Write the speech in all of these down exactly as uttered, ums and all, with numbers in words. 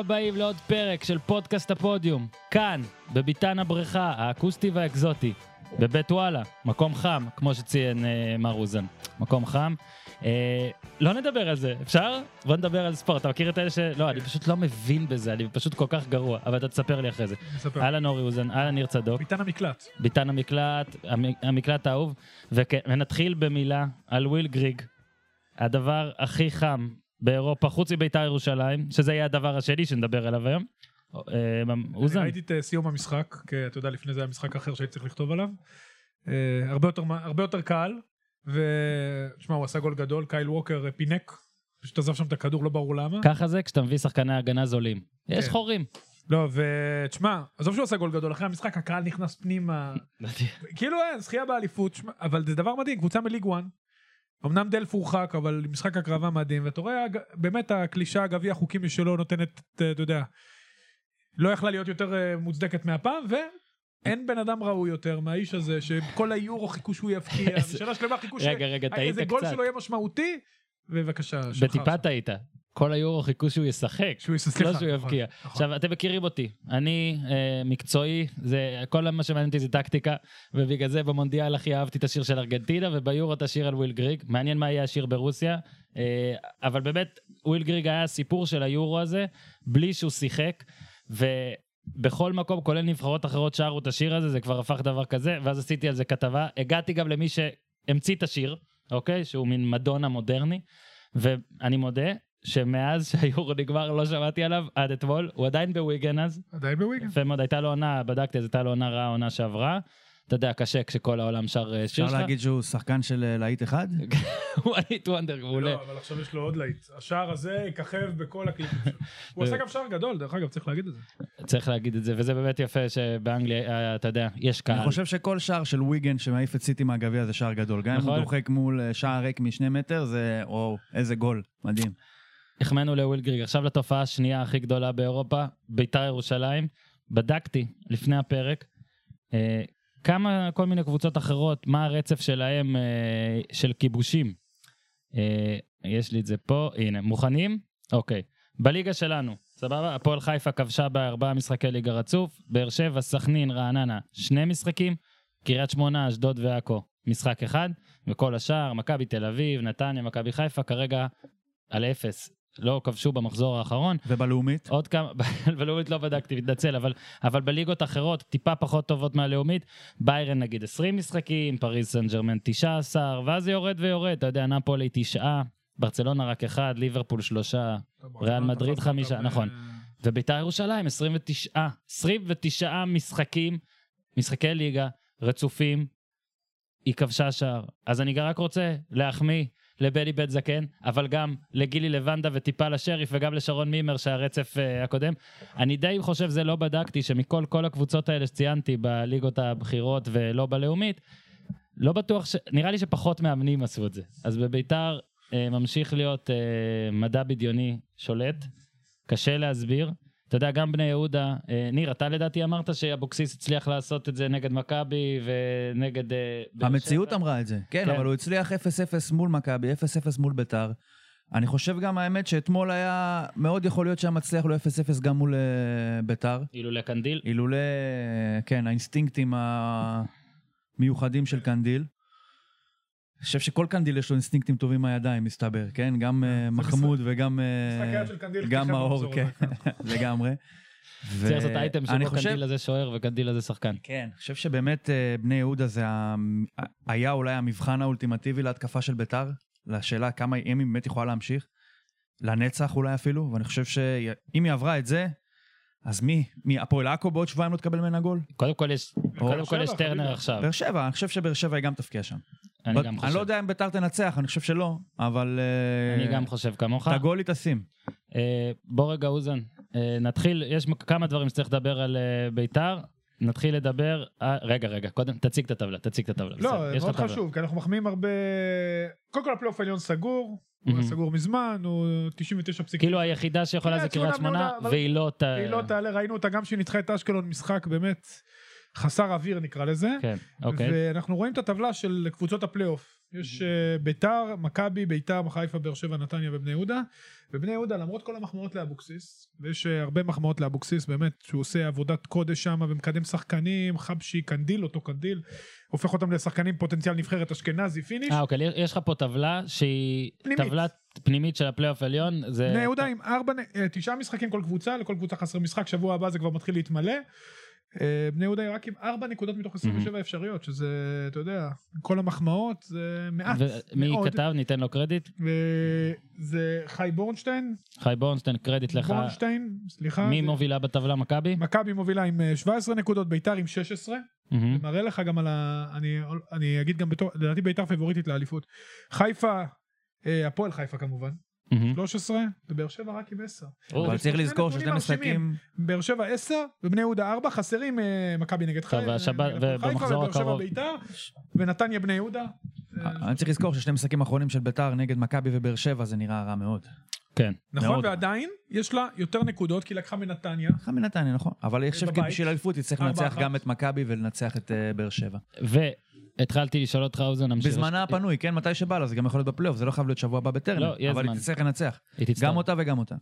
הבאים לעוד פרק של פודקאסט הפודיום, כאן, בביתן הבריכה, האקוסטי והאקזוטי, בבית וואלה, מקום חם, כמו שציין אה, מר אוזן, מקום חם. אה, לא נדבר על זה, אפשר? בוא נדבר על ספורט, אתה מכיר את אלה ש... לא, אני פשוט לא מבין בזה, אני פשוט כל כך גרוע, אבל אתה תספר לי אחרי זה. אהלן אורי אוזן, אהלן ניר צדוק. ביתן המקלט. ביתן המקלט, המקלט האהוב, ונתחיל במילה על וויל גריג, הדבר הכי חם באירופה, חוץ מביתר ירושלים, שזה יהיה הדבר השני שנדבר עליו היום. אוזן. ראיתי את סיום המשחק, כי אתה יודע, לפני זה היה משחק אחר שהייתי צריך לכתוב עליו. הרבה יותר, הרבה יותר קל, ותשמע, הוא עשה גול גדול, קייל ווקר פינק, פשוט עזב שם את הכדור, לא ברור למה. ככה זה כשאתה מביא שחקני הגנה זולים. יש חורים. לא, ותשמע, עזוב שהוא עשה גול גדול, אחרי המשחק הקהל נכנס פנימה, כאילו אין, זכייה באליפות, אבל זה דבר מדהים, קבוצה מליג וואן, אמנם דל פורחק, אבל משחק הקרבה מדהים, ואתה רואה באמת הקלישה, הגביע החוקים משלו נותנת, אתה יודע, לא יכלה להיות יותר מוצדקת מהפעם, ואין בן אדם ראוי יותר מהאיש הזה, שכל היורו חיכו שהוא יפקיע, ושאלה שלמה חיכו שאיזה גול שלו יהיה משמעותי, ובבקשה, שלך. בטיפה טעית. כל היורו חיכו שהוא ישחק, לא שהוא יבקיע. עכשיו, אתם מכירים אותי, אני מקצועי, כל מה שמעניין אותי זה טקטיקה, ובגלל זה במונדיאל הכי אהבתי את השיר של ארגנטינה, וביורו את השיר על וויל גריג, מעניין מה יהיה השיר ברוסיה, אבל באמת, וויל גריג היה הסיפור של היורו הזה, בלי שהוא שיחק, ובכל מקום, כולל נבחרות אחרות שרו את השיר הזה, זה כבר הפך דבר כזה, ואז עשיתי על זה כתבה, הגעתי גם למי שהמציא את השיר, אוקיי? שהוא מין מדונה מודרני, ואני מודה, שמאז שהיורו נגמר לא שמעתי עליו עד אתמול, הוא עדיין בוויגן אז. עדיין בוויגן. ומאוד הייתה לו עונה, בדקתי, אז הייתה לו עונה רעה, עונה שעברה. אתה יודע, קשה כשכל העולם שר שיר שלך. אפשר להגיד שהוא שחקן של להיט אחד? הוא הלהיט וונדר, הוא עולה. לא, אבל עכשיו יש לו עוד להיט. השער הזה יככב בכל הקליפים שלו. הוא עשה גם שער גדול, דרך אגב, צריך להגיד את זה. צריך להגיד את זה, וזה באמת יפה שבאנגליה, אתה יודע, יש קהל. אני חושב שכל שער של וויגן שמעיף את סיטי מהגביע זה שער גדול. גם אם הוא דוחק מול שער ריק משני מטר, זה, או, איזה גול, מדהים. החמנו לוויל גריג. עכשיו לתופעה השנייה הכי גדולה באירופה, ביתר ירושלים. בדקתי לפני הפרק, אה, כמה כל מיני קבוצות אחרות, מה הרצף שלהם אה, של כיבושים. אה, יש לי את זה פה, הנה, מוכנים? אוקיי. בליגה שלנו, סבבה? הפועל חיפה כבשה בארבעה משחקי ליגה רצוף, באר שבע, סכנין, רעננה, שני משחקים, קריית שמונה, אשדוד ועכו, משחק אחד, וכל השאר, מכבי תל אביב, נתניה, מכבי חיפה, כרגע על אפס. לא כבשו במחזור האחרון. ובלאומית? עוד כמה, בלאומית לא בדקתי, מתנצל, אבל, אבל בליגות אחרות, טיפה פחות טובות מהלאומית, ביירן נגיד עשרים משחקים, פריז סן ג'רמן תשע עשרה, ואז זה יורד ויורד, אתה יודע, נפולי תשעה, ברצלונה רק אחד, ליברפול שלושה, ריאל מדריד חמישה, נכון. וביתר ירושלים עשרים ותשעה, עשרים ותשעה משחקים, משחקי ליגה, רצופים, היא כבשה שער. אז אני רק רוצה להחמיא, לבלי בית זקן, אבל גם לגילי לבנדה וטיפה לשריף וגם לשרון מימר שהרצף uh, הקודם. אני די חושב, זה לא בדקתי, שמכל כל הקבוצות האלה שציינתי בליגות הבחירות ולא בלאומית, לא בטוח, ש... נראה לי שפחות מאמנים עשו את זה. אז בביתר uh, ממשיך להיות uh, מדע בדיוני שולט, קשה להסביר. אתה יודע, גם בני יהודה, אה, ניר, אתה לדעתי אמרת שאבוקסיס הצליח לעשות את זה נגד מכבי ונגד... אה, המציאות אמרה את זה, כן, כן, אבל הוא הצליח אפס אפס מול מכבי, אפס אפס מול ביתר. אני חושב גם האמת שאתמול היה מאוד יכול להיות שהמצליח לו אפס אפס גם מול ביתר. אילולי קנדיל. אילולי, כן, האינסטינקטים המיוחדים של קנדיל. אני חושב שכל קנדיל יש לו אינסטינקטים טובים מהידיים, מסתבר, כן? גם מחמוד וגם גם מאור, כן, לגמרי. צריך לעשות אייטם שבו קנדיל הזה שוער וקנדיל הזה שחקן. כן, אני חושב שבאמת בני יהודה זה היה אולי המבחן האולטימטיבי להתקפה של ביתר, לשאלה כמה היא באמת יכולה להמשיך, לנצח אולי אפילו, ואני חושב שאם היא עברה את זה, אז מי? מי? הפועל עכו בעוד שבועיים לא תקבל ממנה גול? קודם כל יש, קודם כל יש טרנר עכשיו. באר שבע, אני חושב שבאר שבע היא גם תפקיע שם. אני גם חושב. אני לא יודע אם ביתר תנצח, אני חושב שלא, אבל... אני גם חושב כמוך. את הגול היא תשים. בוא רגע אוזן, נתחיל, יש כמה דברים שצריך לדבר על ביתר, נתחיל לדבר, רגע רגע, קודם תציג את הטבלה, תציג את הטבלה. לא, מאוד חשוב, כי אנחנו מחמיאים הרבה, קודם כל הפלייאוף העליון סגור, הוא סגור מזמן, הוא תשעים ותשע פסיק. כאילו היחידה שיכולה זה קריית שמונה, והיא לא תעלה, ראינו אותה גם שהיא ניצחה את אשקלון, משחק באמת חסר אוויר נקרא לזה, כן, אוקיי. ואנחנו רואים את הטבלה של קבוצות הפלייאוף, יש uh, ביתר, מכבי, ביתר, חיפה, באר שבע, נתניה ובני יהודה. ובני יהודה, למרות כל המחמאות לאבוקסיס, ויש uh, הרבה מחמאות לאבוקסיס, באמת, שהוא עושה עבודת קודש שם, ומקדם שחקנים, חבשי, קנדיל, אותו קנדיל, הופך אותם לשחקנים פוטנציאל נבחרת אשכנזי, פיניש. אה, אוקיי, יש לך פה טבלה שהיא פנימית. טבלה פנימית של הפלייאוף עליון. זה... בני יהודה עם ארבע, תשעה משחקים כל קבוצה, לכל קבוצה חסר משחק, שבוע הבא זה כבר מתחיל להתמלא. בני יהודה היא רק עם ארבע נקודות מתוך עשרים ושבע אפשריות, שזה, אתה יודע, כל המחמאות, זה מעט מי מאוד. כתב? ניתן לו קרדיט. וזה חי בורנשטיין. חי בורנשטיין, קרדיט לך. בורנשטיין, סליחה. מי מובילה בטבלה? מכבי? מכבי מובילה עם שבע עשרה נקודות, ביתר עם שש עשרה. מראה לך גם על ה... אני אגיד גם בתור, לדעתי ביתר פבוריטית לאליפות. חיפה, הפועל חיפה כמובן. שלוש עשרה, ובאר שבע רק עם עשר. אבל צריך לזכור ששני משחקים... באר שבע עשר, ובני יהודה ארבע, חסרים מכבי נגד חיפה, ובאר שבע ביתר, ונתניה בני יהודה. אני צריך לזכור ששני משחקים האחרונים של ביתר נגד מכבי ובאר שבע זה נראה רע מאוד. כן. נכון, ועדיין יש לה יותר נקודות, כי לקחה מנתניה. לקחה מנתניה, נכון. אבל אני חושב שבשביל האליפות יצטרך לנצח גם את מכבי ולנצח את באר שבע. התחלתי לשאול אותך אוזן, בזמנה הפנוי, כן, מתי שבא לה, זה גם יכול להיות בפלייאוף, זה לא חייב להיות שבוע הבא בטרנר, אבל היא תצטרך לנצח, גם אותה וגם אותה.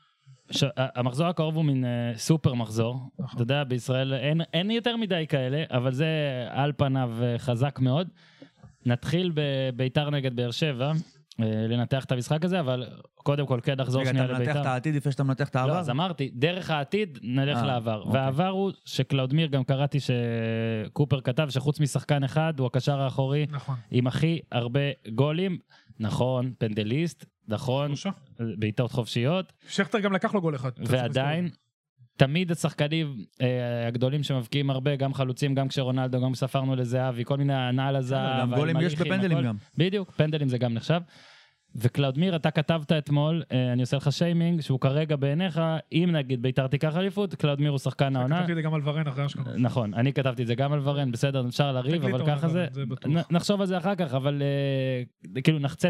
המחזור הקרוב הוא מין סופר מחזור, אתה יודע, בישראל אין יותר מדי כאלה, אבל זה על פניו חזק מאוד. נתחיל בביתר נגד באר שבע, לנתח את המשחק הזה, אבל קודם כל כן נחזור שנייה לביתר. רגע, אתה מנתח את העתיד לפני שאתה מנתח את העבר? לא, אז אמרתי, דרך העתיד נלך לעבר. והעבר הוא שקלאודמיר, גם קראתי שקופר כתב שחוץ משחקן אחד, הוא הקשר האחורי, עם הכי הרבה גולים, נכון, פנדליסט, נכון, בעיטות חופשיות. שכטר גם לקח לו גול אחד. ועדיין, תמיד השחקנים הגדולים שמבקיעים הרבה, גם חלוצים, גם כשרונלדו, גם ספרנו לזהבי, כל מיני הנעל הזהב. גם גולים יש בפנדלים גם. בדיוק, פנדלים זה גם נחשב. וקלאודמיר, אתה כתבת אתמול, אני עושה לך שיימינג, שהוא כרגע בעיניך, אם נגיד ביתר תיקח אליפות, קלאודמיר הוא שחקן העונה. כתבתי את זה גם על ורן אחרי אשכנז. נכון, אני כתבתי את זה גם על ורן, בסדר, אפשר לריב, אבל ככה זה, נחשוב על זה אחר כך, אבל כאילו נחצה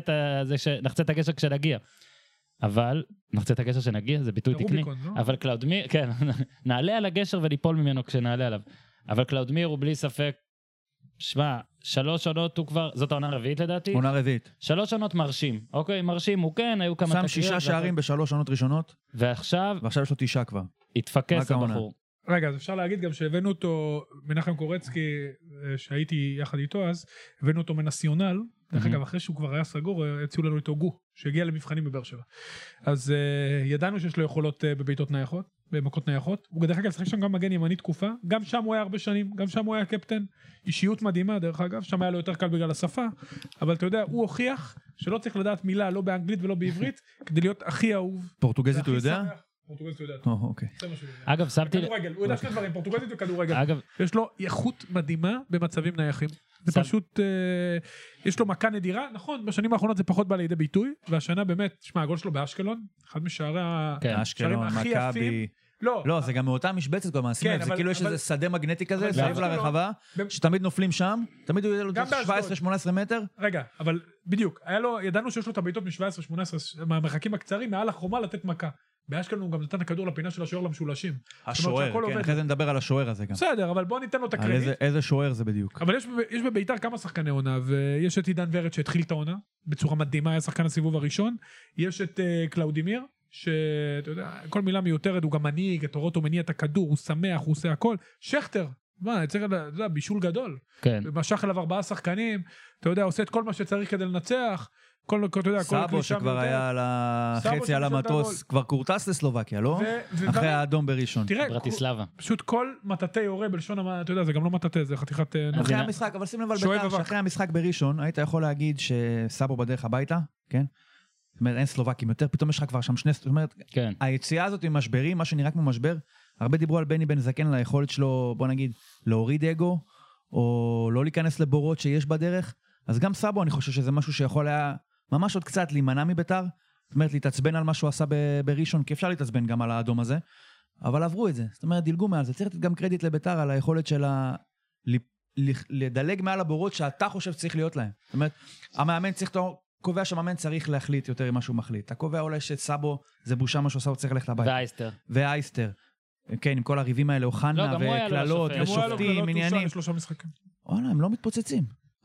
את הגשר כשנגיע. אבל, נחצה את הגשר שנגיע, זה ביטוי תקני, אבל קלאודמיר, כן, נעלה על הגשר וניפול ממנו כשנעלה עליו. אבל קלאודמיר הוא בלי ספק, שמע, שלוש עונות הוא כבר, זאת העונה רביעית לדעתי? עונה רביעית. שלוש עונות מרשים, אוקיי, מרשים, הוא כן, היו כמה תקריות. שם שישה שערים בשלוש עונות ראשונות. ועכשיו... ועכשיו יש לו תשעה כבר. התפקס הבחור. רגע, אז אפשר להגיד גם שהבאנו אותו, מנחם קורצקי, שהייתי יחד איתו אז, הבאנו אותו מנסיונל, דרך אגב, אחרי שהוא כבר היה סגור, הציעו לנו איתו גו, שהגיע למבחנים בבאר שבע. אז ידענו שיש לו יכולות בביתות נייחות, במכות נייחות. הוא דרך אגב, שחק שם גם מגן ימני תקופה, גם שם הוא היה הרבה שנים, גם שם הוא היה קפטן, אישיות מדהימה דרך אגב, שם היה לו יותר קל בגלל השפה, אבל אתה יודע, הוא הוכיח שלא צריך לדעת מילה, לא באנגלית ולא בעברית, כדי להיות הכי אהוב. פורטוגזית הוא יודע? פורטוגזית הוא יודע. אוקיי. אגב, שמתי... כדורגל, הוא יודע שני דברים, פורטוגזית וכדורגל. יש לו איכות מדהימה במצבים נייחים. זה פשוט, יש לו מכה נדירה, נכון, בשנים האחרונות זה פחות בא לידי ביטוי, והשנה באמת, שמע, הגול שלו באשקלון, אחד משערים הכי יפים. לא, לא, זה גם מאותה משבצת כל מעשים, זה כאילו יש איזה שדה מגנטי כזה, סביב לרחבה, שתמיד נופלים שם, תמיד הוא יהיה לו שבע עשרה שמונה עשרה מטר. רגע, אבל בדיוק, ידענו שיש לו את הבעיטות מ-שבע עשרה שמונה עשרה, מהמרחקים הקצרים, מעל החומה לתת מכה. באשקלון הוא גם נתן הכדור לפינה של השוער למשולשים. השוער, כן, אחרי זה נדבר על השוער הזה גם. בסדר, אבל בוא ניתן לו את הקרדיט. איזה שוער זה בדיוק. אבל יש בביתר כמה שחקני עונה, ויש את עידן ורד שהתחיל את העונה, בצורה מדהימה, היה שחקן הסיבוב הראשון. יש את קלאודימיר, שאתה יודע, כל מילה מיותרת, הוא גם מנהיג, אתה רואה אותו מניע את הכדור, הוא שמח, הוא עושה הכל. שכטר, מה, צריך, אתה יודע, בישול גדול. כן. משך אליו ארבעה שחקנים, אתה יודע, עושה את כל מה שצריך כדי לנצח. כל, אתה יודע, סאבו שכבר היה על החצי על המטוס, כבר קורטס לסלובקיה, לא? אחרי האדום בראשון. ברטיסלבה. פשוט כל מטאטי יורה בלשון, אתה יודע, זה גם לא מטאטי, זה חתיכת... אחרי המשחק, אבל שים לב על ביתר, שאחרי המשחק בראשון, היית יכול להגיד שסאבו בדרך הביתה, כן? זאת אומרת, אין סלובקים יותר, פתאום יש לך כבר שם שני... זאת אומרת, היציאה הזאת עם משברים, מה שנראה כמו משבר, הרבה דיברו על בני בן זקן, על היכולת שלו, בוא נגיד, להוריד אגו, או לא להיכנס לבורות שיש בדרך. אז גם סאבו, אני חושב שזה משהו שיכול היה ממש עוד קצת להימנע מביתר, זאת אומרת, להתעצבן על מה שהוא עשה בראשון, כי אפשר להתעצבן גם על האדום הזה, אבל עברו את זה. זאת אומרת, דילגו מעל זה. צריך לתת גם קרדיט לביתר על היכולת שלה לדלג מעל הבורות שאתה חושב שצריך להיות להם. זאת אומרת, המאמן צריך, קובע שהמאמן צריך להחליט יותר ממה שהוא מחליט. אתה קובע אולי שסאבו זה בושה מה שהוא עושה, הוא צריך ללכת לבית. ואייסטר. ואייסטר. כן, עם כל הריבים האלה, אוחנה וכללות ושופטים, עניינים. וואלה, הם לא מתפוצצים.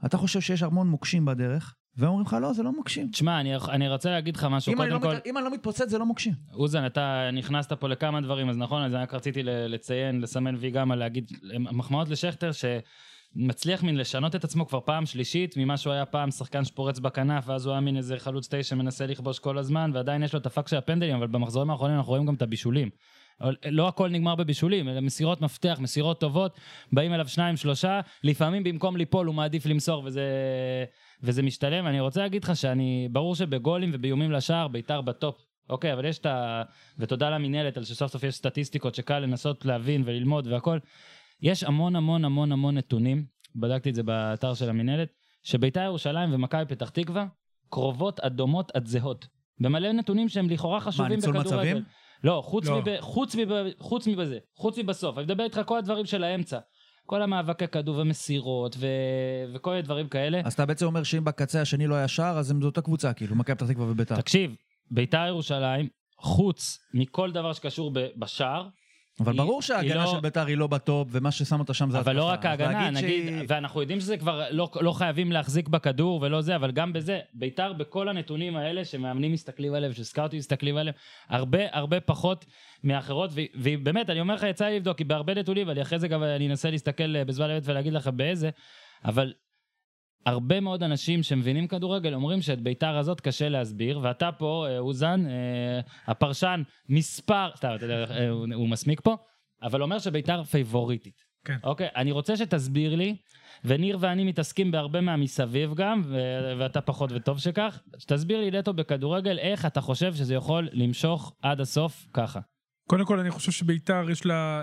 אתה חושב שיש המון מוקשים בדרך, ואומרים לך, לא, זה לא מוקשים. תשמע, אני, אני רוצה להגיד לך משהו, קודם לא כל... מת... אם אני לא מתפוצץ, זה לא מוקשים. אוזן, אתה נכנסת פה לכמה דברים, אז נכון, אז רק רציתי לציין, לסמן וי גם, להגיד, מחמאות לשכטר, שמצליח מן לשנות את עצמו כבר פעם שלישית, ממה שהוא היה פעם שחקן שפורץ בכנף, ואז הוא היה מין איזה חלוץ תשע שמנסה לכבוש כל הזמן, ועדיין יש לו את הפאק של הפנדלים, אבל במחזורים האחרונים אנחנו רואים גם את הבישולים. לא הכל נגמר בבישולים, אלא מסירות מפתח, מסירות טובות, באים אליו שניים, שלושה, לפעמים במקום ליפול הוא מעדיף למסור, וזה, וזה משתלם. אני רוצה להגיד לך שאני, ברור שבגולים וביומים לשער, ביתר בטופ, אוקיי, אבל יש את ה... ותודה למנהלת על שסוף סוף יש סטטיסטיקות שקל לנסות להבין וללמוד והכל. יש המון המון המון המון נתונים, בדקתי את זה באתר של המנהלת, שביתר ירושלים ומכבי פתח תקווה, קרובות אדומות עד זהות. במלא נתונים שהם לכאורה חשובים בכדורגל. לא, חוץ, לא. מב... חוץ, מב... חוץ מבזה, חוץ מבסוף. אני מדבר איתך כל הדברים של האמצע. כל המאבקי כדור ומסירות ו... וכל הדברים כאלה. אז אתה בעצם אומר שאם בקצה השני לא היה שער, אז הם זו אותה קבוצה, כאילו, מכבי פתח תקווה וביתר. תקשיב, ביתר ירושלים, חוץ מכל דבר שקשור ב... בשער, אבל היא, ברור שההגנה לא... של ביתר היא לא בטופ, ומה ששם אותה שם זה... אבל לא רק ההגנה, נגיד, שהיא... ואנחנו יודעים שזה כבר לא, לא חייבים להחזיק בכדור ולא זה, אבל גם בזה, ביתר בכל הנתונים האלה, שמאמנים מסתכלים עליהם, שסקאוטים מסתכלים עליהם, הרבה הרבה פחות מאחרות, ובאמת, אני אומר לך, יצא לי לבדוק, כי בהרבה נתונים, אבל אחרי זה גם אני אנסה להסתכל בזמן אמת ולהגיד לך באיזה, אבל הרבה מאוד אנשים שמבינים כדורגל אומרים שאת ביתר הזאת קשה להסביר, ואתה פה, אוזן, הפרשן מספר, סתם, אתה יודע, הוא מסמיק פה, אבל אומר שביתר פייבוריטית. כן. אוקיי, אני רוצה שתסביר לי, וניר ואני מתעסקים בהרבה מהמסביב גם, ואתה פחות וטוב שכך, שתסביר לי נטו בכדורגל, איך אתה חושב שזה יכול למשוך עד הסוף ככה. קודם כל, אני חושב שביתר יש לה...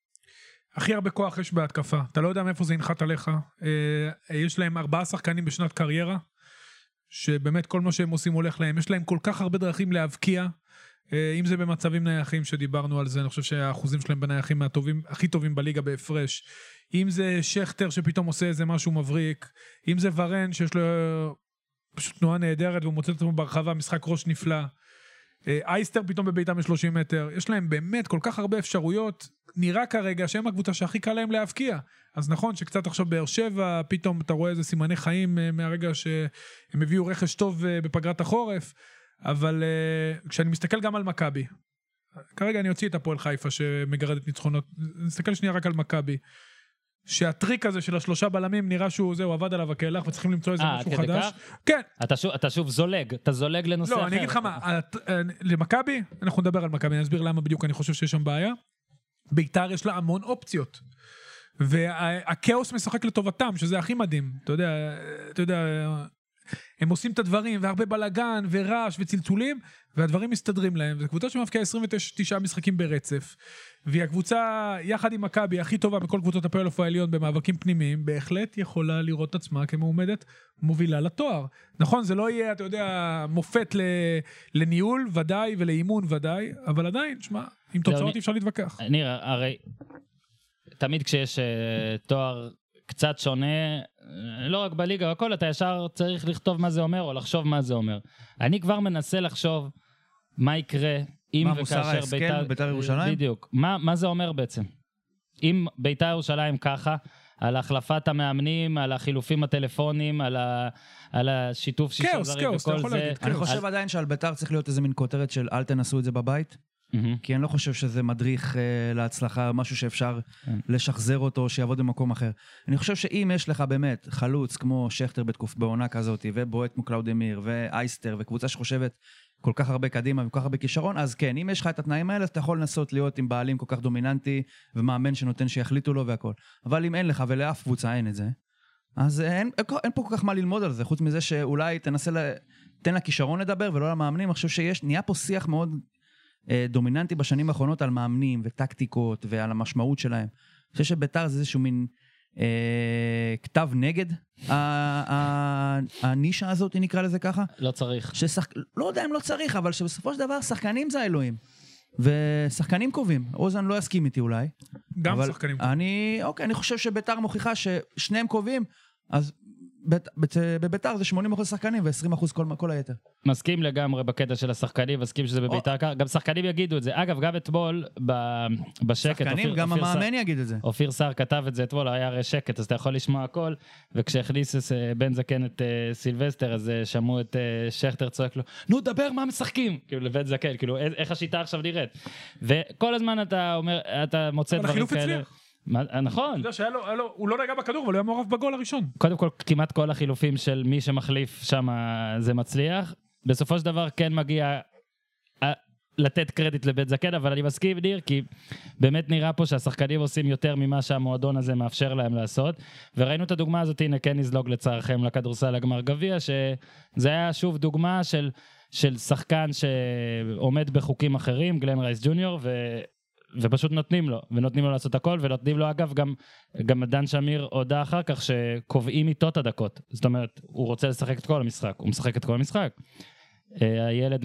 הכי הרבה כוח יש בהתקפה, אתה לא יודע מאיפה זה ינחת עליך, יש להם ארבעה שחקנים בשנת קריירה, שבאמת כל מה שהם עושים הולך להם, יש להם כל כך הרבה דרכים להבקיע, אם זה במצבים נייחים שדיברנו על זה, אני חושב שהאחוזים שלהם בנייחים מהטובים, הכי טובים בליגה בהפרש, אם זה שכטר שפתאום עושה איזה משהו מבריק, אם זה ורן שיש לו פשוט תנועה נהדרת, והוא מוצא את עצמו ברחבה, משחק ראש נפלא, אייסטר פתאום בביתם מ-שלושים מטר, יש להם באמת כל כך הרבה אפשרויות, נראה כרגע שהם הקבוצה שהכי קל להם להבקיע, אז נכון שקצת עכשיו באר שבע, פתאום אתה רואה איזה סימני חיים מהרגע שהם הביאו רכש טוב בפגרת החורף, אבל כשאני מסתכל גם על מכבי, כרגע אני אוציא את הפועל חיפה שמגרדת ניצחונות, נסתכל שנייה רק על מכבי, שהטריק הזה של השלושה בלמים נראה שהוא זהו, עבד עליו הכלח וצריכים למצוא איזה משהו חדש. כן. אתה שוב, אתה שוב זולג, אתה זולג לנושא אחר. לא, אני אגיד לך מה, למכבי, אנחנו נדבר על מכבי, אני אסביר למה בדיוק אני חושב שיש שם בעיה. ביתר יש לה המון אופציות. והכאוס משחק לטובתם, שזה הכי מדהים. אתה יודע, אתה יודע, הם עושים את הדברים, והרבה בלגן, ורעש, וצלצולים, והדברים מסתדרים להם. זו קבוצה שמבקיעה עשרים ותשעה משחקים ברצף, והיא הקבוצה, יחד עם מכבי, הכי טובה בכל קבוצות הפלייאוף העליון במאבקים פנימיים, בהחלט יכולה לראות עצמה כמועמדת מובילה לתואר. נכון, זה לא יהיה, אתה יודע, מופת לניהול ודאי, ולאימון ודאי, אבל עדיין, שמה, עם תוצאות אפשר להתווכח. ניר, הרי תמיד כשיש תואר קצת שונה, לא רק בליגה, הכל אתה ישר צריך לכתוב מה זה אומר, או לחשוב מה זה אומר. אני כבר מנסה לחשוב מה יקרה אם מה, וכאשר מוסר ההסכם ביתר ירושלים? בדיוק. מה, מה זה אומר בעצם? אם ביתר ירושלים ככה, על החלפת המאמנים, על החילופים הטלפונים, על, ה, על השיתוף שישה כאוס, זרים כאוס, וכל זה. להגיד, אני כאוס. חושב עדיין שעל ביתר צריך להיות איזה מין כותרת של אל תנסו את זה בבית, Mm-hmm. כי אני לא חושב שזה מדריך uh, להצלחה, משהו שאפשר mm-hmm. לשחזר אותו, שיעבוד במקום אחר. אני חושב שאם יש לך באמת חלוץ כמו שכטר בתקוף בעונה כזאת, ובועט כמו קלאודמיר, ואייסטר, וקבוצה שחושבת כל כך הרבה קדימה וכל כך הרבה כישרון, אז כן, אם יש לך את התנאים האלה, אז אתה יכול לנסות להיות עם בעלים כל כך דומיננטי, ומאמן שנותן שיחליטו לו והכל. אבל אם אין לך ולאף קבוצה אין את זה, אז אין, אין פה כל כך מה ללמוד על זה, חוץ מזה שאולי תנסה, תן לה כישרון לדבר ולא למאמנים. אני חושב שיש, נהיה פה שיח מאוד דומיננטי בשנים האחרונות על מאמנים וטקטיקות ועל המשמעות שלהם. אני חושב שביתר זה איזשהו מין אה, כתב נגד הנישה הזאת, נקרא לזה ככה. לא צריך. ששח... לא יודע אם לא צריך, אבל שבסופו של דבר שחקנים זה האלוהים. ושחקנים קובעים. אוזן לא יסכים איתי אולי. גם שחקנים קובעים. אני, אוקיי, אני חושב שביתר מוכיחה ששניהם קובעים, אז בביתר זה שמונים אחוז שחקנים ו-עשרים אחוז כל היתר. מסכים לגמרי בקטע של השחקנים, מסכים שזה בביתר, גם שחקנים יגידו את זה. אגב, גם אתמול בשקט, שחקנים, גם המאמן יגיד את זה. אופיר סער כתב את זה אתמול, היה הרי שקט, אז אתה יכול לשמוע הכל, וכשהכניס בן זקן את סילבסטר, אז שמעו את שכטר צועק לו, נו, דבר, מה משחקים? כאילו, לבן זקן, כאילו, איך השיטה עכשיו נראית? וכל הזמן אתה אומר, אתה מוצא דברים כאלה. נכון. אתה יודע שהיה לו, הוא לא נגע בכדור, אבל הוא היה מעורב בגול הראשון. קודם כל, כמעט כל החילופים של מי שמחליף שם זה מצליח. בסופו של דבר כן מגיע לתת קרדיט לבית זקן, אבל אני מסכים ניר, כי באמת נראה פה שהשחקנים עושים יותר ממה שהמועדון הזה מאפשר להם לעשות, וראינו את הדוגמה הזאת, הנה כן נזלוג לצערכם לכדורסל הגמר גביע, שזה היה שוב דוגמה של, של שחקן שעומד בחוקים אחרים, גלן רייס ג'וניור, ו... ופשוט נותנים לו, ונותנים לו לעשות הכל, ונותנים לו אגב גם, גם דן שמיר הודע אחר כך שקובעים איתו את הדקות, זאת אומרת, הוא רוצה לשחק את כל המשחק, הוא משחק את כל המשחק. הילד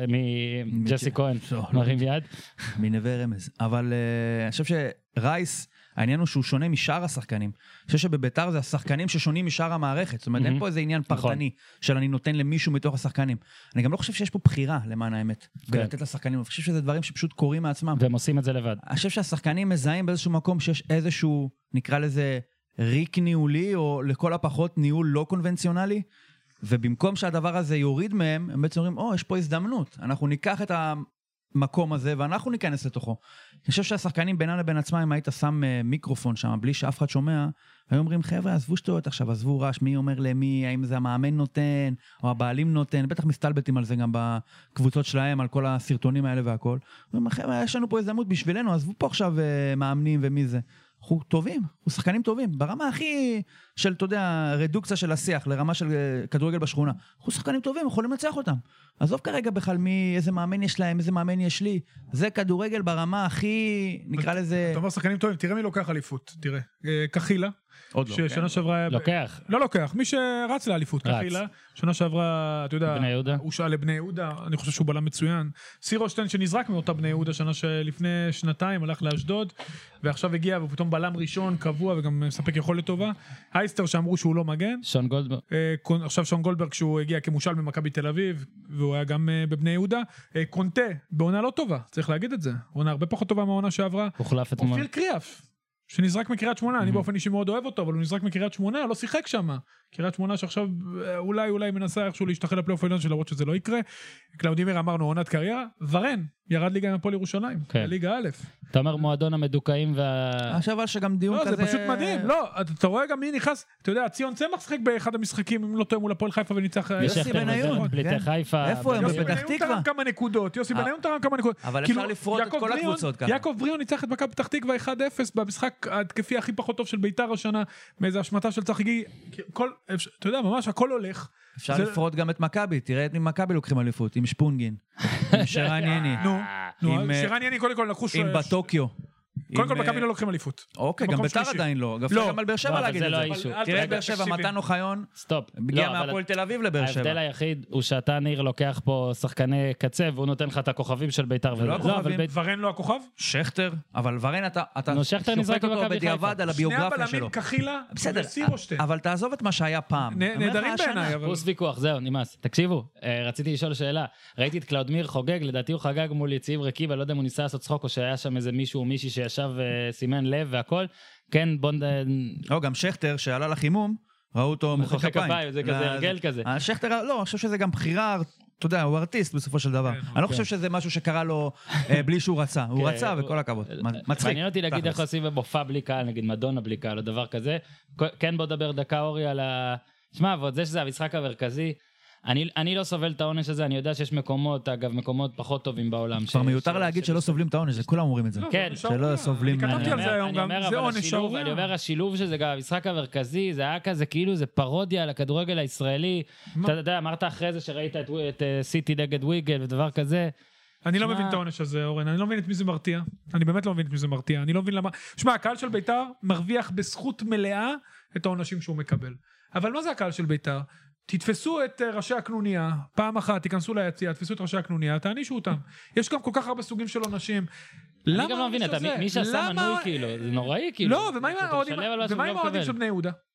מג'סי כהן מרים יד. מנווה רמז. אבל אני חושב שרייס, העניין הוא שהוא שונה משאר השחקנים. אני חושב שבביתר זה השחקנים ששונים משאר המערכת. זאת אומרת, אין פה איזה עניין פרטני של אני נותן למישהו מתוך השחקנים. אני גם לא חושב שיש פה בחירה, למען האמת, ולתת לשחקנים. אני חושב שזה דברים שפשוט קורים מעצמם. והם עושים את זה לבד. אני חושב שהשחקנים מזהים באיזשהו מקום שיש איזשהו, נקרא לזה, ריק ניהולי, או לכל הפחות ניהול לא קונבנציונלי, ובמקום שהדבר הזה יוריד מהם, הם בעצם אומרים, או, יש פה הזדמנות, אנחנו ניקח את המקום הזה, ואנחנו ניכנס לתוכו. אני חושב שהשחקנים בינם לבין עצמם, אם היית שם מיקרופון שם, בלי שאף אחד שומע, היו אומרים, חבר'ה, עזבו שטויות עכשיו, עזבו רעש, מי אומר למי, האם זה המאמן נותן, או הבעלים נותן, בטח מסתלבטים על זה גם בקבוצות שלהם, על כל הסרטונים האלה והכל. אומרים, חבר'ה, יש לנו פה הזדמנות בשבילנו, עזבו פה עכשיו מאמנים ומי זה. אנחנו טובים, אנחנו שחקנים טובים, ברמה הכי של, אתה יודע, רדוקציה של השיח, לרמה של כדורגל בשכונה. אנחנו שחקנים טובים, יכולים לנצח אותם. עזוב כרגע בכלל מי, איזה מאמן יש להם, איזה מאמן יש לי. זה כדורגל ברמה הכי, נקרא לזה... אתה אומר שחקנים טובים, תראה מי לוקח אליפות, תראה. כחילה. עוד לא. ששנה שעברה... לוקח. לא לוקח, מי שרץ לאליפות, כחילה. שנה שעברה, אתה יודע... בני יהודה. הוא שאל לבני יהודה, אני חושב שהוא בלם מצוין. סירושטיין שנזרק מאותה בני יהודה, שנה שלפני שנתיים הלך לאשדוד, ועכשיו הגיע ופתאום בלם ראשון, קבוע, וגם מספק יכולת טובה. הייסטר שאמרו שהוא לא מגן. שון גולדברג. עכשיו שון גולדברג שהוא הגיע כמושל ממכבי תל אביב, והוא היה גם בבני יהודה. קונטה, בעונה לא טובה, צריך להגיד את זה. עונה הרבה פחות טובה מהעונה שעברה. אופיר קריאף, שנזרק מקריית שמונה, אני באופן אישי מאוד אוהב אותו, אבל הוא נזרק מקריית שמונה, לא שיחק שם. קריית שמונה שעכשיו אולי אולי מנסה איכשהו להשתחל לפלייאוף העליון שלו, למרות שזה לא יקרה. קלאודימיר אמרנו עונת קריירה, ורן ירד ליגה עם הפועל ירושלים, ליגה א'. אתה אומר מועדון המדוכאים וה... עכשיו אבל שגם דיון כזה... לא, זה פשוט מדהים, לא, אתה רואה גם מי נכנס, אתה יודע, ציון צמח שחק באחד המשחקים, אם לא טועה מול הפועל חיפה וניצח... יוסי בניון, איפה הם? בפתח תקווה? כמה נקודות, יוסי בניון תרם כמה נקודות. אבל אפשר לפרוט את כל הקבוצות ככה. יעקב בריאון ניצח את מכבי פתח תקווה אחד אפס במשחק ההתקפי הכי פחות טוב של ביתר השנה, מאיזו השמטה של צחי, כל, אתה יודע, ממש הכל הולך. אפשר לפרוט גם את מכבי, תראה את מכבי לוקחים אליפות, עם שפונגין, עם שרן יני. נו, נו, שרן יני קודם כל לקחו... עם בטוקיו. קודם כל מכבי לא לוקחים אליפות. אוקיי, גם ביתר עדיין לא. גם על באר שבע להגיד את זה. תראה באר שבע, מתן אוחיון, הגיע מהפועל תל אביב לבאר שבע. ההבדל היחיד הוא שאתה ניר לוקח פה שחקני קצה, והוא נותן לך את הכוכבים של ביתר. ורן לא הכוכב? שכטר, אבל ורן אתה שופט אותו בדיעבד על הביוגרפיה שלו. שני הבלמים כחילה וסירושטיין. אבל תעזוב את מה שהיה פעם. נהדרים בעיניי. פוס ויכוח, זהו, נמאס. תקשיבו, רציתי לשאול שאלה. ראיתי את קלאודמיר חוגג, לדעתי הוא חגג מול יציב רקיב, אני לא יודע אם הוא ניסה לעשות צחוק או שהיה שם איזה מישהו או מישהי שישב סימן לב והכל. כן, בונד... לא, גם שכטר שעלה לחימום, ראו אותו מוחא כפיים. זה כזה הרגל כזה. שכטר, לא, אני חושב שזה גם בחירה, אתה יודע, הוא ארטיסט בסופו של דבר. אני לא חושב שזה משהו שקרה לו בלי שהוא רצה. הוא רצה וכל הכבוד. מצחיק. מעניין אותי להגיד איך עושים במופע בלי קהל, נגיד מדונה בלי קהל או דבר כזה. כן, בוא דבר דקה אורי על ה... שמע, ועוד זה שזה המשחק המרכזי. אני, אני לא סובל את העונש הזה, אני יודע שיש מקומות, אגב, מקומות פחות טובים בעולם. כבר מיותר להגיד שלא סובלים את העונש, כולם אומרים את זה. כן. שלא סובלים... אני כתבתי על זה היום גם, זה עונש שעובר. אני אומר, השילוב שזה גם המשחק המרכזי, זה היה כזה, כאילו זה פרודיה על הכדורגל הישראלי. אתה יודע, אמרת אחרי זה שראית את סיטי נגד ויגל ודבר כזה. אני לא מבין את העונש הזה, אורן, אני לא מבין את מי זה מרתיע. אני באמת לא מבין את מי זה מרתיע. אני לא מבין למה... שמע, הקהל של ביתר מרוויח בזכות מלאה את העונשים שהוא מקבל. אבל מה זה הקהל של ביתר? תתפסו את ראשי הקנוניה, פעם אחת, תיכנסו ליציאה, תתפסו את ראשי הקנוניה, תענישו אותם. יש גם כל כך הרבה סוגים של אנשים. אני גם לא מבין, מי שעשה מנוי כאילו, זה נוראי כאילו. לא, ומה עם האוהדים של בני יהודה?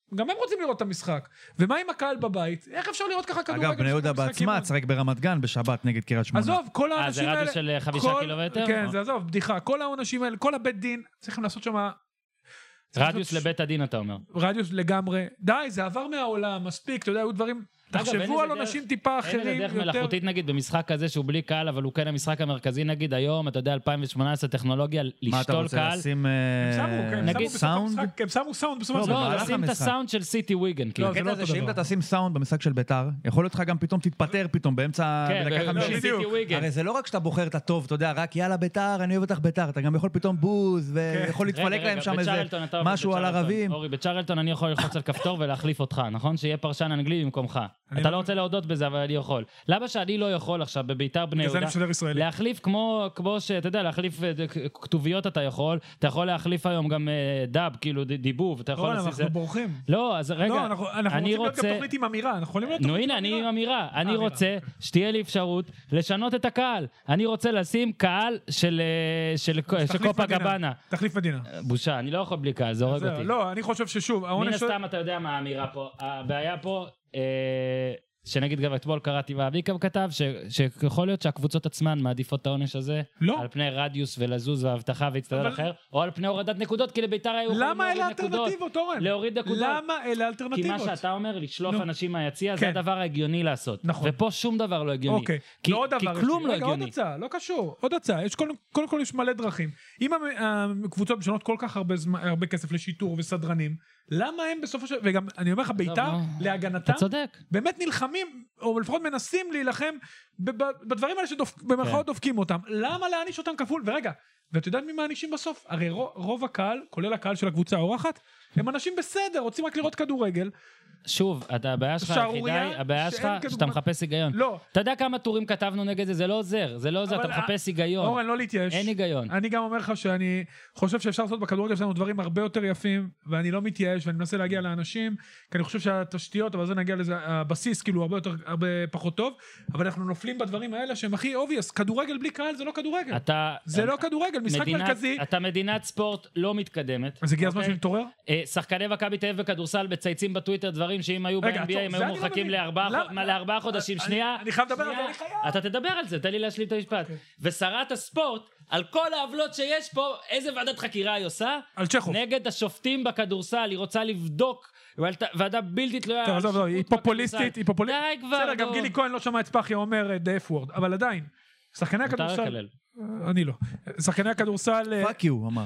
גם הם רוצים לראות את המשחק. ומה עם הקהל בבית? איך אפשר לראות ככה כדורגל? אגב, בני יהודה בעצמה תשחק ברמת גן בשבת נגד קריית שמונה. עזוב, כל האנשים האלה... האלה... אה, זה רדיוס של חמישה קילומטר? כן, זה עזוב, בדיחה. כל האנשים האלה, כל הבית דין, צריכים לעשות שם... רדיוס לבית הדין, אתה אומר. רדיוס לגמרי. די, זה עבר מהעולם, מספיק, אתה יודע, היו דברים... תחשבו על אנשים טיפה אחרים יותר. אין איזה דרך מלאכותית נגיד במשחק כזה שהוא בלי קהל, אבל הוא כן המשחק המרכזי נגיד היום, אתה יודע, אלפיים שמונה עשרה טכנולוגיה, לשתול קהל. מה אתה רוצה לשים סאונד? הם שמו סאונד בסוף המשחק. לא, לשים את הסאונד של סיטי וויגן. הקטע זה שאם אתה תשים סאונד במשחק של ביתר, יכול להיות לך גם פתאום תתפטר פתאום באמצע בדקה חמישים. הרי זה לא רק שאתה בוחר את הטוב, אתה יודע, רק יאללה ביתר, אני אוהב אותך ביתר, אתה גם יכול פתאום בוז ויכול להתפלק להם שם איזה משהו על ערבים. אורי, בצ'רלטון אני יכול ללחוץ על כפתור ולהחליף אותך, נכון? שיהיה פרשן אנגלי במקומך. אתה לא רוצה להודות בזה, אבל אני יכול. למה שאני לא יכול עכשיו בביתר בני יהודה להחליף כמו, כמו שאתה יודע, להחליף כתוביות אתה יכול, אתה יכול להחליף היום גם דאב, כאילו דיבוב, אתה יכול... לא, אנחנו בורחים. לא, אז רגע, לא, אנחנו רוצים להיות גם תוכנית עם אמירה, אנחנו יכולים להיות תוכנית עם אמירה. נו, הנה, אני עם אמירה. אני רוצה שתהיה לי אפשרות לשנות את הקהל. אני רוצה לשים קהל של קופה גבנה. תחליף מדינה. בושה, אני לא יכול בלי קהל, זה הורג אותי. לא, אני חושב ששוב... מן הסתם אתה יודע מה האמירה פה. הבעיה פה... שנגיד גם אתמול קראתי ואביקם כתב שיכול להיות שהקבוצות עצמן מעדיפות את העונש הזה על פני רדיוס ולזוז והבטחה והצטדל אחר, או על פני הורדת נקודות, כי לביתר היו יכולים להוריד נקודות. להוריד נקודות. למה אלה אלטרנטיבות? כי מה שאתה אומר, לשלוף אנשים מהיציע, זה הדבר ההגיוני לעשות. ופה שום דבר לא הגיוני. כי כלום לא הגיוני. עוד הצעה, לא קשור. עוד הצעה. קודם כל יש מלא דרכים. אם הקבוצות משנות כל כך הרבה כסף לשיטור וסדרנים, למה הם בסופו של... וגם אני אומר לך, ביתר, להגנתם, באמת נלחמים, או לפחות מנסים להילחם בדברים האלה שבמרכאות דופקים אותם. למה להעניש אותם כפול? ורגע, ואתה יודע מי מענישים בסוף? הרי רוב הקהל, כולל הקהל של הקבוצה האורחת, הם אנשים בסדר, רוצים רק לראות כדורגל. שוב, הבעיה שלך היחידה היא, הבעיה שלך שאתה מחפש היגיון. לא. אתה יודע כמה טורים כתבנו נגד זה? זה לא עוזר, זה לא עוזר, אתה מחפש היגיון. אורן, לא להתייאש. אין היגיון. אני גם אומר לך שאני חושב שאפשר לעשות בכדורגל שלנו דברים הרבה יותר יפים, ואני לא מתייאש, ואני מנסה להגיע לאנשים, כי אני חושב שהתשתיות, אבל זה נגיע לזה, הבסיס כאילו הרבה יותר, הרבה פחות טוב, אבל אנחנו נופלים בדברים האלה שהם הכי obvious. כדורגל בלי קהל זה לא כדורגל. זה לא כדורגל, משחק מרכזי. אתה מדינת ספורט לא מתקדמת. אז הגיע הזמן שנתעורר? שחקני מכבי תל אביב וכדורסל מצייצים בטוויטר דברים שאם היו ב-אן בי איי הם היו מורחקים לארבעה חודשים. שנייה, אני חייב לדבר על זה, אני חייב. אתה תדבר על זה, תן לי להשלים את המשפט. ושרת הספורט, על כל העוולות שיש פה, איזה ועדת חקירה היא עושה? על צ'כוב. נגד השופטים בכדורסל, היא רוצה לבדוק, ועדה בלתי תלויה. טוב, עזוב, היא פופוליסטית, היא פופוליסטית. די כבר. בסדר, גם גילי כהן לא שמע את ספחיה אומר the F word, אבל עדיין, שחקני הכדורסל... אני לא. שחקני הכדורסל... פאק יו, אמר.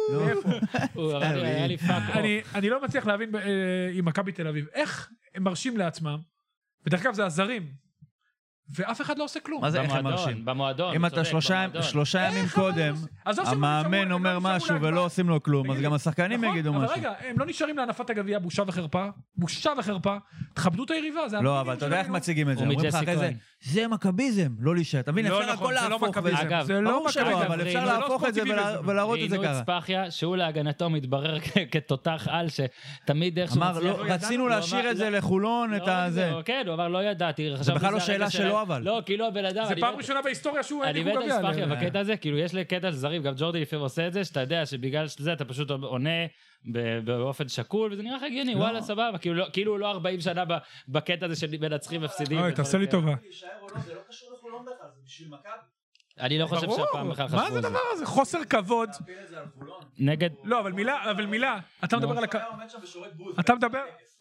אני לא מצליח להבין עם מכבי תל אביב, איך הם מרשים לעצמם, בדרך כלל זה הזרים, ואף אחד לא עושה כלום. מה זה איך הם מרשים? במועדון. אם אתה שלושה ימים קודם, המאמן אומר משהו ולא עושים לו כלום, אז גם השחקנים יגידו משהו. אבל רגע, הם לא נשארים להנפת הגביע, בושה וחרפה, בושה וחרפה, תכבדו את היריבה. לא, אבל אתה יודע איך מציגים את זה. אומרים לך אחרי זה, זה מכביזם, לא להישאר. אתה מבין, אפשר הכל להפוך. זה לא מכביזם. אבל אפשר להפוך את זה ולהראות את זה ככה. ראינו את ספחיה, שהוא להגנתו מתברר כתותח על, שתמיד איך שהוא מצליח. רצינו להשאיר את זה לחולון, את הזה. כן, הוא אמר, לא ידעתי. זה בכלל לא שאלה שלו, אבל. לא, כאילו הבן אדם... זה פעם ראשונה בהיסטוריה שהוא אין לי גביע. אני מת על ספחיה בקטע הזה, כאילו יש לי קטע זרים, גם ג'ורדי לפעמים עושה את זה, שאתה יודע שבגלל זה אתה פשוט עונה באופן שקול, וזה נראה לך הגיוני, וואלה, סבבה, כאילו הוא לא ארבעים שנה בקטע הזה של מנצחים מפסידים. אוי, תעשה לי טובה. זה לא קשור לחולון בכלל, זה בשביל מכבי. אני לא חושב שהפעם בכלל חשבו על זה. מה זה הדבר הזה? חוסר כבוד. נגד... לא, אבל מילה, אבל מילה, אתה מדבר על... אתה מדבר...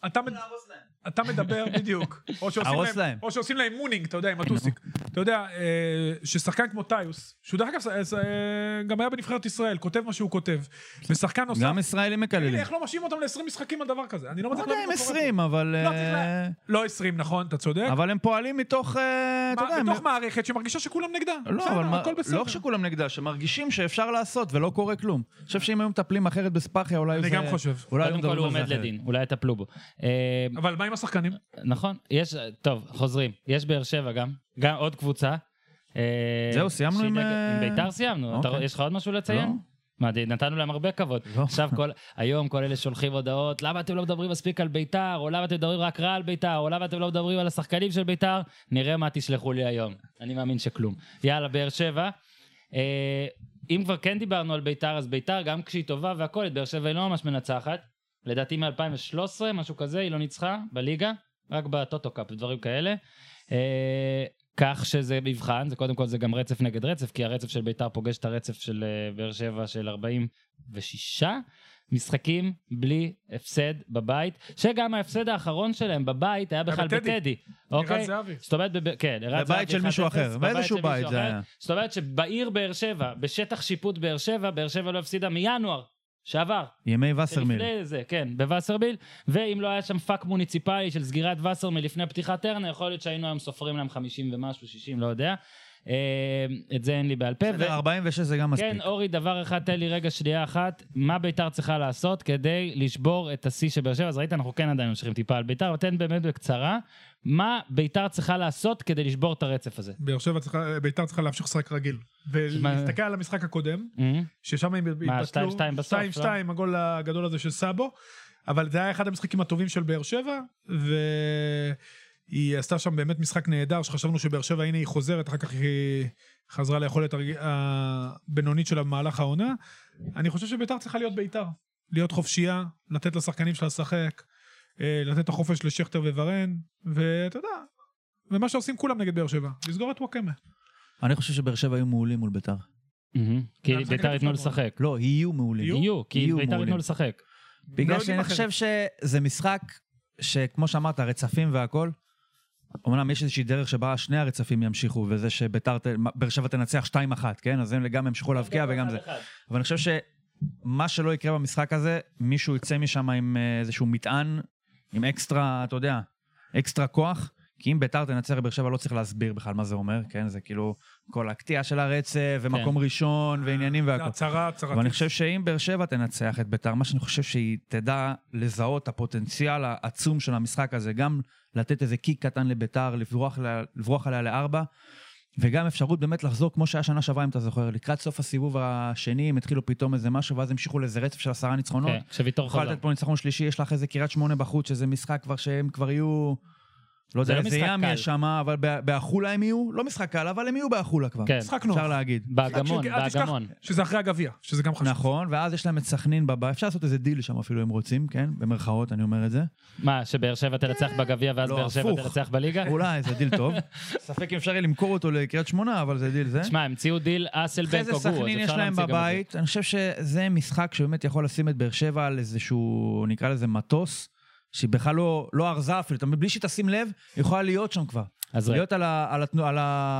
אתה מדבר בדיוק. או שעושים להם מונינג, אתה יודע, עם הטוסיק. אתה יודע, ששחקן כמו טיוס, שהוא דרך אגב גם היה בנבחרת ישראל, כותב מה שהוא כותב, ושחקן נוסף... גם ישראלים מקללים. איך לא משאים אותם ל-עשרים משחקים על דבר כזה? אני לא מצליח להבין מה קורה. עשרים, אבל... לא עשרים, נכון, אתה צודק. אבל הם פועלים מתוך... מתוך מערכת שמרגישה שכולם נגדה. לא, אבל לא שכולם נגדה, שמרגישים שאפשר לעשות ולא קורה כלום. אני חושב שאם הם מטפלים אחרת בספחיה, אולי זה... אני גם חושב. קודם כל הוא עומד לדין, אולי יטפלו בו. אבל מה עם השחקנים? נכון, יש, טוב, חוזרים. יש באר שבע גם, גם עוד קבוצה. זהו, סיימנו עם... עם ביתר סיימנו. יש לך עוד משהו לציין? מה, נתנו להם הרבה כבוד. עכשיו, היום כל אלה שולחים הודעות, למה אתם לא מדברים מספיק על ביתר, או למה אתם מדברים רק רע על ביתר, או למה אתם לא מדברים על השחקנים של ביתר, נראה מה תשלחו לי היום. אני מאמין שכלום. יאללה, באר שבע. אם כבר כן דיברנו על ביתר, אז ביתר, גם כשהיא טובה והכל, את באר שבע היא לא ממש מנצחת. לדעתי מ-אלפיים ושלוש עשרה, משהו כזה, היא לא ניצחה בליגה, רק בטוטו קאפ, דברים כאלה. אה, כך שזה מבחן, זה קודם כל זה גם רצף נגד רצף, כי הרצף של ביתר פוגש את הרצף של uh, באר שבע של ארבעים ושישה משחקים בלי הפסד בבית, שגם ההפסד האחרון שלהם בבית היה בכלל בטדי. אוקיי? זאת אומרת, כן, בבית של מישהו אחר, באיזשהו בית זה היה. זאת אומרת שבעיר באר שבע, בשטח שיפוט באר שבע, באר שבע לא הפסידה מינואר. שעבר. ימי וסרמיל. לפני זה, כן, בווסרמיל, ואם לא היה שם פאק מוניציפלי של סגירת וסרמיל לפני פתיחת טרנר, יכול להיות שהיינו היום סופרים להם חמישים ומשהו, שישים, לא יודע. את זה אין לי בעל פה. ארבעים ושש זה גם מספיק. כן, אורי, דבר אחד, תן לי רגע שנייה אחת, מה ביתר צריכה לעשות כדי לשבור את השיא של באר שבע? אז ראית, אנחנו כן עדיין ממשיכים טיפה על ביתר, אבל תן באמת בקצרה, מה ביתר צריכה לעשות כדי לשבור את הרצף הזה? באר שבע צריכה, ביתר צריכה להמשיך לשחק רגיל, ולהסתכל על המשחק הקודם, ששם הם התבטלו, שתיים שתיים בסוף, שתיים שתיים, הגול הגדול הזה של סאבו, אבל זה היה אחד המשחקים הטובים של באר שבע, ו... היא עשתה שם באמת משחק נהדר, שחשבנו שבאר שבע הנה היא חוזרת, אחר כך היא חזרה ליכולת הבינונית שלה במהלך העונה. אני חושב שביתר צריכה להיות ביתר, להיות חופשייה, לתת לשחקנים שלה לשחק, לתת את החופש לשכטר וורן, ואתה יודע, ומה שעושים כולם נגד באר שבע, לסגור את וואקמה. אני חושב שבאר שבע היו מעולים מול ביתר. כי ביתר יתנו לשחק. לא, יהיו מעולים. יהיו, כי ביתר יתנו לשחק. בגלל שאני חושב שזה משחק שכמו שאמרת, הרצפים והכל, אומנם יש איזושהי דרך שבה שני הרצפים ימשיכו, וזה שביתר, באר שבע תנצח שתיים אחת, כן? אז הם גם ימשיכו להבקיע וגם זה. אבל אני חושב שמה שלא יקרה במשחק הזה, מישהו יצא משם עם איזשהו מטען, עם אקסטרה, אתה יודע, אקסטרה כוח, כי אם ביתר תנצח באר שבע לא צריך להסביר בכלל מה זה אומר, כן? זה כאילו כל הקטיעה של הרצף, ומקום ראשון, ועניינים והכל. הצהרה, הצהרתית. ואני חושב שאם באר שבע תנצח את ביתר, מה שאני חושב שהיא תדע לזהות הפוטנציאל העצום של המשחק הזה, גם לתת איזה קיק קטן לביתר, לברוח, לברוח עליה לארבע, וגם אפשרות באמת לחזור כמו שהיה שנה שעברה, אם אתה זוכר, לקראת סוף הסיבוב השני, הם התחילו פתאום איזה משהו, ואז המשיכו לאיזה רצף של עשרה ניצחונות. כן, שוויתור חזר. יכולה לתת פה ניצחון שלישי, יש לך איזה קריית שמונה בחוץ, שזה משחק כבר שהם כבר יהיו... לא יודע איזה ים יש שם, אבל באחולה הם יהיו, לא משחק קל, אבל הם יהיו באחולה כבר. כן. משחק נוח. אפשר להגיד. באגמון, באגמון. שזה אחרי הגביע, שזה גם חשוב. נכון, ואז יש להם את סכנין בבא, אפשר לעשות איזה דיל שם אפילו הם רוצים, כן? במרכאות, אני אומר את זה. מה, שבאר שבע תנצח בגביע ואז באר שבע תנצח בליגה? אולי, זה דיל טוב. ספק אם אפשר למכור אותו לקריית שמונה, אבל זה דיל זה. שמע, המציאו דיל אסל בן קוגו. אחרי זה סכנין יש להם בבית, אני חושב שזה משחק שבאמת יכול לשים את באר שבע על איזשהו, נקרא לזה מטוס, שהיא בכלל לא, לא ארזה אפילו, בלי שתשים לב, יכולה להיות שם כבר. להיות על, ה, על, התנו, על,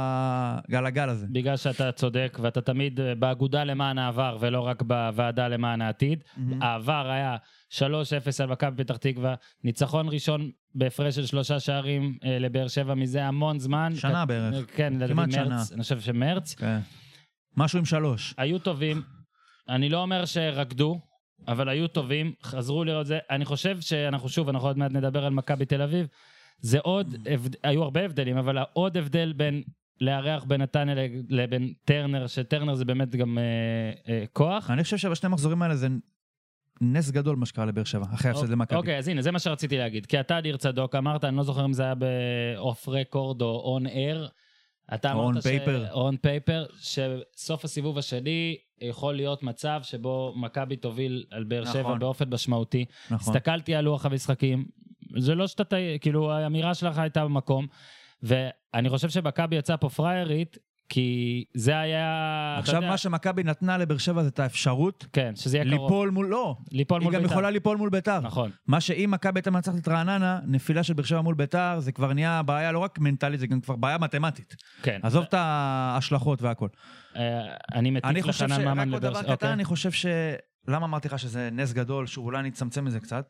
ה, על הגל הזה. בגלל שאתה צודק, ואתה תמיד באגודה למען העבר, ולא רק בוועדה למען העתיד. Mm-hmm. העבר היה שלוש אפס על מכבי פתח תקווה, ניצחון ראשון בהפרש של שלושה שערים אה, לבאר שבע מזה המון זמן. שנה כ... בערך. כן, כמעט שנה. מרץ, אני חושב שמרץ. כן. משהו עם שלוש. היו טובים. אני לא אומר שרקדו, אבל היו טובים, חזרו לראות זה. אני חושב שאנחנו שוב, אנחנו עוד מעט נדבר על מכבי תל אביב. זה עוד, היו הרבה הבדלים, אבל העוד הבדל בין לארח בין נתניה לבין טרנר, שטרנר זה באמת גם אה, אה, כוח. אני חושב שבשני מחזורים האלה זה נס גדול מה שקרה לבאר שבע, אחרי הפסד למכבי. אוקיי, אז הנה, זה מה שרציתי להגיד. כי אתה דיר צדוק, אמרת, אני לא זוכר אם זה היה באוף רקורד או און אייר, אתה אמרת און פייפר, שסוף הסיבוב השני יכול להיות מצב שבו מכבי תוביל על באר שבע נכון. באופן משמעותי. נכון. הסתכלתי על לוח המשחקים, זה לא שאתה, כאילו האמירה שלך הייתה במקום, ואני חושב שמכבי יצאה פה פריירית, כי זה היה... עכשיו מה שמכבי נתנה לבאר שבע זה את האפשרות, כן, שזה יהיה קרוב. ליפול מול, לא, ליפול מול היא גם ביתר. יכולה ליפול מול ביתר. נכון. מה שאם מכבי הייתה מנצחת את רעננה, נפילה של באר שבע מול ביתר, זה כבר נהיה בעיה לא רק מנטלית, זה גם כבר בעיה מתמטית. כן. עזוב את ההשלכות והכל. אני מטיף לחנן ממן לבאר שבע. רק עוד דבר קטן, אני חושב ש... למה אמרתי לך שזה נס גדול, שאולי נצמצם מזה קצת?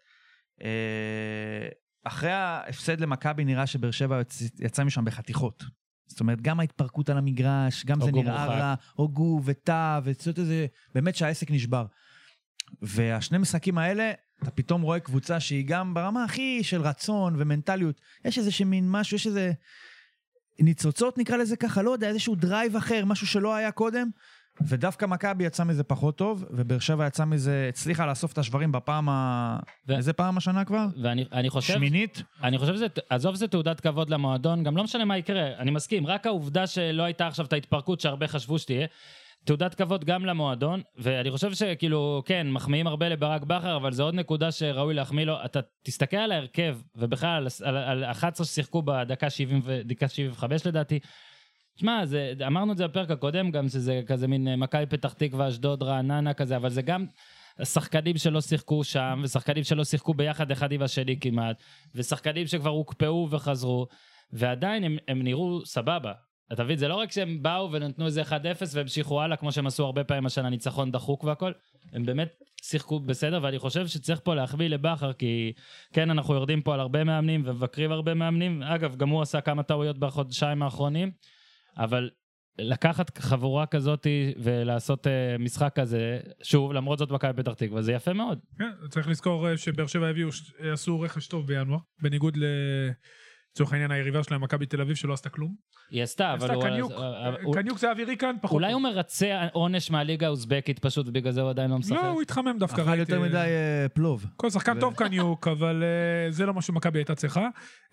אחרי ההפסד למכבי נראה שבאר שבע יצא משם בחתיכות. זאת אומרת, גם ההתפרקות על המגרש, גם זה נראה רע, הוגו ותא, וצאת איזה, באמת שהעסק נשבר. והשני משחקים האלה, אתה פתאום רואה קבוצה שהיא גם ברמה הכי של רצון ומנטליות. יש איזה שמין משהו, יש איזה ניצוצות נקרא לזה ככה, לא יודע, איזשהו דרייב אחר, משהו שלא היה קודם. ודווקא מכבי יצא מזה פחות טוב, ובאר שבע יצא מזה, הצליחה לאסוף את השברים בפעם ה... ו... איזה פעם השנה כבר? ואני אני חושב... שמינית? אני חושב שזה, עזוב זה תעודת כבוד למועדון, גם לא משנה מה יקרה, אני מסכים, רק העובדה שלא הייתה עכשיו את ההתפרקות שהרבה חשבו שתהיה, תעודת כבוד גם למועדון, ואני חושב שכאילו, כן, מחמיאים הרבה לברק בכר, אבל זה עוד נקודה שראוי להחמיא לו. אתה תסתכל על ההרכב, ובכלל על, על, על אחת עשרה ששיחקו בדקה שבעים וחמש לדעתי. תשמע, זה, אמרנו את זה בפרק הקודם, גם שזה כזה מין מכבי פתח תקווה, אשדוד, רעננה כזה, אבל זה גם שחקנים שלא שיחקו שם, ושחקנים שלא שיחקו ביחד אחד עם השני כמעט, ושחקנים שכבר הוקפאו וחזרו, ועדיין הם, הם נראו סבבה. אתה מבין, זה לא רק שהם באו ונתנו איזה אחד אפס והמשיכו הלאה, כמו שהם עשו הרבה פעמים השנה, ניצחון דחוק והכל, הם באמת שיחקו בסדר, ואני חושב שצריך פה להחביא לבכר, כי כן, אנחנו יורדים פה על הרבה מאמנים, ומבקרים הרבה מאמנים, אגב, גם הוא עשה כמה טעויות בחודשיים האחרונים, אבל לקחת חבורה כזאת ולעשות משחק כזה, שוב, למרות זאת מכבי פתח תקווה, זה יפה מאוד. כן, צריך לזכור שבאר שבע הביאו, עשו רכש טוב בינואר, בניגוד ל... לצורך העניין היריבה שלהם, מכבי תל אביב, שלא עשתה כלום. היא עשתה, אבל הוא... קניוק, קניוק זה אווירי כאן, פחות. אולי הוא מרצה עונש מהליגה האוזבקית פשוט, ובגלל זה הוא עדיין לא משחק. לא, הוא התחמם דווקא. אכל יותר מדי פלוב. כל שחקן טוב קניוק, אבל זה לא מה שמכבי הייתה צריכה.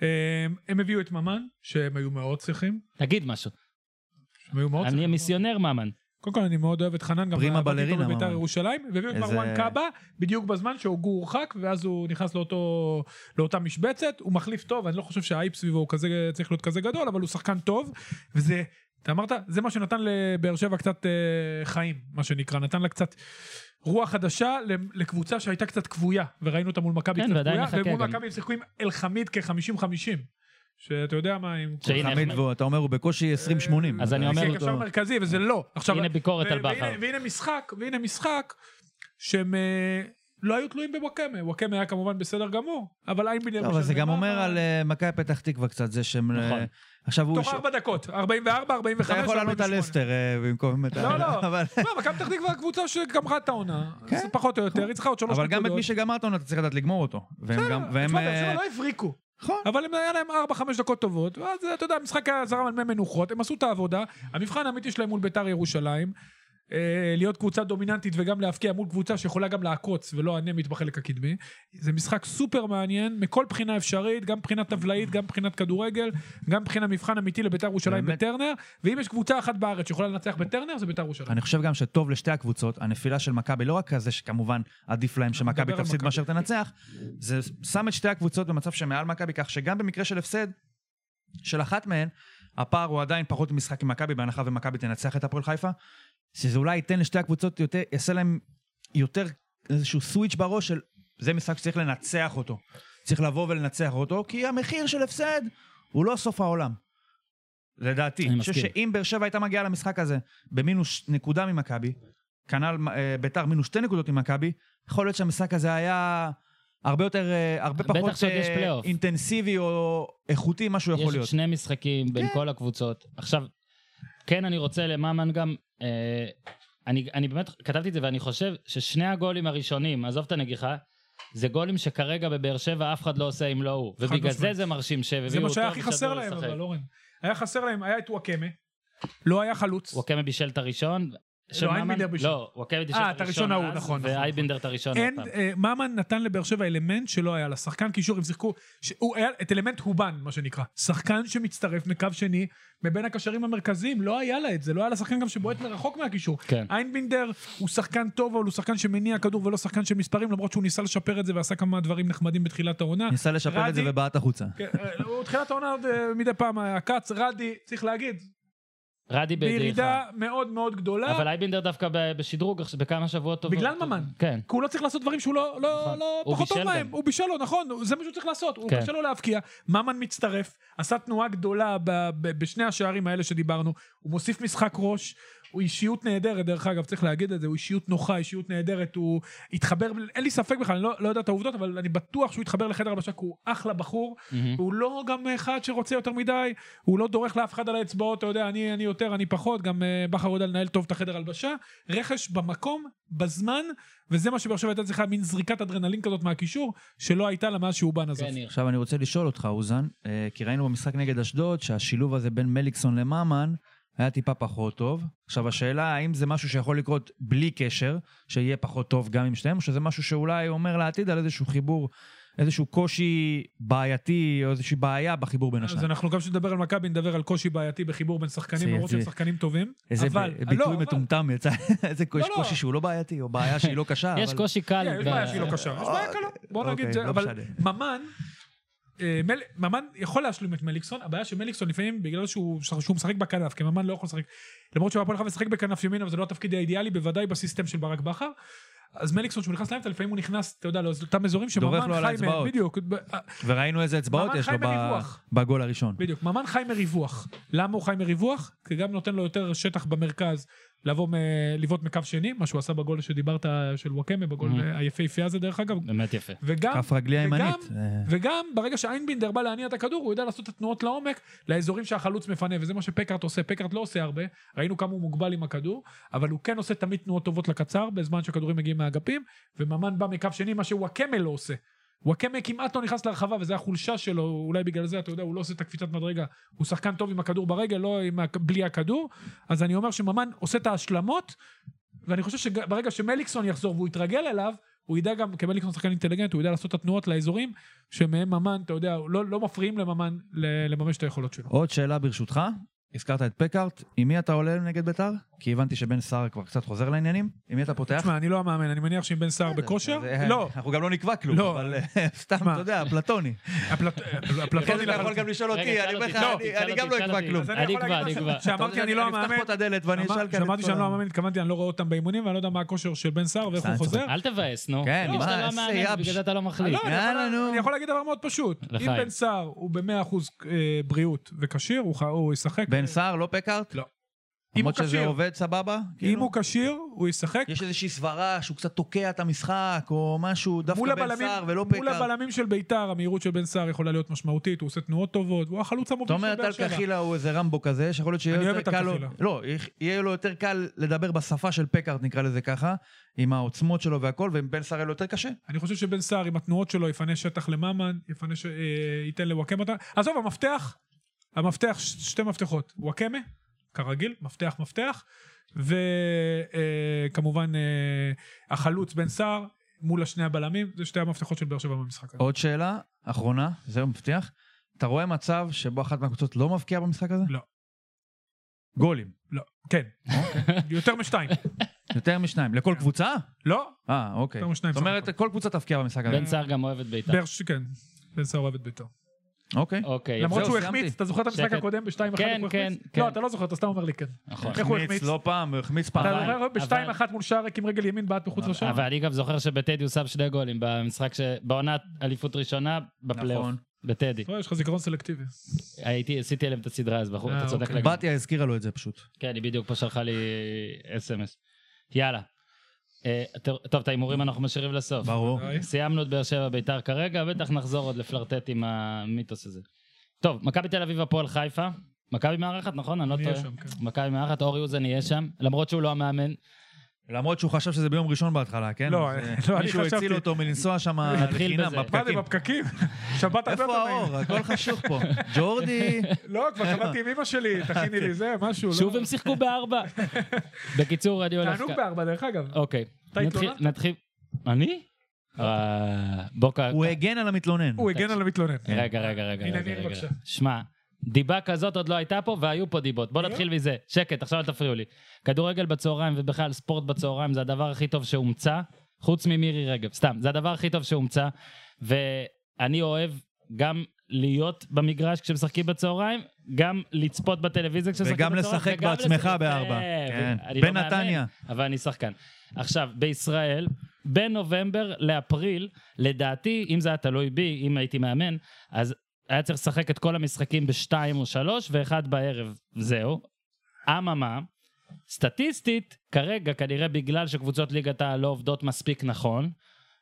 הם הביאו את ממן, שהם היו מאוד צריכים. תגיד משהו. אני אני מיסיונר ממן. קודם כל אני מאוד אוהב את חנן, גם פרימה בלרינה, בבית"ר ירושלים, והביאו את מרואן קאבה בדיוק בזמן שהוגו הורחק, ואז הוא נכנס לאותו, לאותה משבצת, הוא מחליף טוב, אני לא חושב שהאייפ סביבו הוא כזה, צריך להיות כזה גדול, אבל הוא שחקן טוב, וזה, אתה אמרת, זה מה שנתן לבאר שבע קצת אה, חיים, מה שנקרא, נתן לה קצת רוח חדשה לקבוצה שהייתה קצת כבויה, וראינו אותה מול מכבי כן, קצת כבויה, ומול גם. מכבי הם שיחקו עם אל-חמיד כ-חמישים חמישים. שאתה יודע מה, עם חמיד והוא, אתה אומר, הוא בקושי עשרים שמונים. אז אני אומר... קשר מרכזי, וזה לא. הנה ביקורת על בכר. והנה משחק, והנה משחק, שהם לא היו תלויים בוואקמה. וואקמה היה כמובן בסדר גמור, אבל אין בניין... אבל זה גם אומר על מכבי פתח תקווה קצת, זה שהם... תוך ארבע דקות, ארבעים וארבע, ארבעים וחמש, אתה יכול לענות על אסטר במקום... לא, לא, מכבי פתח תקווה הקבוצה שגמרה את העונה, פחות או יותר, היא צריכה עוד שלוש נקודות. אבל גם את מי שגמר את העונה, אתה צריך לדעת לגמור אותו. והם לא הבריקו. אבל הם היה להם ארבע חמש דקות טובות, ואז אתה יודע, המשחק היה זרם על מי מנוחות, הם עשו את העבודה, המבחן האמיתי שלהם מול בית"ר ירושלים, להיות קבוצה דומיננטית וגם להפקיע מול קבוצה שיכולה גם לעקוץ ולא אנמית בחלק הקדמי. זה משחק סופר מעניין, מכל בחינה אפשרית, גם בחינה טבלאית, גם בחינת כדורגל, גם בחינה מבחן אמיתי לבית"ר ירושלים בטרנר, ואם יש קבוצה אחת בארץ שיכולה לנצח בטרנר, זה בית"ר ירושלים. אני חושב גם שטוב לשתי הקבוצות, הנפילה של מכבי, לא רק כזה שכמובן עדיף להם שמכבי תפסיד מאשר תנצח, זה שם את שתי הקבוצות במצב שמעל מכבי, כך שגם במקרה של הפסד של אחת מהן, הפער הוא עדיין פחות משחק עם מכבי, בהנחה ומכבי תנצח את הפועל חיפה, שזה אולי ייתן לשתי הקבוצות יותר, יעשה להם יותר איזשהו סוויץ' בראש של, זה משחק שצריך לנצח אותו. צריך לבוא ולנצח אותו, כי המחיר של הפסד הוא לא סוף העולם. לדעתי. אני חושב שאם באר שבע הייתה מגיעה למשחק הזה, במינוס נקודה ממכבי, כנ"ל בית"ר מינוס שתי נקודות ממכבי, יכול להיות שהמשחק הזה היה הרבה יותר, הרבה פחות אינטנסיבי או איכותי, משהו יכול להיות. יש שני משחקים בין כל הקבוצות. עכשיו, כן, אני רוצה למאמן גם, אה, אני, אני באמת כתבתי את זה, ואני חושב ששני הגולים הראשונים, עזוב את הנגיחה, זה גולים שכרגע בבאר שבע אף אחד לא עושה אם לא הוא, ובגלל זה זה מרשים שבע. זה מה שהיה הכי חסר להם, אבל אורן. היה חסר להם, היה את וואקמה, לא היה חלוץ. וואקמה בישל את הראשון, לא, אייבינדר בישל. לא, וואקמה בישל את הראשון ההוא, נכון. ואייבינדר את הראשון. מאמן נתן לבאר שבע אלמנט שלא היה לה, שחקן קישור, הם שיחקו, הוא היה את אלמנט הובן, מה שנקרא, שחקן שמצטרף מקו שני, מבין הקשרים המרכזיים, לא היה לה את זה, לא היה לה שחקן גם שבועט מרחוק מהקישור. אייבינדר הוא שחקן טוב, אבל הוא שחקן שמניע כדור ולא שחקן של מספרים, למרות שהוא ניסה לשפר את זה ועשה כמה דברים נחמדים בתחילת העונה. ניסה לשפר את זה ובעט החוצה. הוא תחילת העונה מדי פעם היה קץ, רדי, צריך להגיד, רדי בירידה מאוד מאוד גדולה. אבל אייבינדר דווקא בשדרוג בכמה שבועות טובות. בגלל ממן. כן. כי הוא לא צריך לעשות דברים שהוא לא, לא, לא פחות טוב מהם. הוא בישל לו, נכון. זה מה שהוא צריך לעשות. הוא קשה לו להבקיע. ממן מצטרף. עשה תנועה גדולה בשני השערים האלה שדיברנו. הוא מוסיף משחק ראש. הוא אישיות נהדרת, דרך אגב, צריך להגיד את זה, הוא אישיות נוחה, אישיות נהדרת, הוא התחבר, אין לי ספק בכלל, אני לא, לא יודע את העובדות, אבל אני בטוח שהוא התחבר לחדר הלבשה, כי הוא אחלה בחור, mm-hmm. הוא לא גם אחד שרוצה יותר מדי, הוא לא דורך לאף אחד על האצבעות, אתה יודע, אני, אני יותר, אני פחות, גם uh, בכר יודע לנהל טוב את החדר הלבשה, רכש במקום, בזמן, וזה מה שבאר שבע הייתה צריכה, מין זריקת אדרנלין כזאת מהקישור, שלא הייתה לה מאז שהוא בא נזף. עכשיו אני רוצה לשאול אותך, אוזן, כי ראינו במשחק נגד אשדוד, שהשילוב הזה בין מליקסון למאמן, היה טיפה פחות טוב. עכשיו השאלה, האם זה משהו שיכול לקרות בלי קשר, שיהיה פחות טוב גם עם שתיהם, או שזה משהו שאולי אומר לעתיד על איזשהו חיבור איזשהו קושי בעייתי, או איזושהי בעיה בחיבור בין אז השניים. אנחנו גם כשנדבר על מכבי, נדבר על קושי בעייתי בחיבור בין שחקנים, זה- למרות זה- שהם שחקנים טובים. איזה אבל- ב- ביטוי לא, אבל- מטומטם יצא, איזה לא, לא. קושי שהוא לא בעייתי, או בעיה שהיא לא קשה. יש אבל- קושי קל. כן, יש ב- בעיה שהיא לא קשה, יש בעיה קלה, בוא אוקיי, נגיד זה, לא אבל משנה. ממן, אה, מל- ממן יכול להשלים את מליקסון, הבעיה שמליקסון לפעמים בגלל שהוא שהוא משחק בכנף, כי ממן לא יכול לשחק, למרות שהוא הפועל חיפה משחק בכנף ימין, אבל זה לא התפקיד האידיאלי, בוודאי בסיסטם של ברק בכר, אז מליקסון שהוא נכנס לאמצע, לפעמים הוא נכנס, אתה יודע, לאותם אזורים דורך לו שממן על חי מהם, האצבעות. בדיוק, ב- וראינו איזה אצבעות ממן יש חי לו ב- מריווח. בגול הראשון. בדיוק, ממן חי מריווח. למה הוא חי מריווח? כי גם נותן לו יותר שטח במרכז, לבוא מ... לבעוט מקו שני, מה שהוא עשה בגול שדיברת של וואקמה, בגול Mhm. היפהפה הזה דרך אגב, באמת יפה. וגם, כף רגלי וגם, הימנית. אה, וגם ברגע שאיינבינדר בא להניע את הכדור, הוא יודע לעשות את התנועות לעומק, לאזורים שהחלוץ מפנה, וזה מה שפקארט עושה. פקארט לא עושה הרבה, ראינו כמה הוא מוגבל עם הכדור, אבל הוא כן עושה תמיד תנועות טובות לקצר, בזמן שהכדורים מגיעים מהאגפים, וממן בא מקו שני, מה שוואקמה לא עושה. וואקמה כמעט לא נכנס להרחבה, וזה החולשה שלו, אולי בגלל זה, אתה יודע, הוא לא עושה את הקפיצת מדרגה, הוא שחקן טוב עם הכדור ברגל, לא עם, ה- בלי הכדור, אז אני אומר שממן עושה את ההשלמות, ואני חושב שברגע שמליקסון יחזור והוא יתרגל אליו, הוא ידע גם, כמליקסון שחקן אינטליגנט, הוא ידע לעשות את התנועות לאזורים, שמהם ממן, אתה יודע, לא, לא מפריעים לממן ל- לממש את היכולות שלו. עוד שאלה ברשותך, הזכרת את פקארט, עם מי אתה עולה נגד ביתר? כי הבנתי שבן סער כבר קצת חוזר לעניינים, עם מי אתה פותח? תשמע, אני לא המאמן, אני מניח שאם בן סער בכושר, זה- לא, אנחנו גם לא נקבע כלום, לא. אבל אה, סתם, מה? אתה יודע, אפלטוני. הפלט- אחרי הפלטוני זה אתה יכול לחלוטין. גם לשאול אותי, רגע, אני תשאל אומר אותי, לך, תשאל אני- אותי, אני תשאל גם לא אותי, אקבע תשאל כלום. אז אני יכול אקבע, להגיד אני משהו. אקבע. שאמרתי אני לא אני אפתח המאמן, פה את הדלת ואני אשאל כאן. שאמרתי את שאני כל לא ה- המאמן, התכוונתי אני לא רואה אותם באימונים, ואני לא יודע מה הכושר של בן סער ואיך הוא סתם, חוזר. אל תבאס, נו. כן, לא, מה, שאתה לא איזה מאמן, יבש. בגלל זה אתה לא מחליט. לא, אני יכול- יאללה, נו. אני יכול להגיד דבר מאוד פשוט. אם לחיים. בן סער הוא ב-מאה אחוז אה, בריאות וכשיר, הוא ח- הוא ישחק. בן סער, לא פקארט? לא. אם הוא למרות שזה כשיר. עובד סבבה? אם כאילו? הוא כשיר, הוא ישחק. יש איזושהי סברה שהוא קצת תוקע את המשחק, או משהו, מול דווקא בן הבלמים- סער ולא מול פקארט. הבלמים של ביתר, המהירות של בן סער יכולה להיות משמעותית, הוא עושה תנועות טובות, הוא החלוץ אתה המוביל אומר, של באר טל שבע. קחילה הוא איזה רמבו כזה, שיכול להיות שיהיה אני אוהב יותר את טל קל לו... קחילה. לא, יהיה לו יותר קל לדבר בשפה של פקארט, נקרא לזה ככה, עם העוצמות שלו והכל, ועם בן סער יהיה לו יותר קשה. אני חושב שבן סער עם התנועות שלו יפנה שטח לממן, יפנה ש... אה, ייתן לוואקמה אותה. עזוב, המפתח, המפתח, ש- שתי מפתחות. וואקמה, כרגיל, מפתח מפתח, וכמובן החלוץ בן סער מול השני הבלמים, זה שתי המפתחות של באר שבע במשחק הזה. עוד שאלה, אחרונה, זהו מבטיח. אתה רואה מצב שבו אחת מהקבוצות לא מבקיעה במשחק הזה? לא. גולים. לא, כן. יותר משתיים. יותר משניים. לכל קבוצה? לא? אה, אוקיי. יותר משניים זאת אומרת, סך כל קבוצה תבקיע במשחק הזה. בן סער גם אוהב את בית"ר. באר ש... כן. בן סער אוהב את בית"ר. אוקיי. אוקיי. למרות זהו, שהוא סיימתי. החמיץ, אתה זוכר את המשחק שקט. הקודם ב-שתיים אחת? כן, כן, כן. לא, אתה לא זוכר, אתה סתם אומר לי כן. נכון. איך הוא החמיץ החמיץ? לא פעם, הוא החמיץ אתה פעמיים. זוכר ב-שתיים אחת מול שער ריק עם רגל ימין בעט מחוץ לשער? אבל אני גם זוכר שבטדי הוא שם שני גולים במשחק שבעונת אליפות ראשונה בפלייאוף. נכון. בטדי. יש לך זיכרון סלקטיבי. הייתי, עשיתי עליהם את הסדרה אז בחור, אה, אתה צודק אוקיי. לגמרי. בתיה הזכירה לו את זה פשוט. כן, היא בדיוק פה שלחה לי אס אם אס. יאללה. אה, טוב, את ההימורים אנחנו משאירים לסוף. ברור. די. סיימנו את באר שבע ביתר כרגע, בטח נחזור עוד לפלרטט עם המיתוס הזה. טוב, מכבי תל אביב הפועל חיפה. מכבי מארחת, נכון? אני לא אני אהיה טועה. שם, כן. מכבי מארחת, אורי אוזן יהיה שם, למרות שהוא לא המאמן. למרות שהוא חשב שזה ביום ראשון בהתחלה, כן? לא, אז, אה, לא, אני מישהו חשבתי- הציל אותו מלנסוע שם נתחיל לחינם בזה. מה זה בפקקים. בפקקים? שבת הרבה איפה יותר נעים. האור? הכל חשוב פה. ג'ורדי. לא, כבר קבלתי עם אמא שלי, תכיני לי זה, משהו. שוב לא. הם שיחקו בארבע. בקיצור, אני הולך... תענוג בארבע, דרך אגב. אוקיי. אתה נתחיל- התלוננת? נתחיל... אני? אה, בוא כ... הוא הגן על המתלונן. הוא הגן על המתלונן. רגע, רגע, רגע. הנה, רגע, ניר, רגע. בבקשה. שמע, דיבה כזאת עוד לא הייתה פה, והיו פה דיבות. בוא נתחיל מזה. שקט, עכשיו אל תפריעו לי. כדורגל בצהריים ובכלל ספורט בצהריים זה הדבר הכי טוב שהומצא, חוץ ממירי רגב. סתם, זה הדבר הכי טוב שהומצא, ואני אוהב גם להיות במגרש כשמשחקים בצהריים, גם לצפות בטלוויזיה כשמשחקים וגם בצהריים. לשחק וגם בעצמך לשחק- בארבע. כן, כן. אני לא בנתניה. מאמן, אבל אני שחקן. עכשיו, בישראל, בין נובמבר לאפריל, לדעתי, אם זה היה תלוי בי, אם הייתי מאמן, אז היה צריך לשחק את כל המשחקים בשתיים או שלוש, ואחד בערב, זהו. אממה, סטטיסטית, כרגע, כנראה בגלל שקבוצות ליגת העל לא עובדות מספיק נכון,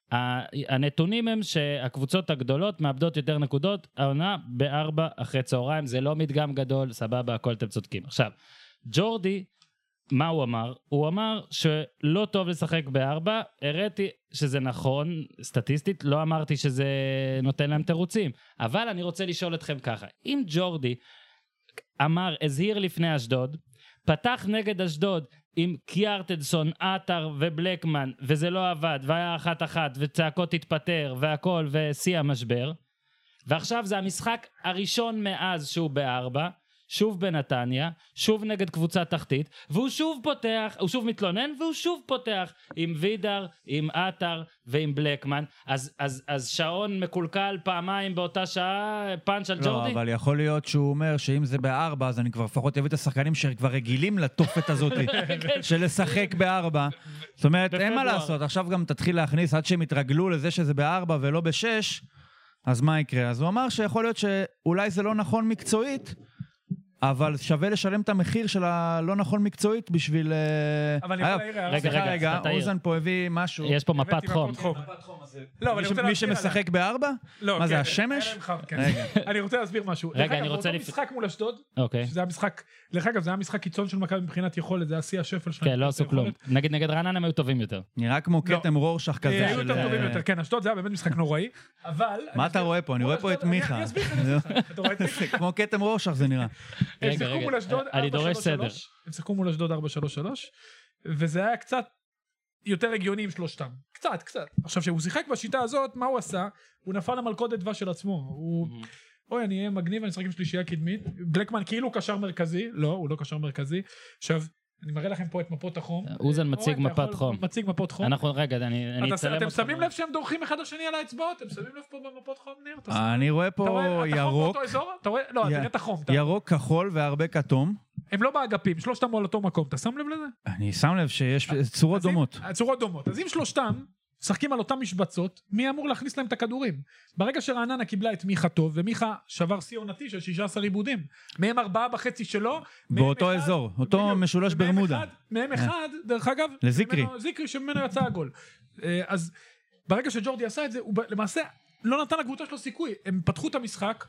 הנתונים הם שהקבוצות הגדולות מאבדות יותר נקודות, העונה בארבע אחרי צהריים, זה לא מדגם גדול, סבבה, הכל אתם צודקים. עכשיו, ג'ורדי, מה הוא אמר? הוא אמר שלא טוב לשחק בארבע, הראיתי שזה נכון, סטטיסטית, לא אמרתי שזה נותן להם תירוצים, אבל אני רוצה לשאול אתכם ככה, אם ג'ורדי אמר, הזהיר לפני אשדוד, פתח נגד אשדוד עם קיארטנסון, עטר ובלקמן, וזה לא עבד, והיה אחת אחת, וצעקות התפטר, והכל, ושיא המשבר. ועכשיו זה המשחק הראשון מאז שהוא בארבע, שוב בנתניה, שוב נגד קבוצה תחתית, והוא שוב פותח, הוא שוב מתלונן, והוא שוב פותח עם וידר, עם עטר ועם בלקמן. אז, אז, אז שעון מקולקל פעמיים באותה שעה, פאנץ' על ג'ורדי? לא, אבל יכול להיות שהוא אומר שאם זה בארבע, אז אני כבר לפחות אביא את השחקנים שכבר רגילים לתופת הזאת, של לשחק בארבע. זאת אומרת, אין מה לעשות, עכשיו גם תתחיל להכניס, עד שהם יתרגלו לזה שזה בארבע ולא בשש, אז מה יקרה? אז הוא אמר שיכול להיות שאולי זה לא נכון מקצועית, אבל שווה לשלם את המחיר של הלא נכון מקצועית בשביל... אבל אני יכול להעיר... רגע, רגע, רגע, אוזן פה הביא משהו. יש פה מפת חום. מי שמשחק בארבע? מה זה, השמש? אני רוצה להסביר משהו. רגע, אני רוצה... אותו משחק מול אשדוד, אוקיי. שזה היה משחק... דרך אגב, זה היה משחק קיצון של מכבי מבחינת יכולת, זה היה שיא השפל שלהם. כן, לא עשו כלום. נגד נגד רעננה הם היו טובים יותר. נראה כמו כתם רורשך כזה. היו יותר טובים יותר, כן, אשדוד זה היה באמת משחק נוראי, אבל... מה אתה רואה פה? אני רואה פה את מיכה. אני אסביר לך, אתה רואה את מיכה? כמו כתם רורשך זה נראה. רגע, רגע, אני דורש סדר. הם שיחקו מול אשדוד ארבע שלוש שלוש, וזה היה קצת יותר הגיוני עם שלושתם. קצת, קצת. עכשיו, כשהוא שיחק בשיטה הזאת, מה הוא עשה? הוא נפל למלכודת דבש של עצמו. הוא... אוי, אני אהיה מגניב, אני אשחק עם שלישייה קדמית. בלקמן כאילו קשר מרכזי. לא, הוא לא קשר מרכזי. עכשיו, אני מראה לכם פה את מפות החום. אוזן מציג מפת חום. מציג מפות חום. אנחנו, רגע, אני אצלם... אתם שמים לב שהם דורכים אחד השני על האצבעות? אתם שמים לב פה במפות חום, ניר? אני רואה פה ירוק. אתה רואה? לא, תראה את החום. ירוק, כחול והרבה כתום. הם לא באגפים, שלושתם על אותו מקום. אתה שם לב לזה? אני שם לב שיש צורות דומות. צורות דומות. אז אם שלושתם משחקים על אותם משבצות, מי אמור להכניס להם את הכדורים? ברגע שרעננה קיבלה את מיכה טוב, ומיכה שבר שיא עונתי של שישה עשר עיבודים, מהם ארבעה בחצי שלו, באותו אזור, אותו משולש ברמודה. מהם אחד, דרך אגב, לזיקרי. זיקרי שממנו יצא הגול. אז ברגע שג'ורדי עשה את זה, הוא למעשה לא נתן לקבוצה שלו סיכוי. הם פתחו את המשחק,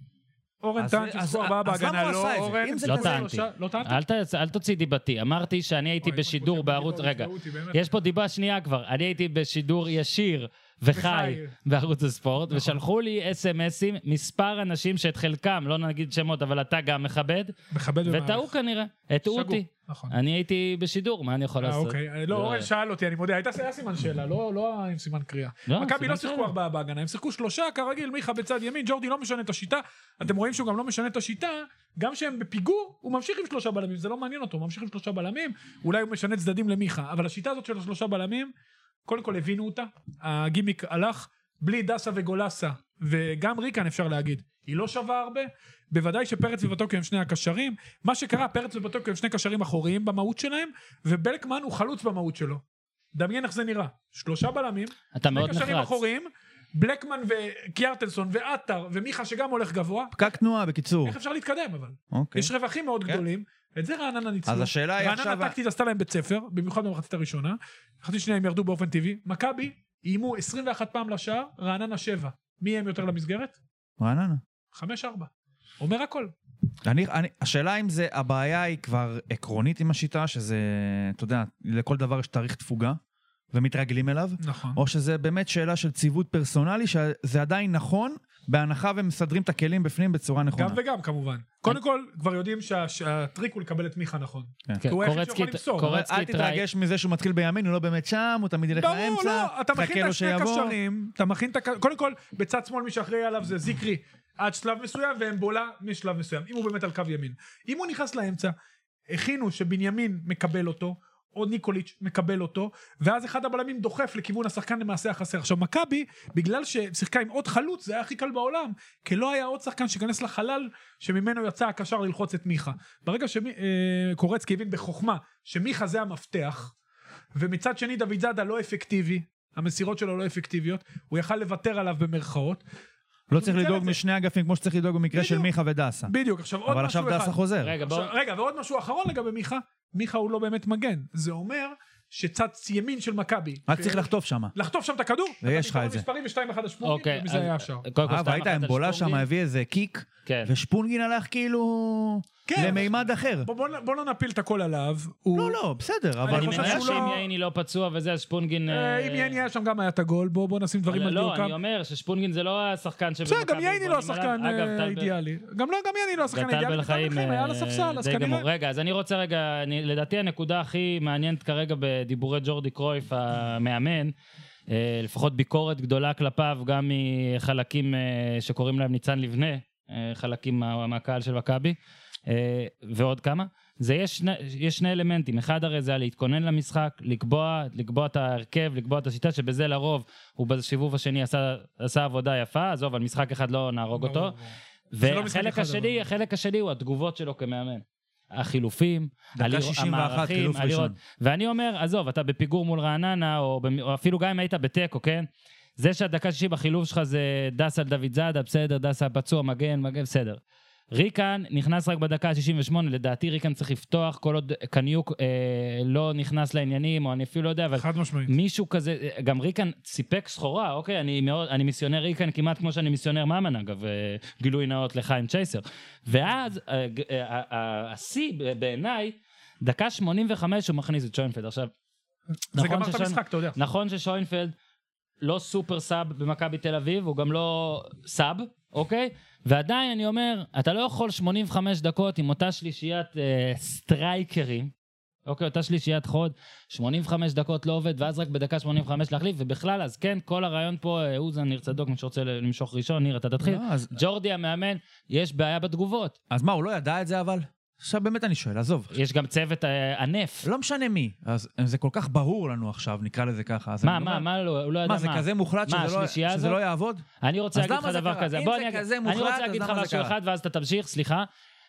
אורן טען שזכו ארבעה בהגנה, לא אורן, לא טענתי, אל תוציא דיבתי, אמרתי שאני הייתי בשידור בערוץ, רגע, יש פה דיבה שנייה כבר, אני הייתי בשידור ישיר וחי בערוץ הספורט, ושלחו לי אס אם אסים מספר אנשים שאת חלקם, לא נגיד שמות, אבל אתה גם מכבד, וטעו כנראה, הטעו אותי. אני הייתי בשידור, מה אני יכול לעשות? אוקיי, לא, אורן שאל אותי, אני מודה, הייתה סימן שאלה, לא עם סימן קריאה. מכבי לא שיחקו ארבעה בהגנה, הם שיחקו שלושה, כרגיל, מיכה בצד ימין, ג'ורדי לא משנה את השיטה, אתם רואים שהוא גם לא משנה את השיטה, גם שהם בפיגור, הוא ממשיך עם שלושה בלמים, זה לא מעניין אותו, הוא ממשיך עם שלושה בלמים, אולי הוא משנה צדדים למיכה, אבל השיטה הזאת של השלושה בלמים, קודם כל הבינו אותה, הגימיק הלך, בלי דסה וגולסה, וגם ריקן אפשר להגיד, היא לא שווה הרבה, בוודאי שפרץ ובטוקו הם שני הקשרים, מה שקרה, פרץ ובטוקו הם שני קשרים אחוריים במהות שלהם, ובלקמן הוא חלוץ במהות שלו. דמיין איך זה נראה, שלושה בלמים, שני קשרים אחוריים, בלקמן וקיארטנסון ועטר ומיכה שגם הולך גבוה. פקק תנועה בקיצור. איך אפשר להתקדם אבל? אוקיי. יש רווחים מאוד גדולים, את זה רעננה ניצלו. אז השאלה היא עכשיו... רעננה טקטית עשתה להם בית ספר, במיוחד במחצית הראשונה, מחצית שנייה הם ירדו באופן טבעי, מכבי איימו עשרים ואחת פעם לשער, רעננה שבע. מי הם יותר למסגרת? רעננה. חמש ארבע. אומר הכל. אני, אני, השאלה אם זה, הבעיה היא כבר עקרונית עם השיטה, שזה, אתה יודע, לכל דבר יש תאריך תפוגה, ומתרגלים אליו, נכון. או שזה באמת שאלה של ציוות פרסונלי, שזה עדיין נכון, בהנחה ומסדרים את הכלים בפנים בצורה נכונה. גם וגם כמובן. קודם כל, כבר יודעים שהטריק הוא לקבל את מיכה נכון. כי הוא היחיד שיכול למסור. אל תתרגש מזה שהוא מתחיל בימין, הוא לא באמת שם, הוא תמיד ילך לאמצע. ברור, לא, אתה מכין את השני קשרים, אתה מכין את הקשרים, קודם כל, בצד שמאל מי שאחראי עליו זה זיקרי, עד שלב מסוים, והם בולה משלב מסוים, אם הוא באמת על קו ימין. אם הוא נכנס לאמצע, הכינו שבנימין מקבל אותו, או ניקוליץ' מקבל אותו, ואז אחד הבלמים דוחף לכיוון השחקן למעשה החסר. עכשיו, מכבי, בגלל ששיחקה עם עוד חלוץ, זה היה הכי קל בעולם, כי לא היה עוד שחקן שכנס לחלל, שממנו יצא הקשר ללחוץ את מיכה. ברגע שקורצקי הבין בחוכמה, שמיכה זה המפתח, ומצד שני דוד זאדה לא אפקטיבי, המסירות שלו לא אפקטיביות, הוא יכל לוותר עליו במרכאות, לא צריך לדאוג משני אגפים כמו שצריך לדאוג במקרה של מיכה ודסה. בדיוק, עכשיו עוד משהו אחד. אבל עכשיו דסה חוזר. רגע, ועוד משהו אחרון לגבי מיכה, מיכה הוא לא באמת מגן. זה אומר שצד ימין של מכבי. רק צריך לחטוף שם. לחטוף שם את הכדור. ויש לך את זה. מספרים ושתיים אחד השפונגין, ומזה היה אפשר. אה, והיית עם בולה שם, הביא איזה קיק, ושפונגין הלך כאילו... כן. למימד אחר. בוא, בוא, בוא לא נפיל את הכל עליו. הוא... לא, לא, בסדר, אבל... אני חושב מניח שהוא שאם לא- ייני לא פצוע וזה, אז שפונגין... אה, אם ייני היה שם גם היה את הגול, בוא, בוא נשים דברים על לא, דיוקם. אני אומר ששפונגין זה לא השחקן שבמכבי... בסדר, גם ייני לא בונים השחקן עליו. אגב, אה, טל ב- אידיאלי. גם לא, גם ייני לא השחקן וטל אידיאלי. בלחיים, בטח היה על אה, הספסל, אז די גמור. כנראה... רגע, אז אני רוצה רגע, אני- לדעתי הנקודה הכי מעניינת כרגע בדיבורי ג'ורדי קרויף המאמן, אה, לפחות ביקורת גדולה כלפיו, גם מחלקים אה, שקוראים להם ניצן לבנה, אה, חלקים מה- מהקהל של מכבי, אה, ועוד כמה. זה יש שני, יש שני אלמנטים, אחד הרי זה להתכונן למשחק, לקבוע, לקבוע את ההרכב, לקבוע את השיטה, שבזה לרוב הוא בסיבוב השני עשה, עשה עבודה יפה, עזוב, על משחק אחד לא נהרוג אותו. ברור, ברור. זה לא משחק והחלק אחד, השני, אבל- החלק השני הוא התגובות שלו כמאמן. החילופים, דקה הליר- שישים ואחת, המערכים, חילוף הלירות. ראשון. ואני אומר, עזוב, אתה בפיגור מול רעננה, או, במ- או אפילו גם אם היית בתיקו, כן? זה שהדקה שישים החילוף שלך זה דס על דוד זאדה, בסדר, דס על פצוע, מגן, מגן, בסדר. ריקן נכנס רק בדקה ה-שישים ושמונה, לדעתי ריקן צריך לפתוח כל עוד קניוק אה, לא נכנס לעניינים, או אני אפילו לא יודע, אבל חד משמעית. מישהו כזה, גם ריקן סיפק סחורה, אוקיי, אני מאוד, אני מיסיונר ריקן כמעט כמו שאני מיסיונר מאמן, אגב, אה, גילוי נאות לחיים צ'ייסר. ואז, אה, ג- אה, אה, אה, השיא בעיניי, דקה שמונים וחמש הוא מכניס את שוינפלד. עכשיו, זה נכון גמר את ששוין- המשחק, אתה יודע. נכון ששוינפלד לא סופר סאב במכבי תל אביב, הוא גם לא סאב, אוקיי? ועדיין אני אומר, אתה לא יכול שמונים וחמש דקות עם אותה שלישיית אה, סטרייקרים, אוקיי, אותה שלישיית חוד, שמונים וחמש דקות לא עובד, ואז רק בדקה שמונים וחמש להחליף, ובכלל, אז כן, כל הרעיון פה, אה, אוזן, ניר צדוק, מי שרוצה למשוך ראשון, ניר, אתה תתחיל. לא, אז- ג'ורדי המאמן, יש בעיה בתגובות. אז מה, הוא לא ידע את זה אבל? עכשיו באמת אני שואל, עזוב. יש גם צוות אה, ענף. לא משנה מי, אז זה כל כך ברור לנו עכשיו, נקרא לזה ככה. אז מה, אני מה, אומר, מה, לא, הוא לא ידע מה? מה, זה כזה מוחלט מה, שזה לא- השלישייה שזה הזאת? לא יעבוד? אני רוצה אז להגיד לך למה זה דבר קרה? כזה. אם בוא זה אני אגיד- כזה אני מוחלט, רוצה אז להגיד לך למה זה משהו קרה? אחד, ואז אתה תמשיך, סליחה.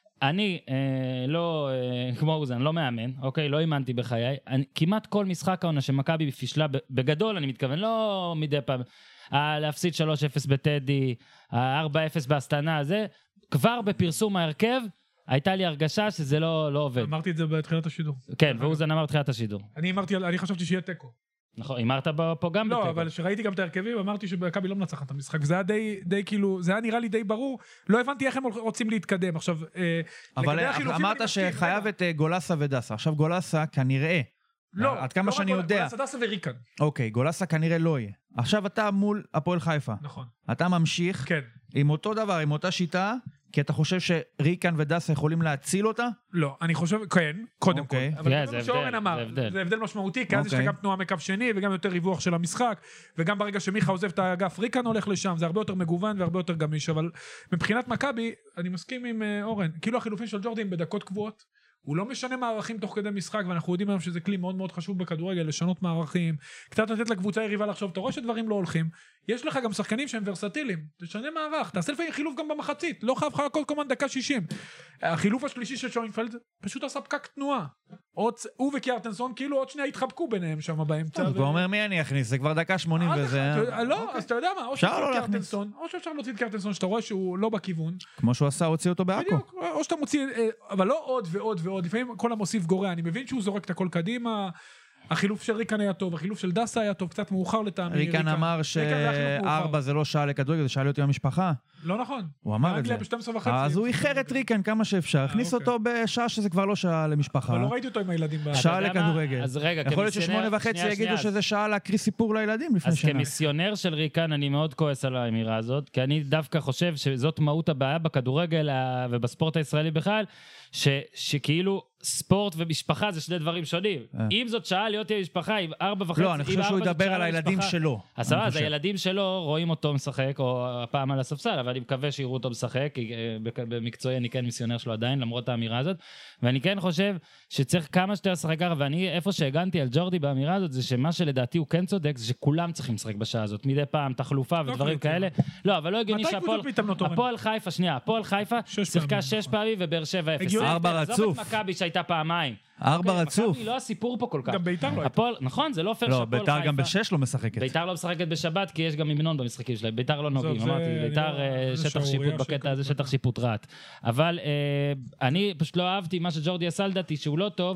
אני אה, לא, אה, כמו אוזן, לא מאמן, אוקיי? לא אימנתי בחיי. אני, כמעט כל משחק העונה שמכבי פישלה, ב- בגדול אני מתכוון, לא מדי פעם, אה, להפסיד שלוש אפס בטדי, ארבע אפס בהסתנה, זה, כבר בפרסום ההרכב, הייתה לי הרגשה שזה לא, לא עובד. אמרתי את זה בתחילת השידור. כן, ואוזן אמר בתחילת השידור. אני אמרתי, אני חשבתי שיהיה תיקו. נכון, הימרת פה גם לא, בתיקו. אבל כשראיתי גם את ההרכבים, אמרתי שמכבי לא מנצחת את המשחק, וזה היה די, די כאילו, זה היה נראה לי די ברור, לא הבנתי איך הם רוצים להתקדם. עכשיו, אה, אבל לגבי החילופים, אמרת אני מסכים, שחייב רגע. את אה, גולסה ודסה. עכשיו גולסה כנראה, לא, עד כמה לא שאני רק יודע, גולסה, דסה וריקן, אוקיי, גולסה כנראה לא יהיה. עכשיו אתה מול הפועל חיפה. נכון, אתה ממשיך כן, עם אותו דבר, עם אותה שיטה, כי אתה חושב שריקן ודסה יכולים להציל אותה? לא, אני חושב, כן, קודם כל, אוקיי. אבל כן, זה זה מה שאורן הבדל, אמר, זה הבדל. זה הבדל משמעותי, כי אז יש לך אוקיי. גם תנועה מקו שני, וגם יותר ריווח של המשחק, וגם ברגע שמיכה עוזב את האגף, ריקן הולך לשם, זה הרבה יותר מגוון והרבה יותר גמיש, אבל מבחינת מכבי, אני מסכים עם אה, אורן, כאילו החילופים של ג'ורדי הם בדקות קבועות, הוא לא משנה מערכים תוך כדי משחק, ואנחנו יודעים היום שזה כלי מאוד מאוד חשוב בכדורגל, לשנות מערכים, קצת לתת לקבוצה יריבה לחשוב, אתה רואה שדברים לא הולכים, יש לך גם שחקנים שהם ורסטיליים, תשנה מערך, תעשה לפעמים חילוף גם במחצית, לא חייב לחכות כל הזמן דקה שישים. החילוף השלישי של שוינפלד פשוט עשה פקק תנועה. עוד, הוא וקיארטנסון כאילו עוד שנייה התחבקו ביניהם שם באמצע. הוא כבר אומר מי אני אכניס, זה כבר דקה שמונים אז וזה... אתה- לא, אז אתה יודע מה, או אפשר שאתה לא מוציא להכניס. קיארטנסון, או שאפשר להוציא את קיארטנסון שאתה רואה שהוא לא בכיוון. כמו שהוא עשה, הוציא אותו בעכו. בדיוק, או שאתה מוציא, אה, אבל לא עוד ועוד ועוד, לפעמים כל המוסיף גורע, אני מבין שהוא זורק את הכל קדימה, החילוף של ריקן היה טוב, החילוף של דסה היה טוב, קצת מאוחר לטעמי. ריקן אמר ריקן זה היה חילוף מאוחר. שארבע זה לא שעה לכדורגל, זה שעה להיות עם המשפחה. לא נכון. הוא אמר את באנגליה זה. ב-שתים עשרה וחצי. אז הוא איחר את ריקן כמה שאפשר, הכניס אוקיי. אותו בשעה שזה כבר לא שעה למשפחה. אבל לא ראיתי אותו עם הילדים. בארץ. שעה אתה יודע מה? לכדורגל. אז רגע, יכול להיות כמיסיונר- ששמונה וחצי שנייה, יגידו שנייה. שזה שעה להקריא סיפור לילדים לפני אז שנה. כמיסיונר של ריקן אני מאוד כועס על האמירה הזאת, כי אני דווקא חושב שזאת מהות הבעיה בכדורגל ה- ובספורט הישראלי בכלל, ש- שכאילו ספורט ומשפחה זה שני דברים שונים. אה. אם זאת שעה להיות עם משפחה, עם ארבע וחצי, לא, אני חושב אם שהוא ארבע זאת ידבר שעה על הילדים למשפחה- שלו. אז סבבה, אני אז חושב. הילדים שלו רואים אותו משחק, או הפעם על הספסל, אבל אני מקווה שיראו אותו משחק, כי אה, בק- במקצועי אני כן מיסיונר שלו עדיין, למרות האמירה הזאת, ואני כן חושב שצריך כמה שיותר לשחק ככה, ואני איפה שהגנתי על ג'ורדי באמירה הזאת, זה שמה שלדעתי הוא כן צודק, זה שכולם צריכים לשחק בשעה הזאת, מדי פעם, תחלופה ודברים קריטי. כאלה. לא, אבל לא הגיוני מתי שהפועל... קבוצות מתאמנות, אורן? הפועל חיפה, שנייה, הפועל חיפה שש שיחקה פעמים, שש נכון. פעמים ובאר שבע אפס. הגיוני. ארבע עזוב רצוף. את מכבי שהייתה פעמיים. ארבע אוקיי, רצוף. מכבי לא הסיפור פה כל כך. גם בית"ר לא הייתה. הפועל, נכון, זה לא פייר לא, שהפועל ביתר גם חיפה- בשש לא משחקת. ביתר לא משחקת בשבת כי יש גם המנון במשחקים שלהם, ביתר לא נוגעים, זה- אמרתי, אני ביתר לא- אה, זה שטח שערורייה שיפוט בקטע הזה, שכזה. שטח שיפוט רעת. אבל אה, אני פשוט לא אהבתי מה שג'ורדי עשה לדעתי שהוא לא טוב,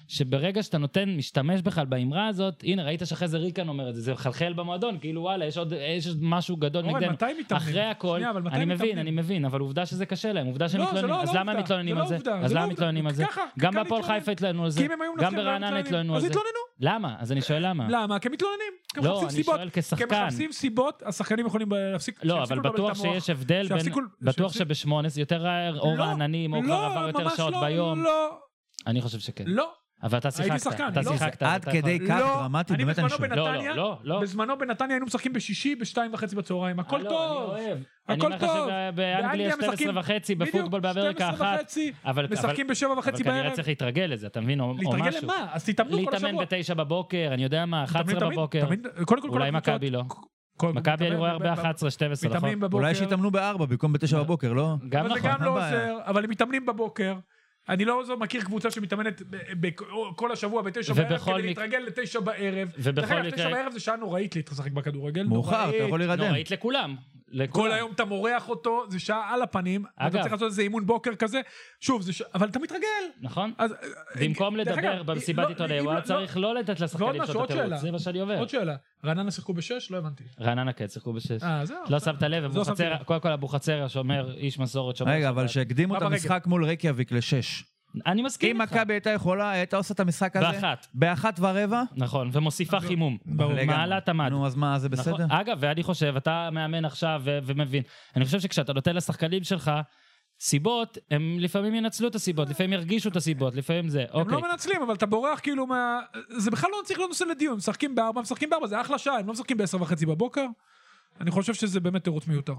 שברגע שאתה נותן, משתמש בכלל באמרה הזאת, הנה, ראית שאחרי זה ריקן אומר את זה, זה מחלחל במועדון, כאילו וואלה, יש עוד, יש משהו גדול נגדנו. אחרי הכל, אני מבין, אני מבין, אבל עובדה שזה קשה להם, עובדה שמתלוננים, אז למה מתלוננים על זה? אז למה מתלוננים על זה? גם בהפועל חיפה התלוננו על זה, גם ברעננה התלוננו על זה. למה? אז אני שואל למה. למה? כי הם מתלוננים. לא, אני שואל כשחקן. כי הם מחפשים סיבות, השחקנים יכולים להפסיק. לא, אבל בטוח שיש הבדל בין, בטוח שבשמונה זה יותר או רעננים, או כבר עבר יותר שעות ביום. לא, אני חושב שכן. לא. אבל אתה שיחקת, אתה שיחקת. עד כדי כך דרמטי, באמת אני שואל. לא, לא, לא, לא. בזמנו בנתניה היינו משחקים בשישי, בשתיים וחצי בצהריים, הכל טוב. הכל טוב. באנגליה שתים עשרה וחצי, בפוטבול באמריקה אחת. משחקים בשבע וחצי בערב. אבל כנראה צריך להתרגל לזה, אתה מבין, או משהו. להתרגל למה? אז תתאמנו כל השבוע. להתאמן בתשע בבוקר, אני יודע מה, אחת עשרה בבוקר. אולי מכבי לא. מכבי אני רואה הרבה אחת עשרה שתים עשרה, נכון? אולי שיתאמנו בארבע במקום בתשע בבוקר, לא? גם נכון. זה גם לא עוזר, אבל הם מתאמנים בבוקר. אני לא מכיר קבוצה שמתאמנת כל השבוע בתשע בערב כדי להתרגל לתשע בערב. ובכל מקרה... תשע בערב זה שעה נוראית לשחק בכדורגל. מאוחר, אתה יכול להירדם. נוראית לכולם. כל היום אתה מורח אותו, זה שעה על הפנים. אתה צריך לעשות איזה אימון בוקר כזה. שוב, אבל אתה מתרגל. נכון. במקום לדבר במסיבת עיתונאים, הוא היה צריך לא לתת לשחקנים לשעות התירוץ. זה מה שאני עובר. עוד שאלה. רעננה שיחקו בשש? לא הבנתי. רעננה כן, שיחקו בשש. אה, זהו. לא שמת לב, קודם כל אבו חצר שומר, איש מסורת שומר. רגע, אבל שהקדימו את המשחק מול ריקיאביק לשש. אני מסכים איתך. אם מכבי הייתה יכולה, הייתה עושה את המשחק הזה. באחת. באחת ורבע. נכון, ומוסיפה חימום. מעלה תמד. נו, אז מה, זה בסדר? אגב, ואני חושב, אתה מאמן עכשיו ומבין. אני חושב שכשאתה נותן לשחקנים שלך סיבות, הם לפעמים ינצלו את הסיבות, לפעמים ירגישו את הסיבות, לפעמים זה, הם לא מנצלים, אבל אתה בורח כאילו מה... זה בכלל לא צריך לנושא לדיון, משחקים בארבע, משחקים בארבע, זה אחלה שעה, הם לא משחקים בעשר וחצי בבוקר. אני חושב שזה באמת תירוץ מיותר.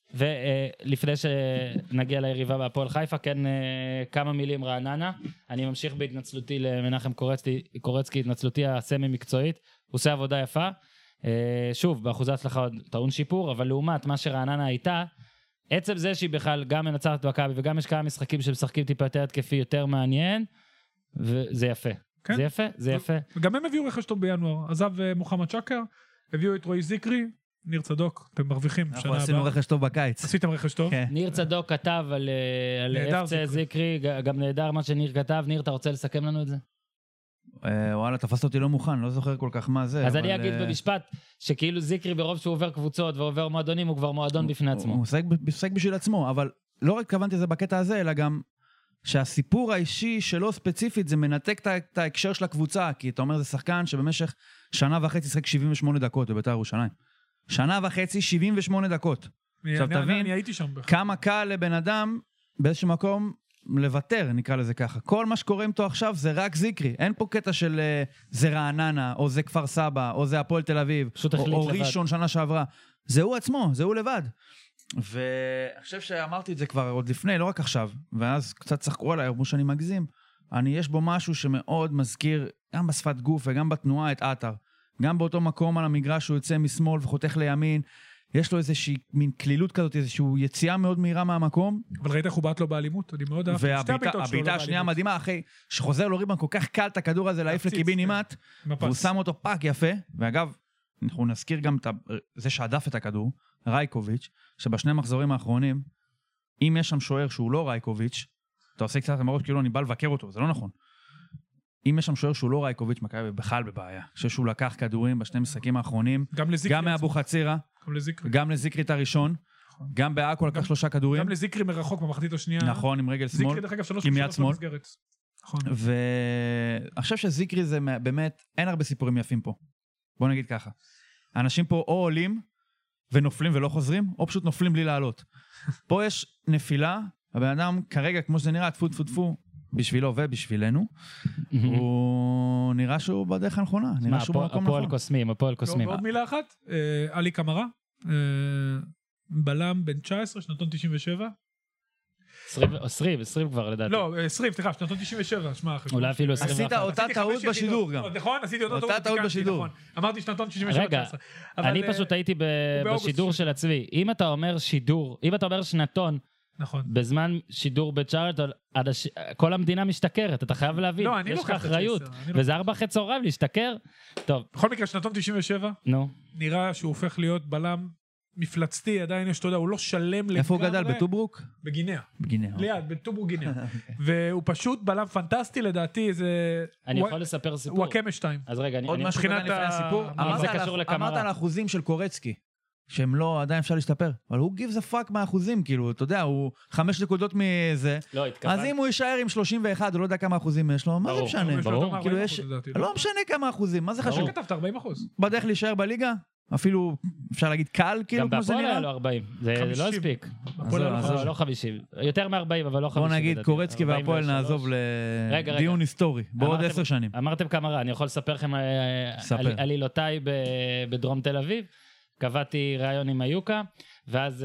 ולפני שנגיע ליריבה בהפועל חיפה, כן כמה מילים רעננה. אני ממשיך בהתנצלותי למנחם קורצקי, התנצלותי הסמי מקצועית, הוא עושה עבודה יפה. שוב, באחוזי הצלחה עוד טעון שיפור, אבל לעומת מה שרעננה הייתה, עצם זה שהיא בכלל גם מנצחת מכבי וגם יש כמה משחקים שמשחקים טיפה יותר התקפי, יותר מעניין, וזה יפה. זה יפה, זה יפה. וגם הם הביאו רכש טוב בינואר, עזב מוחמד שקר, הביאו את רועי זיקרי, ניר צדוק, אתם מרוויחים. אנחנו עשינו רכש טוב בקיץ. עשיתם רכש טוב? ניר צדוק כתב על אף סי זיקרי, גם נהדר מה שניר כתב. ניר, אתה רוצה לסכם לנו את זה? וואלה, תפסת אותי לא מוכן, לא זוכר כל כך מה זה. אז אני אגיד במשפט, שכאילו זיקרי ברוב שהוא עובר קבוצות ועובר מועדונים, הוא כבר מועדון בפני עצמו. הוא עוסק בשביל עצמו, אבל לא רק כוונתי את זה בקטע הזה, אלא גם שהסיפור האישי שלו ספציפית, זה מנתק את ההקשר של הקבוצה, כי אתה אומר, זה שחקן שבמשך שנה וחצי שחק שבעים ושמונה דקות בבית"ר ירושלים. שנה וחצי, שבעים ושמונה דקות. עכשיו תבין, כמה קל לבן אדם באיזשהו מקום לוותר, נקרא לזה ככה. כל מה שקורה איתו עכשיו זה רק זיקרי. אין פה קטע של זה רעננה, או זה כפר סבא, או זה הפועל תל אביב, או ראשון שנה שעברה. זה הוא עצמו, זה הוא לבד. ואני חושב שאמרתי את זה כבר עוד לפני, לא רק עכשיו, ואז קצת צחקו עליי, כמו שאני מגזים. אני, יש בו משהו שמאוד מזכיר, גם בשפת גוף וגם בתנועה את עטר. גם באותו מקום על המגרש הוא יוצא משמאל וחותך לימין, יש לו איזושהי מין כלילות כזאת, איזושהי יציאה מאוד מהירה מהמקום. אבל ראית איך הוא בעט לו באלימות? אני מאוד אהבתי. והבעיטה השנייה מדהימה, אחרי שחוזר לו ריבן כל כך קל את הכדור הזה להעיף לקיבינימט, והוא שם אותו פאק יפה, ואגב, אנחנו נזכיר גם את זה שעדף את הכדור, רייקוביץ', שבשני מחזורים האחרונים, אם יש שם שוער שהוא לא רייקוביץ', אתה עושה קצת למרות כאילו אני בא לבקר אותו, זה לא נכון. אם יש שם שוער שהוא לא רייקוביץ', מכבי בכלל בבעיה. ששהוא לקח כדורים בשני משחקים האחרונים, גם מאבו חצירה, גם לזיקרי את הראשון, גם בעכו לקח שלושה כדורים. גם לזיקרי מרחוק במחצית השנייה. נכון, עם רגל שמאל, עם יד שמאל. ואני חושב שזיקרי זה באמת, אין הרבה סיפורים יפים פה. בוא נגיד ככה. האנשים פה או עולים ונופלים ולא חוזרים, או פשוט נופלים בלי לעלות. פה יש נפילה, הבן אדם כרגע, כמו שזה נראה, תפו תפו תפו, בשבילו ובשבילנו, הוא נראה שהוא בדרך הנכונה, נראה שהוא במקום נכון. הפועל קוסמים, הפועל קוסמים. עוד מילה אחת, אלי קמרה, בלם בן תשע עשרה, שנתון תשעים ושבע. עשרים, עשרים כבר לדעתי. לא, עשרים, סליחה, שנתון תשעים ושבע, שמע. אולי אפילו עשרים ואחת. עשית אותה טעות בשידור גם. נכון, עשיתי אותה טעות בשידור. אמרתי שנתון תשעים ושבע. רגע, אני פשוט הייתי בשידור של עצמי. אם אתה אומר שידור, אם אתה אומר שנתון, נכון. בזמן שידור בצ'ארלטון, כל המדינה משתכרת, אתה חייב להבין, לא, יש לך אחריות, וזה ארבע אחרי צהריים להשתכר, טוב. בכל מקרה, שנתון תשעים ושבע, נו. נראה שהוא הופך להיות בלם מפלצתי, עדיין יש, אתה יודע, הוא לא שלם לגמרי. איפה הוא גדל? בטוברוק? בגינאה. בגינאה. ליד, בטוברוק גינאה. והוא פשוט בלם פנטסטי לדעתי, זה... אני יכול לספר סיפור. הוא הקמא שתיים. אז רגע, אני... עוד משהו קטן לפני הסיפור. זה קשור לקמרה. אמרת על האחוזים של קורצקי, שהם לא, עדיין אפשר להשתפר. אבל הוא gives a fuck מהאחוזים, כאילו, אתה יודע, הוא חמש נקודות מזה. לא, התכוון. אז אם הוא יישאר עם שלושים ואחת, הוא לא יודע כמה אחוזים יש לו, מה זה משנה? ברור. כאילו יש... לא משנה כמה אחוזים, מה זה חשוב? ברור. כתבת ארבעים אחוז. בדרך להישאר בליגה? אפילו, אפשר להגיד קל, כאילו, כמו זה גם נראה? בהפועל היה לו ארבעים, זה לא הספיק. לא חמישים. יותר מ-ארבעים, אבל לא חמישים. בוא נגיד, קורצקי והפועל נעזוב לדיון היסטורי, בעוד עשר שנים. אמרתם כמה, אני יכול לספר לכם על עלילותיי בדרום תל אביב. קבעתי ראיון עם איוקה, ואז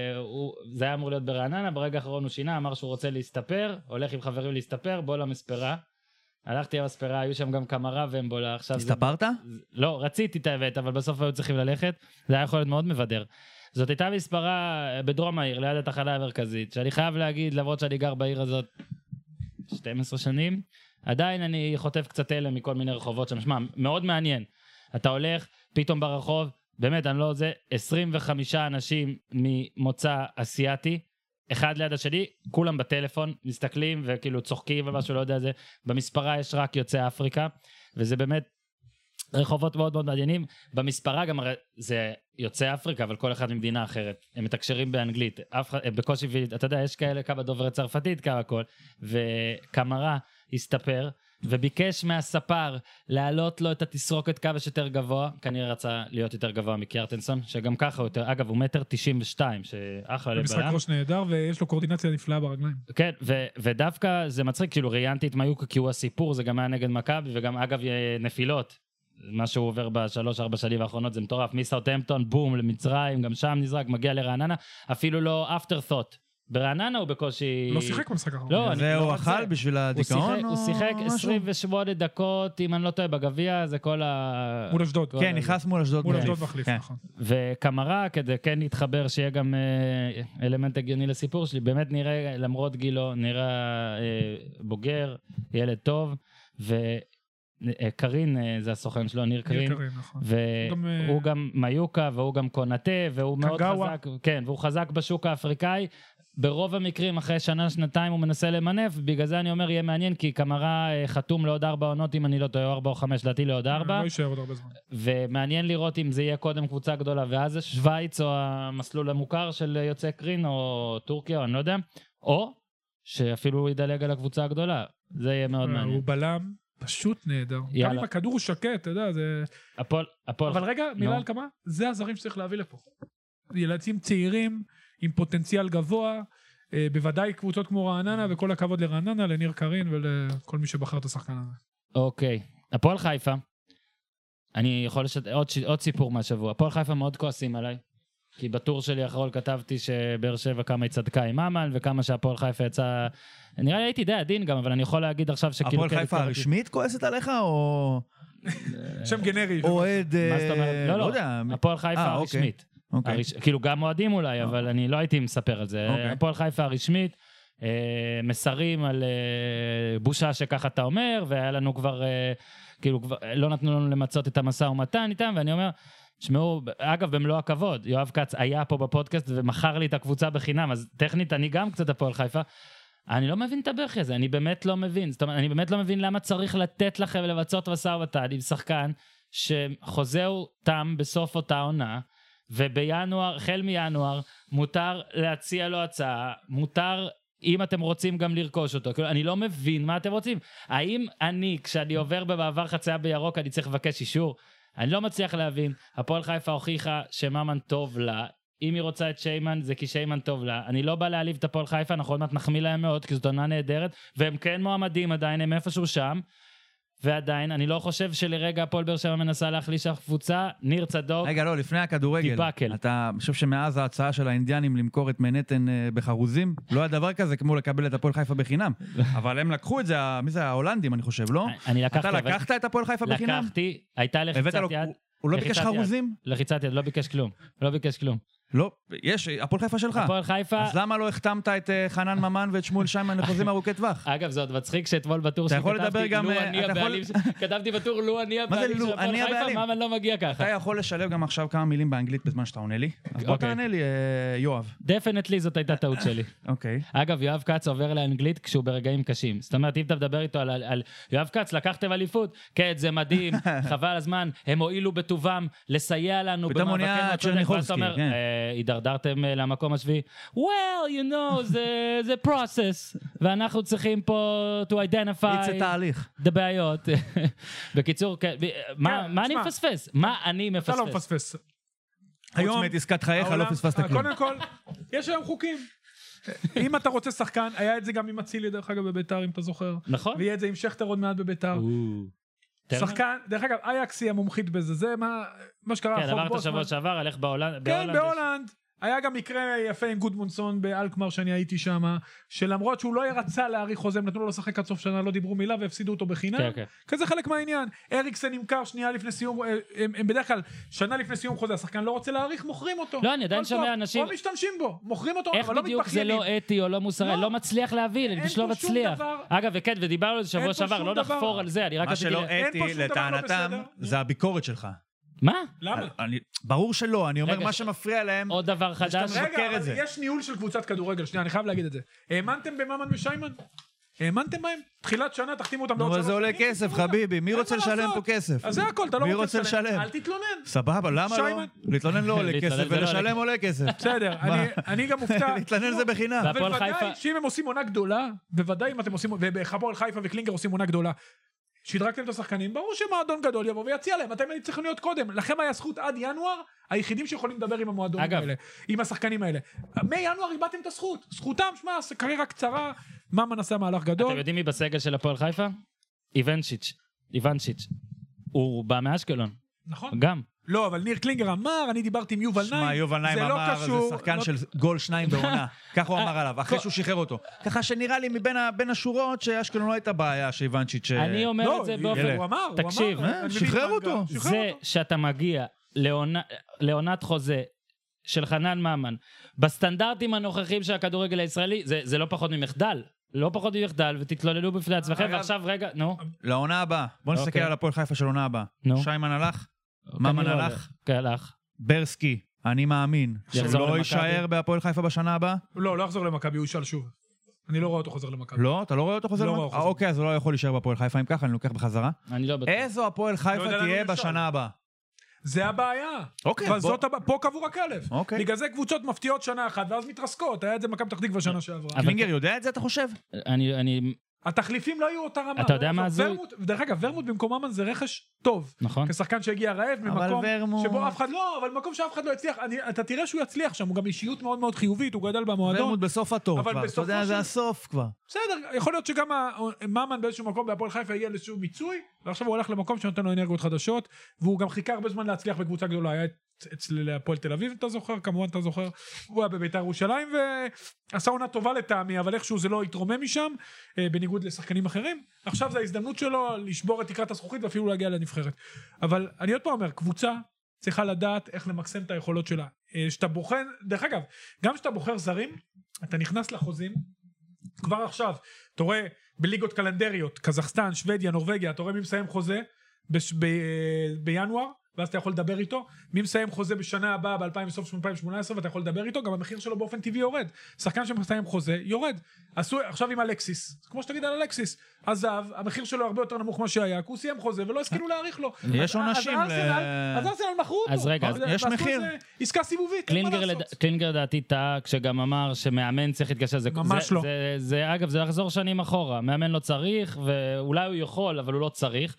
זה היה אמור להיות ברעננה, ברגע האחרון הוא שינה, אמר שהוא רוצה להסתפר, הולך עם חברים להסתפר, בוא למספרה. הלכתי למספרה, היו שם גם קמרה והם בולה. הסתפרת? לא, רציתי את האמת, אבל בסוף היו צריכים ללכת, זה היה יכול להיות מאוד מבדר. זאת הייתה מספרה בדרום העיר, ליד התחנה המרכזית, שאני חייב להגיד, למרות שאני גר בעיר הזאת שתים עשרה שנים, עדיין אני חוטף קצת אלה מכל מיני רחובות שם. שמע, מאוד מעניין. אתה הולך, פתאום ברחוב, באמת, אני לא זה, עשרים וחמישה אנשים ממוצא אסיאתי, אחד ליד השני, כולם בטלפון, מסתכלים וכאילו צוחקים ומשהו, לא יודע זה, במספרה יש רק יוצאי אפריקה, וזה באמת רחובות מאוד מאוד מעניינים, במספרה גם זה יוצאי אפריקה, אבל כל אחד ממדינה אחרת, הם מתקשרים באנגלית, בקושי, אתה יודע, יש כאלה כמה דוברי צרפתית, כמה הכל, וקמרה הסתפר, וביקש מהספר להעלות לו את התסרוקת כמה שיותר גבוה, כנראה רצה להיות יותר גבוה מקיארטנסון, שגם ככה יותר, אגב הוא מטר תשעים ושתיים, שאחלה לבלם. משחק ראש נהדר ויש לו קואורדינציה נפלאה ברגליים. כן, ו- ודווקא זה מצחיק, כאילו ראיינתי את מיוקה כי הוא הסיפור, זה גם היה נגד מכבי, וגם אגב נפילות, מה שהוא עובר בשלוש ארבע שנים האחרונות זה מטורף, מסאוטהמפטון, בום, למצרים, גם שם נזרק, מגיע לרעננה, אפילו לא אפטר ת'וט. ברעננה הוא בקושי... לא שיחק במשחק האחרון. לא, זה הוא אכל בשביל הדיכאון? הוא שיחק עשרים ושמונה דקות, אם אני לא טועה, בגביע, זה כל ה... מול אשדוד. כן, נכנס מול אשדוד. מול אשדוד מחליף, נכון. וקמרה, כדי כן להתחבר, שיהיה גם אלמנט הגיוני לסיפור שלי, באמת נראה, למרות גילו, נראה בוגר, ילד טוב, וקרין, זה הסוכן שלו, ניר קרין, והוא גם מיוקה, והוא גם קונטה, והוא מאוד חזק, כן, והוא חזק בשוק האפריקאי, ברוב המקרים אחרי שנה, שנתיים הוא מנסה למנף, בגלל זה אני אומר יהיה מעניין, כי קמרה חתום לעוד ארבע עונות, אם אני לא טועה, ארבע או חמש, דעתי לעוד ארבע. לא יישאר עוד הרבה זמן. ומעניין לראות אם זה יהיה קודם קבוצה גדולה, ואז שוויץ או המסלול המוכר של יוצאי קרין, או טורקיה, או אני לא יודע, או שאפילו הוא ידלג על הקבוצה הגדולה. זה יהיה מאוד מעניין. הוא בלם פשוט נהדר. גם אם הכדור הוא שקט, אתה יודע, זה... אבל רגע, מילה על כמה, זה הזרים שצריך להביא לפה. ילדים צעירים, עם פוטנציאל גבוה, אה, בוודאי קבוצות כמו רעננה, וכל הכבוד לרעננה, לניר קרין ולכל מי שבחר את השחקן הזה. אוקיי, הפועל חיפה, אני יכול לשת... עוד, ש... עוד סיפור מהשבוע, הפועל חיפה מאוד כועסים עליי, כי בטור שלי האחרון כתבתי שבאר שבע כמה היא צדקה עם אמן, וכמה שהפועל חיפה יצא, נראה לי הייתי די עדין גם, אבל אני יכול להגיד עכשיו שכאילו... הפועל חיפה הרשמית כועסת עליך, או... שם גנרי. אוהד... מה זאת אומרת? לא, לא, הפועל חיפה הרשמית. Okay. הרש... כאילו גם מועדים אולי, okay. אבל אני לא הייתי מספר על זה. Okay. הפועל חיפה הרשמית, אה, מסרים על אה, בושה שככה אתה אומר, והיה לנו כבר, אה, כאילו כבר, לא נתנו לנו למצות את המשא ומתן איתם, ואני אומר, שמעו, אגב במלוא הכבוד, יואב קץ היה פה בפודקאסט ומכר לי את הקבוצה בחינם, אז טכנית אני גם קצת הפועל חיפה, אני לא מבין את הבכי הזה, אני באמת לא מבין, זאת אומרת, אני באמת לא מבין למה צריך לתת לכם לבצעות משא ומתן עם שחקן שחוזהו תם בסוף אותה עונה, ובינואר, החל מינואר, מותר להציע לו הצעה, מותר, אם אתם רוצים גם לרכוש אותו, כאילו, אני לא מבין מה אתם רוצים. האם אני, כשאני עובר במעבר חצייה בירוק, אני צריך לבקש אישור? אני לא מצליח להבין. הפועל חיפה הוכיחה שממן טוב לה, אם היא רוצה את שיימן, זה כי שיימן טוב לה. אני לא בא להעליב את הפועל חיפה, אנחנו עוד מעט נחמיא להם מאוד, כי זאת עונה נהדרת, והם כן מועמדים עדיין, הם איפשהו שם, ועדיין, אני לא חושב שלרגע הפועל באר שבע מנסה להחליש אף קבוצה, ניר צדוק. רגע, לא, לפני הכדורגל. טיפקל. אתה חושב שמאז ההצעה של האינדיאנים למכור את מנהטן בחרוזים, לא היה דבר כזה כמו לקבל את הפועל חיפה בחינם. אבל הם לקחו את זה, מי זה, ההולנדים, אני חושב, לא? אני לקחתי. אתה לקחת את הפועל חיפה בחינם? לקחתי, הייתה לחיצת יד. הוא לא ביקש חרוזים? לחיצת יד, לא ביקש כלום. לא ביקש כלום. לא, יש, הפועל חיפה שלך. הפועל חיפה... אז למה לא החתמת את אה, חנן ממן ואת שמואל שיימן לחוזים ארוכי טווח? אגב, זה עוד מצחיק שאתמול בטור אתה יכול לדבר שכתבתי, גם, לו אה, אני אתה יכול- הבעלים, כתבתי בטור, לו אני מה זה הבעלים לו? של הפועל אני חיפה, הבעלים. ממן לא מגיע ככה. אתה יכול לשלב גם עכשיו כמה מילים באנגלית בזמן שאתה עונה לי? אז בוא אוקיי. תענה לי, אה, יואב. דפנטלי זאת הייתה טעות שלי. אוקיי. אגב, יואב כץ עובר לאנגלית כשהוא ברגעים קשים. זאת אומרת, אם אתה מדבר איתו על, על, על יואב כץ, לקחתם אליפות, כן, זה מדהים, חבל הזמן, הם הועילו בטובם לסייע לנו פתאום הוא נהיה במאבקנו הצודק, ואז אתה צ'רניחובסקי, אומר, כן. "אה, הידרדרתם אה, למקום השביעי, well, you know, זה, זה process, ואנחנו צריכים פה to identify זה תהליך. את הבעיות. בקיצור, כן, מה, כן, מה אני תשמע, מפספס? מה אני אתה מפספס? לא מפספס. חוץ מעסקת חייך לא העולם- פספסת כלום. קודם כל, יש היום חוקים. אם אתה רוצה שחקן, היה את זה גם עם אצילי דרך אגב בביתר, אם אתה זוכר. נכון? ויהיה את זה עם שכטר עוד מעט בביתר. טרנר? שחקן, דרך אגב, אייקס היא המומחית בזה, זה מה מה שקרה. כן, חוק עברת בוסמן. שבוע שעבר, הלך בהולנד. כן, בהולנד יש- בהולנד. היה גם מקרה יפה עם גודמונסון באלקמר שאני הייתי שם, שלמרות שהוא לא רצה להאריך חוזה, הם נתנו לו לשחק עד סוף שנה, לא דיברו מילה והפסידו אותו בחינם. כן, כן. כזה חלק מהעניין. אריקסן נמכר שנייה לפני סיום, הם, הם בדרך כלל שנה לפני סיום חוזה, השחקן לא רוצה להאריך, מוכרים אותו. לא, אני עדיין כל שומע טוב. אנשים- או משתמשים בו, מוכרים אותו, איך אבל לא בדיוק זה מתבכיינים. לא אתי או לא מוסרי? לא. לא מצליח להבין, אני אין פשוט לא פה שום מצליח. דבר. אגב, וכן, ודיברנו על זה אין שבוע פה שעבר, שום לא דבר. נחפור על זה, אני רק מה רציתי... שלא ל- אין פה אתי, שום דבר לא לטענתם, בסדר. זה הביקורת שלך. מה? למה? אני- ברור שלא, אני אומר רגע, מה ש- שמפריע להם. עוד דבר חדש? שאתה מבקר רגע, את אבל זה. יש ניהול של קבוצת כדורגל, שנייה, אני חייב להגיד את זה. האמנתם בממן ושיימן? האמנתם בהם? תחילת שנה תחתימו אותם בעוד אבל שלוש זה עולה שנים, כסף, תנו אותם. חביבי, מי אין רוצה מה לשלם לעשות. פה כסף? אז זה הכל, אתה לא מי רוצה רוצה לשלם? אל תתלונן. סבבה, למה לא? שיימן. להתלונן לא עולה להתלונן כסף זה לא ולשלם עולה. עולה כסף. בסדר, אני- אני גם מופתע. להתלונן זה בחינם. והפועל אבל חיפה- ודאי שאם הם עושים עונה גדולה, בוודאי אם אתם עושים, ובחבול חיפה וקלינגר עושים עונה גדולה, שדרגתם את השחקנים, ברור שמועדון גדול יבוא ויציע להם, אתם צריכים להיות קודם, לכם היה זכות עד ינואר, היחידים שיכולים לדבר עם המועדונים אגב. האלה, עם השחקנים האלה. מינואר איבדתם את הזכות, זכותם, שמע, קריירה קצרה, ממן עשה מהלך אתם גדול. יודעים מי בסגל של הפועל חיפה? איוונשיץ'. איוונשיץ'. הוא בא מאשקלון. נכון? גם. לא, אבל ניר קלינגר אמר, אני דיברתי עם יובל נעים, שמע, יובל נעים זה לא אמר, קשור, זה שחקן לא- של גול שניים בעונה. ככה הוא אמר עליו, אחרי שהוא שחרר אותו. ככה שנראה לי מבין ה- בין השורות שאשקלון לא הייתה בעיה שאיוונצ'יץ'... אני אומר לא, את זה הוא באופן... אמר, הוא תקשיב, אמר, אה, אני שחרר מבין, אותו. שחרר זה אותו. שאתה מגיע לעונה- לעונת חוזה של חנן ממן, בסטנדרטים הנוכחים של הכדורגל הישראלי, זה זה לא פחות ממחדל. לא פחות ממחדל, ותתלוננו בפני עצמכם, אגב- ועכשיו רגע, נו. לעונה הבאה. בוא נסתכל אוקיי. על הפועל חיפה של עונה הבאה. נו. שיימן הלך, ממן כנראה הלך, הולך. כן, הלך. ברסקי, אני מאמין, יחזור שהוא לא למכבי. יישאר בהפועל חיפה בשנה הבאה? לא, לא יחזור למכבי, הוא ישאל שוב. אני לא רואה אותו חוזר למכבי. לא? אתה לא רואה אותו חוזר? לא למכבי? רואה אותו אה, חוזר. אוקיי, אז הוא לא יכול להישאר בהפועל חיפה אם ככה, אני לוקח בחזרה. אני לא בטוח. איזו הפועל לא חיפה יודע למה תהיה הוא נשאר. בשנה הבאה? זה הבעיה. אוקיי, אבל בוא- זאת הבעיה, פה קבור הכלב. אוקיי. בגלל זה קבוצות מפתיעות שנה אחת, ואז מתרסקות. היה את זה במכבי פתח תקווה שנה שעברה. אבל- קלינגר יודע את זה, אתה חושב? אני, אני, התחליפים לא היו אותה רמה. אתה יודע מה עזוב, הזוי? ורמוט- דרך אגב, ורמוט במקום ממן זה רכש טוב. נכון? כשחקן שהגיע רעב ממקום ורמוט- שבו אף אחד לא, אבל במקום שאף אחד לא הצליח. אני- אתה תראה שהוא יצליח שם, הוא גם אישיות מאוד מאוד חיובית, הוא גדל במועדון. ורמוט בסוף התור אבל כבר, אתה בסופו יודע, זה של- הסוף כבר. בסדר, יכול להיות שגם ה- ממן באיזשהו מקום בהפועל חיפה הגיע לאיזשהו מיצוי, ועכשיו הוא הולך למקום שנותן לו אנרגיות חדשות, והוא גם חיכה הרבה זמן להצליח בקבוצה גדולה, היה את- אצל הפועל תל אביב, אתה זוכר, כמובן אתה זוכר, הוא היה בביתר ירושלים, ועשה עונה טובה לטעמי, אבל איכשהו זה לא התרומם משם, אה, בניגוד לשחקנים אחרים. עכשיו זו ההזדמנות שלו לשבור את תקרת הזכוכית ואפילו להגיע לנבחרת. אבל אני עוד פעם אומר, קבוצה צריכה לדעת איך למקסם את היכולות שלה. אה, שאתה בוחן, דרך אגב, גם שאתה בוחר זרים, אתה נכנס לחוזים, כבר עכשיו, אתה רואה בליגות קלנדריות, קזחסטן, שוודיה, נורווגיה, אתה רואה מי מסיים חוזה בש, ב, בינואר, ואז אתה יכול לדבר איתו, מי מסיים חוזה בשנה הבאה, ב-אלפיים שמונה עשרה, ואתה יכול לדבר איתו, גם המחיר שלו באופן טבעי יורד. שחקן שמסיים חוזה, יורד. עשו, עכשיו עם אלקסיס, כמו שתגיד על אלקסיס, עזב, המחיר שלו הרבה יותר נמוך מה שהיה, כי הוא סיים חוזה ולא השכילו להאריך לו. יש אז- עונשים אז ל- ארסנל- אז ארסנל מכרו אותו. אז רגע, אז- אז יש ועשו מחיר. איזה עסקה סיבובית, אין מה קלינגר, לעשות. לד... קלינגר דעתי טעה כשגם אמר שמאמן צריך להתקשר. זה, ממש זה, לא. זה, זה, אגב, זה לחזור שנים אחורה. מאמן לא צריך, ואולי הוא יכול, אבל הוא לא צריך.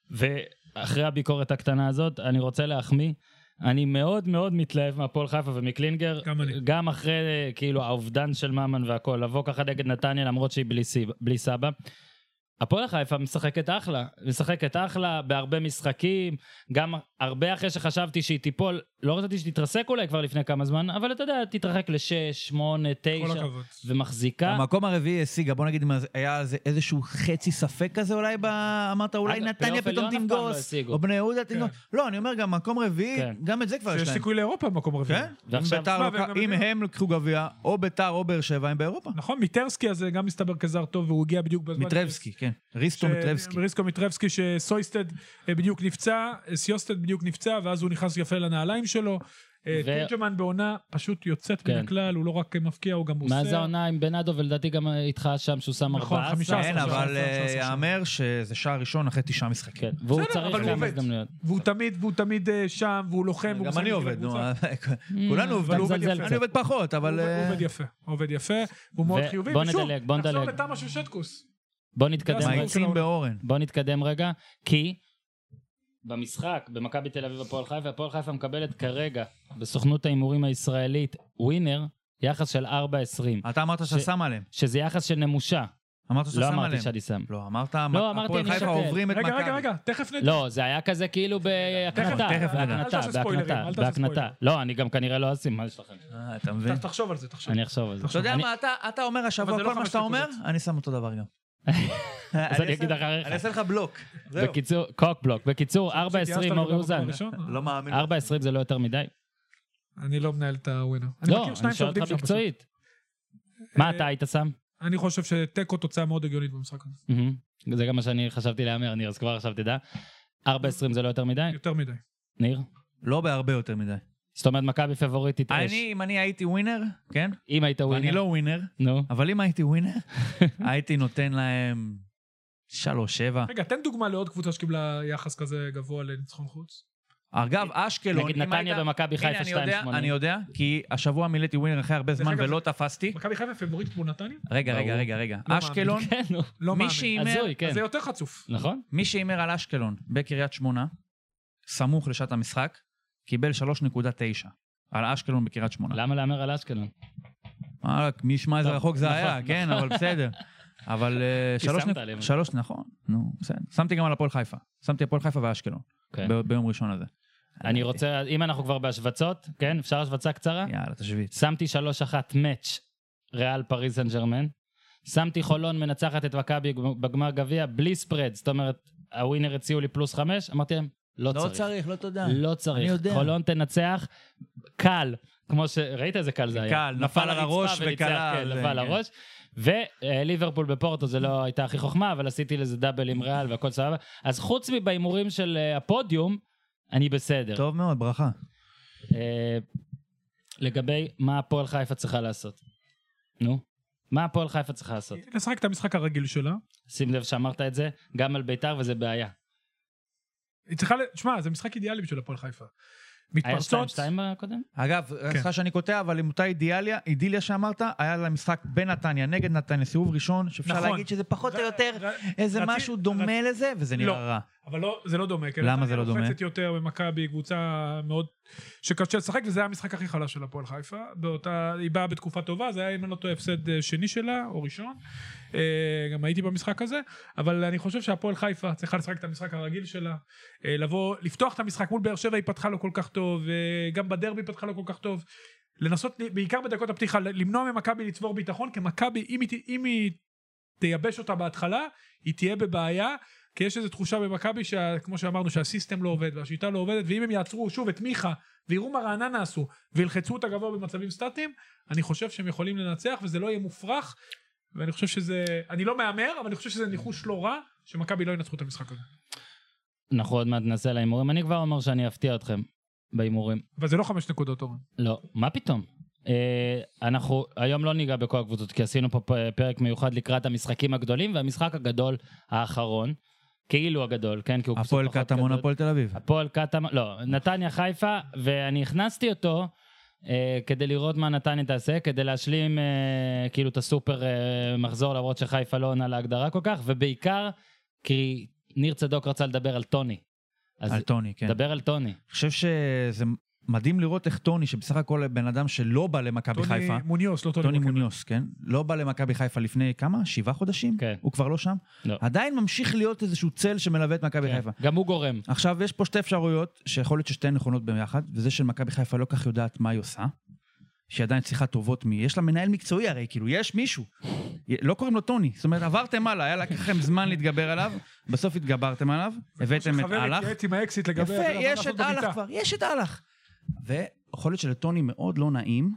ואחרי הביקורת הקטנה הזאת, אני רוצה להחמיא. אני מאוד מאוד מתלהב מהפועל חיפה ומקלינגר. גם אני. גם אחרי, כאילו, האובדן של ממן והכל, לבוא ככה נגד נתניה, למרות שהיא בלי, סיב, בלי סבא. הפועל חיפה משחקת אחלה, משחקת אחלה בהרבה משחקים, גם הרבה אחרי שחשבתי שהיא תיפול, לא רציתי שתתרסק אולי כבר לפני כמה זמן, אבל אתה יודע, תתרחק לשש, שמונה, תשע, ומחזיקה. המקום הרביעי השיגה, בוא נגיד אם היה איזשהו חצי ספק כזה אולי, אמרת אולי נתניה פתאום תנגוס, או בני יהודה תנגוס. לא, אני אומר גם מקום רביעי, גם את זה כבר יש להם. שיש סיכוי לאירופה במקום רביעי. אם הם לקחו גביע, או ביתר או באר שבע, הם באירופה. נכון, מיטרסקי הזה גם מסתבר כזר טוב, והוא הגיע בדיוק בזמן. מיטרבסקי, כן. ריסטו מיטרבסקי. ריסטו מיטרבסקי שסויסטד בדיוק נפצע, סיוסטד בדיוק נפצע, ואז הוא נכנס יפה לנעליים שלו. תורג'מן בעונה פשוט יוצאת מן הכלל, הוא לא רק מפקיע, הוא גם עושה. מאז העונה עם בנאדו, ולדעתי גם איתך שם שהוא שם ארבעה. כן, אבל יאמר שזה שער ראשון אחרי תשעה משחקים. והוא צריך כמה הזדמנויות. והוא תמיד, והוא תמיד שם, והוא לוחם. גם אני עובד, כולנו עובדים. אני עובד פחות, אבל... הוא עובד יפה, הוא עובד יפה, הוא מאוד חיובי. בוא נדלג, בוא נדלג. נחזור לתמה של שטקוס. בוא נתקדם רגע. בוא נתקדם רגע, כי במשחק, במכבי תל אביב הפועל חיפה, הפועל חיפה מקבלת כרגע, בסוכנות ההימורים הישראלית, ווינר, יחס של ארבע עשרים. אתה אמרת שאתה שם עליהם. שזה יחס של נמושה. אמרת שאתה שם עליהם. לא אמרתי שאני שם. לא, אמרת, הפועל חיפה עוברים את מכבי. רגע, רגע, רגע, תכף נדע. לא, זה היה כזה כאילו בהקנתה. בהקנתה, בהקנתה, בהקנתה. לא, אני גם כנראה לא אשים, מה יש לכם? אה, אתה מבין? תחשוב על זה, תחשוב. אני אחשוב על זה. אתה יודע מה, אתה אומר השבוע, כל מה שאתה אומר, אני שם אותו דבר גם. אז אני אגיד אחריך. אני אעשה לך בלוק. בקיצור, קוק בלוק. בקיצור, ארבע עשרים אורי אוזן. לא מאמין. ארבע עשרים זה לא יותר מדי. אני לא מנהל את הווינר. לא, אני שואל אותך מקצועית. מה אתה היית שם? אני חושב שטקו תוצאה מאוד הגיונית במשחק הזה. זה גם מה שאני חשבתי לאמר, ניר, אז כבר עכשיו תדע. ארבע עשרים זה לא יותר מדי? יותר מדי. ניר? לא בהרבה יותר מדי. זאת אומרת, מכבי פבוריטית אש. אני, אם אני הייתי ווינר, כן? אם היית ווינר. אני לא ווינר, אבל אם הייתי ווינר, הייתי נותן להם שלוש שבע. רגע, תן דוגמה לעוד קבוצה שקיבלה יחס כזה גבוה לניצחון חוץ. אגב, אשקלון... נגיד נתניה במכבי חיפה שתיים שמונים. אני יודע, כי השבוע מילאתי ווינר אחרי הרבה זמן ולא תפסתי. מכבי חיפה פבוריטית כמו נתניה? רגע, רגע, רגע, רגע. אשקלון... לא מאמין. הזוי, זה יותר חצוף. נכון? מי שאימר על אשקלון בקריית שמונה, סמוך לשעת המשחק, קיבל שלוש נקודה תשע. על אשקלון בקריית שמונה. למה לאמר על אשקלון? מי ישמע איזה רחוק זה היה, כן, אבל בסדר. אבל שלוש, נכון, נו, בסדר. שמתי גם על הפועל חיפה. שמתי הפועל חיפה ואשקלון. ביום ראשון הזה. אני רוצה, אם אנחנו כבר בהשווצות, כן, אפשר השווצה קצרה? יאללה, תשוויץ. שמתי שלוש אחת מאץ' ריאל פריז סן ז'רמן. שמתי חולון מנצחת את מכבי בגמר גביע בלי ספרד. זאת אומרת, הווינר הציעו לי פלוס חמש, אמרתי להם, לא צריך. לא צריך, לא תודה. לא צריך. חולון תנצח, קל, כמו ש... ראית איזה קל זה היה? קל, נפל על הראש וקלה. נפל על הראש. וליברפול בפורטו זה לא הייתה הכי חוכמה, אבל עשיתי לזה דאבל עם ריאל והכל סבבה. אז חוץ מבהימורים של הפודיום, אני בסדר. טוב מאוד, ברכה. לגבי מה הפועל חיפה צריכה לעשות. נו, מה הפועל חיפה צריכה לעשות? לשחק את המשחק הרגיל שלה. שים לב שאמרת את זה, גם על ביתר וזה בעיה. היא צריכה, תשמע, זה משחק אידיאלי בשביל הפועל חיפה. היה שתיים שתיים בקודם? אגב, סליחה שאני קוטע, אבל עם אותה אידיאליה, אידיליה שאמרת, היה לה משחק בנתניה, נגד נתניה, סיבוב ראשון, שאפשר להגיד שזה פחות או יותר איזה משהו דומה לזה, וזה נראה רע. אבל זה לא דומה. למה זה לא דומה? נתניה לוחצת יותר במכבי, קבוצה מאוד שקשה לשחק, וזה היה המשחק הכי חלש של הפועל חיפה. היא באה בתקופה טובה, זה היה אם אני לא טועה הפסד שני שלה, או ראשון. גם הייתי במשחק הזה, אבל אני חושב שהפועל חיפה צריכה לשחק את המשחק הרגיל שלה, לבוא, לפתוח את המשחק מול באר שבע, היא פתחה לו כל כך טוב, וגם בדרבי פתחה לו כל כך טוב, לנסות, בעיקר בדקות הפתיחה, למנוע ממכבי לצבור ביטחון, כי מכבי, אם היא, אם היא תייבש אותה בהתחלה, היא תהיה בבעיה, כי יש איזו תחושה במכבי, כמו שאמרנו, שהסיסטם לא עובד, והשיטה לא עובדת, ואם הם יעצרו שוב את מיכה, ויראו מה רעננה עשו, וילחצו אותה גבוה במצבים סטטיים, אני חושב שהם יכולים לנצח, וזה לא יהיה מופרך, ואני חושב שזה, אני לא מאמר, אבל אני חושב שזה ניחוש לא רע, שמכבי לא ינצחו את המשחק הזה. אנחנו עוד מעט ננסה להימורים, אני כבר אומר שאני אפתיע אתכם בהימורים. אבל זה לא חמש נקודות, אורן. לא, מה פתאום? אנחנו היום לא ניגע בכל הקבוצות, כי עשינו פה פרק מיוחד לקראת המשחקים הגדולים, והמשחק הגדול האחרון, כאילו הגדול, כן? הפועל קטמון, הפועל תל אביב. הפועל קטמון, לא, נתניה חיפה, ואני הכנסתי אותו כדי לראות מה נתניה תעשה, כדי להשלים כאילו את הסופר מחזור, למרות שחיפה לא עונה להגדרה כל כך, ובעיקר, כי ניר צדוק רצה לדבר על טוני. על טוני, כן. דבר על טוני. אני חושב שזה מדהים לראות איך טוני, שבסך הכל בן אדם שלא בא למכבי חיפה. טוני מוניוס, לא טוני טוני ווקר. מוניוס, כן? לא בא למכבי חיפה לפני כמה? שבעה חודשים? כן. הוא כבר לא שם? לא. עדיין ממשיך להיות איזשהו צל שמלווה את מכבי כן. חיפה. גם הוא גורם. עכשיו, יש פה שתי אפשרויות, שיכול להיות ששתיהן נכונות ביחד, וזה של מכבי חיפה לא כך יודעת מה היא עושה, שהיא עדיין צריכה טובות מי. יש לה מנהל מקצועי הרי, כאילו, יש מישהו. לא קוראים לו טוני. זאת אומרת, עברתם הלאה, היה לכם זמן להתגבר עליו, בסוף התגברתם עליו, הבאתם את חבר הלך. התייעץ עם האקסיט לגבי... יפה, אבל יש אנחנו את במיטה. הלך כבר, יש את הלך. ויכול להיות שלטוני מאוד לא נעים,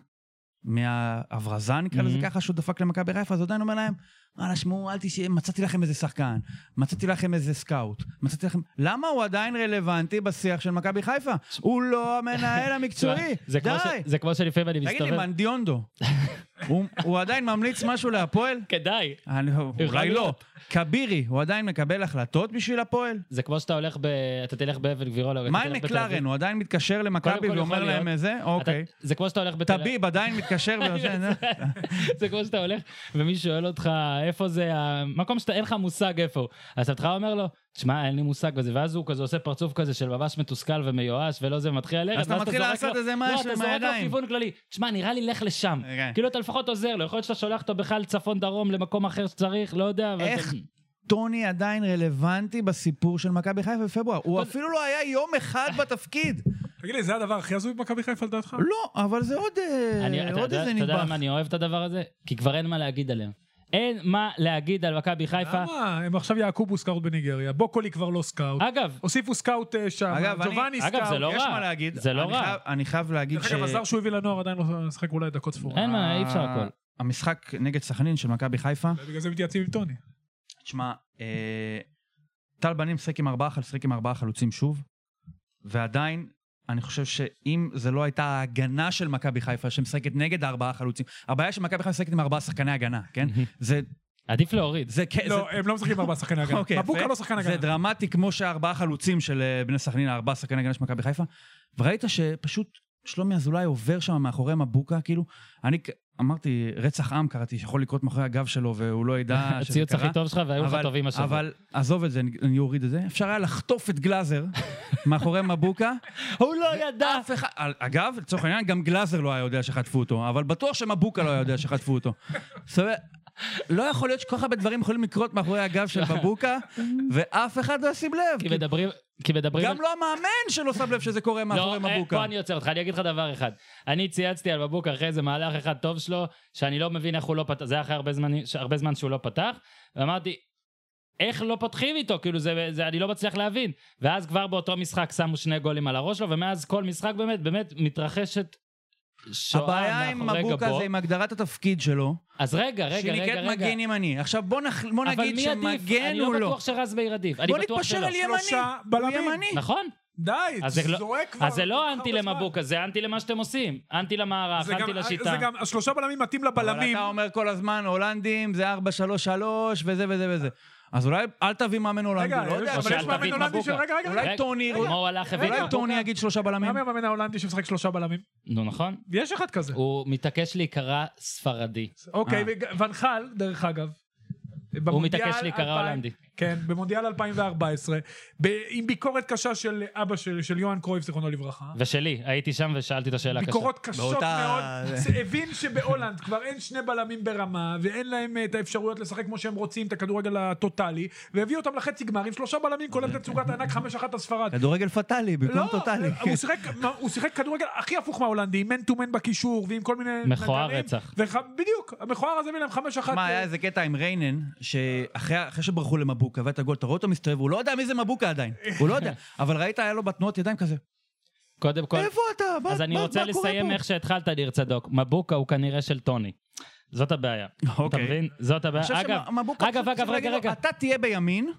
מההברזה נקרא לזה Mhm. ככה, שהוא דפק למכבי חיפה, אז עדיין אומר להם, וואלה, שמעו, אל תשאי, מצאתי לכם איזה שחקן, מצאתי לכם איזה סקאוט, מצאתי לכם... למה הוא עדיין רלוונטי בשיח של מכבי חיפה? הוא לא המנהל המקצועי, זה כמו ש- די. זה כמו שלפעמים אני תגיד לי, מסתובב. מנדיונדו, הוא- הוא עדיין ממליץ משהו להפועל? כדאי. אני- אולי לא. להיות. כבירי, הוא עדיין מקבל החלטות בשביל הפועל? זה כמו שאתה הולך ב... אתה תלך באבן גבירול. או אתה מה תלך עם בתל מקלרן? אביב. הוא עדיין מתקשר למכבי קודם כל ואומר יכול להם להיות. איזה? אתה- אוקיי. זה כמו שאתה הולך בתל אביב. טביב עדיין מתקשר ועושה... זה כמו שאתה הולך, ומי שואל אותך איפה זה, המקום שאתה, אין לך מושג איפה הוא. אז אתה אומר לו, תשמע, אין לי מושג בזה, ואז הוא כזה עושה פרצוף כזה של ממש מתוסכל ומיואש, ולא זה, ומתחיל ללכת. אז אתה ואז מתחיל זורק לעשות לו- איזה לא, משהו אתה זורק לו מהידיים. כיוון כללי. תשמע, נראה לי לך לשם. כן. כאילו אתה לפחות עוזר לו, יכול להיות שאתה שולח אותו בכלל צפון דרום למקום אחר שצריך, לא יודע. אבל איך? זה- טוני עדיין רלוונטי בסיפור של מכבי חיפה בפברואר. הוא אפילו לא היה יום אחד בתפקיד. תגיד לי, זה הדבר הכי הזוי במכבי חיפה לדעתך? לא, אבל זה עוד אה, אני- אתה עוד יודע- איזה אתה יודע נדבך. למה אני אוהב את הדבר הזה? כי כבר אין מה להגיד עליהם. אין מה להגיד על מכבי חיפה. למה? הם עכשיו יעקובו סקאוט בניגריה, בוקולי כבר לא סקאוט, אגב, הוסיפו סקאוט אה, שם, אגב, אני- ג'ובאני אגב, זה סקאוט. לא יש רע. מה להגיד. זה לא אני רע. חייב- אני חייב להגיד דרך ש... אגב, הזר שהוא הביא לנוער עדיין לא משחק אולי דקות ספורות. אין מה, אי אפשר הכל. המשחק נגד סכנין של מכבי חיפה, בגלל זה מתייעצים עם טוני. תשמע, אה, טל בנים משחק עם ארבעה, משחק עם ארבעה חלוצים שוב, ועדיין, אני חושב שאם זה לא הייתה ההגנה של מכבי חיפה שמשחקת נגד הארבעה חלוצים, הבעיה של מכבי חיפה משחקת עם ארבעה שחקני הגנה, כן? זה... עדיף להוריד. זה... זה- לא, הם לא משחקים בארבעה שחקני הגנה. אוקיי, מבוקה יפה. לא שחקן זה הגנה. דרמטי כמו שהארבעה חלוצים של אה, בני סכנין, הארבעה שחקני הגנה של מכבי חיפה, וראית שפשוט שלומי אזולאי עובר שם מאחורי מבוקה, כאילו, אני כ- אמרתי, רצח עם קראתי, שיכול לקרות מאחורי הגב שלו, והוא לא ידע שזה הציוץ הכי קרה. טוב שלך והיו לך אבל- טובים השבוע. אבל עזוב את זה, אני- אני אוריד את זה. אפשר היה לחטוף את גלאזר מאחורי מבוקה. הוא לא ידע. אף אחד, אגב, לצורך העניין, גם גלאזר לא היה יודע שחטפו אותו, אבל בטוח שמבוקה לא היה יודע שחטפו אותו. זאת אומרת, לא יכול להיות שכל כך הרבה דברים יכולים לקרות מאחורי הגב של מבוקה, ואף אחד לא ישים לב. כי מדברים... כי מדברים... גם לא המאמן שלא שם לב שזה קורה מאחורי לא, אה, מבוקה. פה אני עוצר אותך, אני אגיד לך דבר אחד. אני צייצתי על מבוקה אחרי איזה מהלך אחד טוב שלו, שאני לא מבין איך הוא לא פתח, זה היה אחרי הרבה זמן, הרבה זמן שהוא לא פתח, ואמרתי, איך לא פותחים איתו? כאילו זה, זה, אני לא מצליח להבין. ואז כבר באותו משחק שמו שני גולים על הראש שלו, ומאז כל משחק באמת, באמת מתרחשת שואה הבעיה עם מאחורי מבוקה גבו. זה עם הגדרת התפקיד שלו, אז רגע, רגע, רגע, שנקראת רגע. מגן ימני. עכשיו בוא נח- בוא אבל נגיד מי עדיף? שמגן אני הוא לא לא. בטוח שרז מאיר עדיף. אני בוא בטוח נתפשר שלא. על ימני. שלושה הוא בלמים. ימני. נכון? די, אז זה לא- זורק כבר. אז זה לא כל אנטי כך הרבה למבוקה, זה אנטי למה שאתם עושים. אנטי למערך, זה אנטי גם- לשיטה. זה גם, השלושה בלמים מתאים אבל לבלמים. אתה אומר כל הזמן, הולנדים זה ארבע שלוש שלוש וזה וזה וזה. אז אולי אל תביא מאמן הולנדי, רגע, לא יודע. אבל שאל יש מאמן תביא את הולנדי מבוקה. של... רגע, רגע, אולי רגע. טוני, כמו הוא הלך הביא את אולי מבוקה. טוני יגיד שלושה בלמים. מה המאמן ההולנדי שמשחק שלושה בלמים? נו נכון. יש אחד כזה. הוא מתעקש להיקרא ספרדי. אוקיי, אה. ונחל, דרך אגב. הוא במונדיאל מתעקש להיקרא אלפיים הולנדי. כן, במונדיאל אלפיים וארבע עשרה, ב- עם ביקורת קשה של אבא של, של יוהאן קרויף, זיכרונו לברכה. ושלי, הייתי שם ושאלתי את השאלה הקשה. ביקורות קשות באותה- מאוד, זה הבין שבהולנד כבר אין שני בלמים ברמה, ואין להם אה, את האפשרויות לשחק כמו שהם רוצים, את הכדורגל הטוטלי, והביא אותם לחצי גמר עם שלושה בלמים, כולל תצוגת הענק חמש אחת הספרד. כדורגל פטאלי, במקום לא, טוטאלי. הוא שיחק, הוא שיחק כדורגל הכי הפוך מההולנדי, עם מן טו מן בקישור, ועם כל מיני... מכוער נגנים, רצח. וח... בדיוק, המכוער הזה הביא להם חמש אחת... מה, היה איזה קטע עם ריינן, שאחרי אחרי שברחו למבוקה ואת הגול, אתה רואה אותו מסתובב, הוא לא יודע מי זה מבוקה עדיין, הוא לא יודע, אבל ראית, היה לו בתנועות ידיים כזה, קודם כל, איפה אתה? מה- אז אני מה- רוצה מה קורה לסיים פה? איך שהתחלת, ניר צדוק. מבוקה הוא כנראה של טוני. זאת הבעיה. אתה אוקיי. מבין? זאת הבעיה. אני חושב אגב, שמבוקה אגב, פשוט אגב, צריך רגע, להגיד לו, רגע. אתה תהיה בימין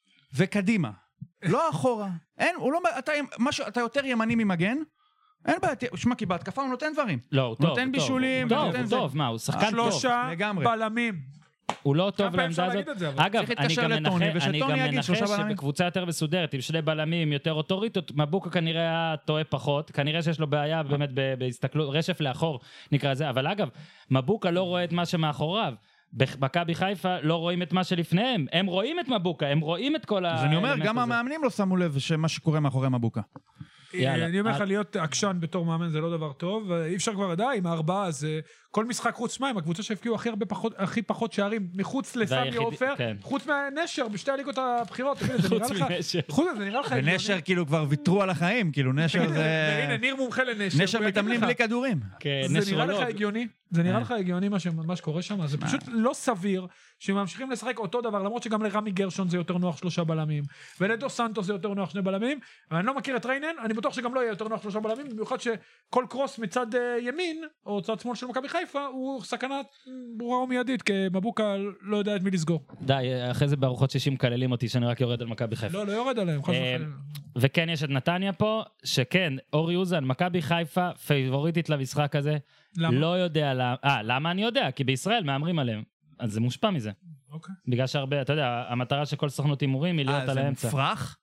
וקדימה, לא אחורה. אין, הוא לא, אתה, משהו, אתה יותר ימני ממגן, אין בעיה, שמע, כי בהתקפה הוא נותן דברים. לא, הוא טוב. נותן הוא טוב. בישולים, הוא טוב, ונותן הוא זה. טוב, מה, הוא שחקן טוב. שלושה לגמרי. בלמים. הוא לא כמה טוב פעמים אפשר לעמדה להגיד הזאת. את זה, אבל אגב, צריך אני להתקשר גם לטוני, מנחש, אני ושטוני גם יגיד מנחש שלושה בלמים. שבקבוצה יותר מסודרת, עם שני בלמים יותר אוטוריטות, מבוקה כנראה היה טועה פחות, כנראה שיש לו בעיה באמת ב- בהסתכלות, רשף לאחור נקרא זה, אבל אגב, מבוקה לא רואה את מה שמאחוריו. במכבי חיפה לא רואים את מה שלפניהם, הם רואים את מבוקה, הם רואים את כל ה... אז אני אומר, גם המאמנים לא שמו לב שמה שקורה מאחורי מבוקה. יאללה. אני אומר לך, להיות עקשן בתור מאמן זה לא דבר טוב, אי אפשר כבר לדעת, עם הארבעה, אז כל משחק חוץ מים, הקבוצה שהפקיעו הכי הרבה פחות, הכי פחות שערים, מחוץ לסמי עופר, כן. חוץ מהנשר, בשתי הליגות הבחירות, זה נראה לך, חוץ מזה, נראה לך הגיוני. ונשר כאילו כבר ויתרו על החיים, כאילו נשר זה... והנה, ניר מומחה לנשר. נשר מתאמנים בלי כדורים. זה נראה לך הגיוני? זה נראה לך הגיוני מה שקורה שם? זה פשוט לא סביר שממשיכים לשחק אותו דבר, למרות שגם לרמי גרשון זה יותר נוח שלושה בלמים, ולדו סנטוס זה יותר נוח שני בלמים, ואני לא מכיר את ריינן, אני בטוח שגם לא יהיה יותר נוח שלושה בלמים, במיוחד שכל קרוס מצד ימין, או צד שמאל של מכבי חיפה, הוא סכנה ברורה ומיידית, כי מבוקה לא יודע את מי לסגור. די, אחרי זה בארוחות שישים כללים אותי שאני רק יורד על מכבי חיפה. לא, לא יורד עליהם. וכן, יש את נתניה פה, שכן, אורי אוזן, מכבי חיפה, פייבוריטית למשחק הזה, לא יודע למה, אה, למה אני יודע? כי בישראל מאמרים עליהם. אז זה מושפע מזה. אוקיי. בגלל שהרבה, אתה יודע, המטרה של כל סוכנות הימורים היא להיות על האמצע. אה, זה מופרך?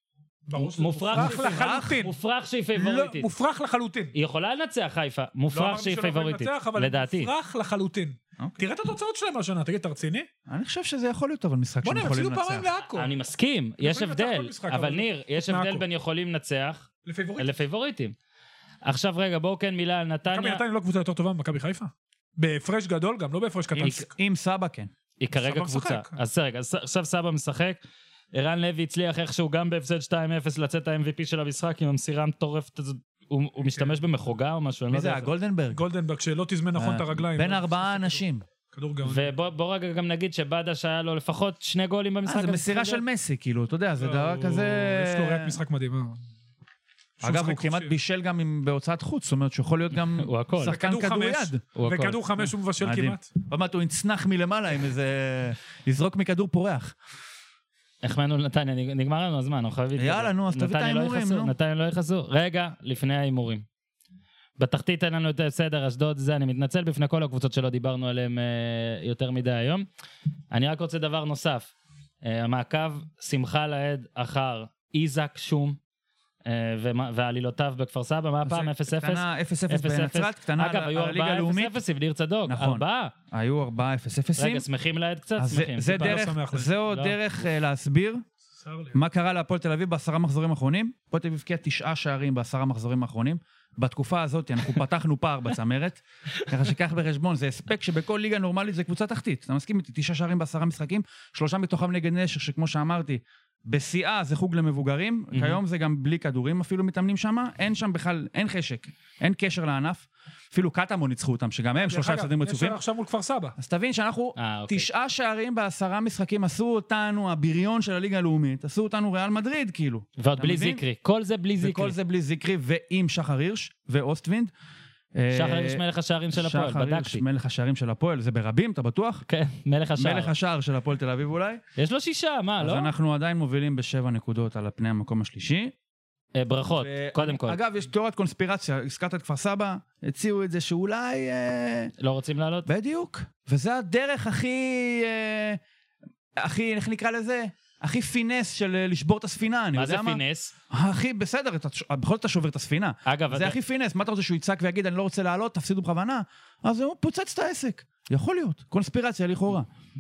מופרך לחלוטין. מופרך שהיא פייבוריטית. מופרך לחלוטין. היא יכולה לנצח חיפה, מופרך שהיא פייבוריטית, לדעתי. מופרך לחלוטין. תראה את התוצאות שלהם השנה, תגיד, אתה רציני? אני חושב שזה יכול להיות אבל משחק שהם יכולים לנצח. בוא נפסידו פעמיים לעכו. אני מסכים, יש הבדל, אבל ניר, יש הבדל בין יכולים לנצח לפייבוריטים. עכשיו רגע, בואו כן מילה על נתניה. מכבי נתניה לא קבוצה יותר טובה ממכבי חיפה? בהפרש גדול גם, לא בהפרש קטן. עם סבא כן. היא כרגע קבוצה. אז רגע, עכשיו סבא משחק. ערן לוי הצליח איכשהו גם בהפסד שתיים אפס לצאת ה-אם וי פי של המשחק עם המסירה המטורפת הזאת. הוא משתמש במחוגה או משהו? מי זה? גולדנברג? גולדנברג שלא תזמן נכון את הרגליים. בין ארבעה אנשים. ובוא רגע גם נגיד שבאדה שהיה לו לפחות שני גולים במשחק. זה מסירה של מסי, כאילו, אתה יודע, זה דבר כזה... יש לו ריאת משחק מדהים. אגב, הוא כמעט בישל גם בהוצאת חוץ, זאת אומרת שיכול להיות גם שחקן כדוריד. וכדור חמש הוא מבשל כמעט. עוד מעט הוא יצנח מלמעלה עם איזה... לזרוק מכדור פורח. החמאנו לנתניה, נגמר לנו הזמן, יאללה, נו, אז תביא את האימורים, נו. נתניה לא יחסו. רגע, לפני האימורים. בתחתית אין לנו את סדר, אשדוד זה, אני מתנצל בפני כל הקבוצות שלא דיברנו עליהן יותר מדי היום. אני רק רוצה דבר נוסף. המעקב שמחה לעד אחר איזק שום, ועלילותיו בכפר סבא, מה הפעם? אפס אפס? קטנה אפס אפס בנצרת, קטנה על הליגה הלאומית. אגב, היו ארבעה אפס אפס, בניר צדוק, ארבעה. היו ארבעה אפס אפסים. רגע, שמחים לעד קצת? שמחים. זהו דרך להסביר מה קרה להפועל תל אביב בעשרה מחזורים האחרונים. הפועל תל אביב הבקיעה תשעה שערים בעשרה מחזורים האחרונים. בתקופה הזאת אנחנו פתחנו פער בצמרת, ככה שכך בחשבון, זה הספק שבכל ליגה נורמלית זה קבוצה תחתית. אתה מסכים איתי? תשעה שערים בעשרה משחקים, שלושה מתוכם נגד נשר, שכמו שאמרתי, בשיאה זה חוג למבוגרים, כיום זה גם בלי כדורים אפילו מתאמנים שם, אין שם בכלל, אין חשק, אין קשר לענף, אפילו קטמון ניצחו אותם, שגם הם שלושה הפסדים רצופים. יש עכשיו מול כפר סבא. אז תבין שאנחנו תשעה שערים בעשרה משחקים, עשו אותנו, הבריון של הליגה הלאומית, עשו אותנו ריאל מדריד, כאילו. ועוד בלי זיקרי, כל זה בלי זיקרי. וכל זה בלי זיקרי, ועם שחר הירש ואוסטווינד. שחר הירש מלך השערים של הפועל, בדקתי. שחר הירש מלך השערים של הפועל, זה ברבים, אתה בטוח? כן, מלך השער. מלך השער של הפועל תל אביב אולי. יש לו שישה, מה, לא? אז אנחנו עדיין מובילים בשבע נקודות על פני המקום השלישי. ברכות, קודם כל. אגב, יש תיאוריית קונספירציה, הזכרת את כפר סבא, הציעו את זה שאולי... לא רוצים לעלות? בדיוק. וזה הדרך הכי... הכי, איך נקרא לזה? הכי פינס של לשבור את הספינה, אני יודע מה? מה זה פינס? הכי בסדר, בכל זאת אתה שובר את הספינה. אגב, זה הכי פינס, מה אתה רוצה שהוא יצעק ויגיד, אני לא רוצה לעלות, תפסידו בכוונה? אז הוא פוצץ את העסק. יכול להיות, קונספירציה לכאורה.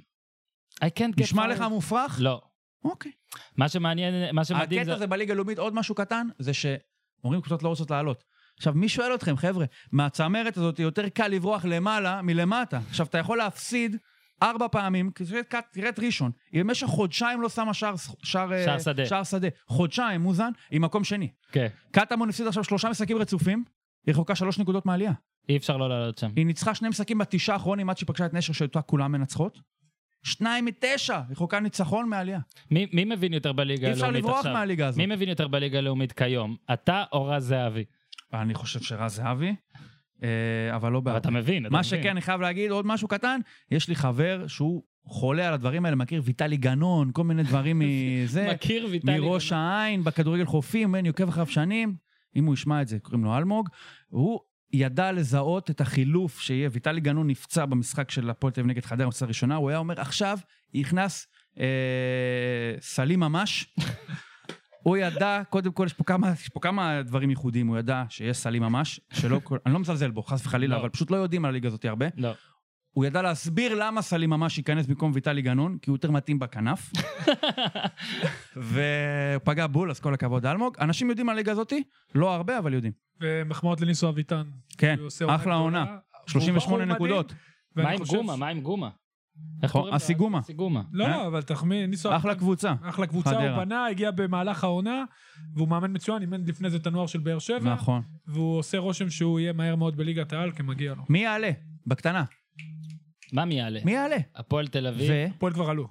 נשמע לך מופרך? לא. אוקיי. מה שמעניין, מה שמדהים הקטע הזה בליגה הלאומית, עוד משהו קטן, זה שאומרים קבוצות לא רוצות לעלות. עכשיו, מי שואל אתכם, חבר'ה, מהצמרת הזאת יותר קל לברוח למעלה מלמטה. עכשיו, אתה יכול להפסיד ארבע פעמים, תראה את ראשון, היא במשך חודשיים לא שמה שער, שער, שער שדה. שער שדה. חודשיים, מוזן, עם מקום שני. כן. קטמון הפסיד עכשיו שלושה משחקים רצופים, היא רחוקה שלוש נקודות מעלייה. אי אפשר לא לעלות שם. היא ניצחה שני משחקים בתשעה האחרונים, עד שהיא פגשה את נשר שאותה כולם מנצחות. שניים מתשע, רחוקה ניצחון מעלייה. מי, מי מבין יותר בליגה הלאומית עכשיו? אי אפשר לברוח מהליגה הזאת. מי מבין יותר בליגה הלאומית כיום? אתה או רז זהבי? אני חושב שרז זהבי. אבל לא בעד. אתה מבין, אתה מבין. מה שכן, אני חייב להגיד עוד משהו קטן, יש לי חבר שהוא חולה על הדברים האלה, מכיר ויטלי גנון, כל מיני דברים מזה. מכיר ויטלי גנון. מראש העין, בכדורגל חופים, אני עוקב אחריו שנים, אם הוא ישמע את זה, קוראים לו אלמוג, הוא ידע לזהות את החילוף שיהיה, ויטלי גנון נפצע במשחק של הפועל תל אביב נגד חדרה, בקבוצה הראשונה, הוא היה אומר, עכשיו יכנס סלים ממש, הוא ידע, קודם כל, יש פה כמה, יש פה כמה דברים ייחודיים, הוא ידע שיש סלים ממש, שלא, אני לא מזלזל בו, חס וחלילה, אבל פשוט לא יודעים על הליגה הזאת הרבה. לא. הוא ידע להסביר למה סלים ממש ייכנס במקום ויטלי גנון, כי הוא יותר מתאים בכנף. ופגע בול, אז כל הכבוד אלמוג. אנשים יודעים על הליגה הזאתי? לא הרבה, אבל יודעים. ומחמאות לניסו אביטן. כן, אחלה עונה. שלושים ושמונה נקודות. מה עם גומה? מה עם גומה? איך קוראים לה? הסיגומה. הסיגומה. לא, אבל תחמיא, ניסו... אחלה קבוצה. אחלה קבוצה, הוא בנה, הגיע במהלך העונה, והוא מאמן מצוין, אימן לפני זה את הנוער של באר שבע. נכון. והוא עושה רושם שהוא יהיה מהר מאוד בליגת העל, כמגיע לו. מי יעלה? בקטנה. מה מי יעלה? מי יעלה? הפועל תל אביב. הפועל כבר עלו.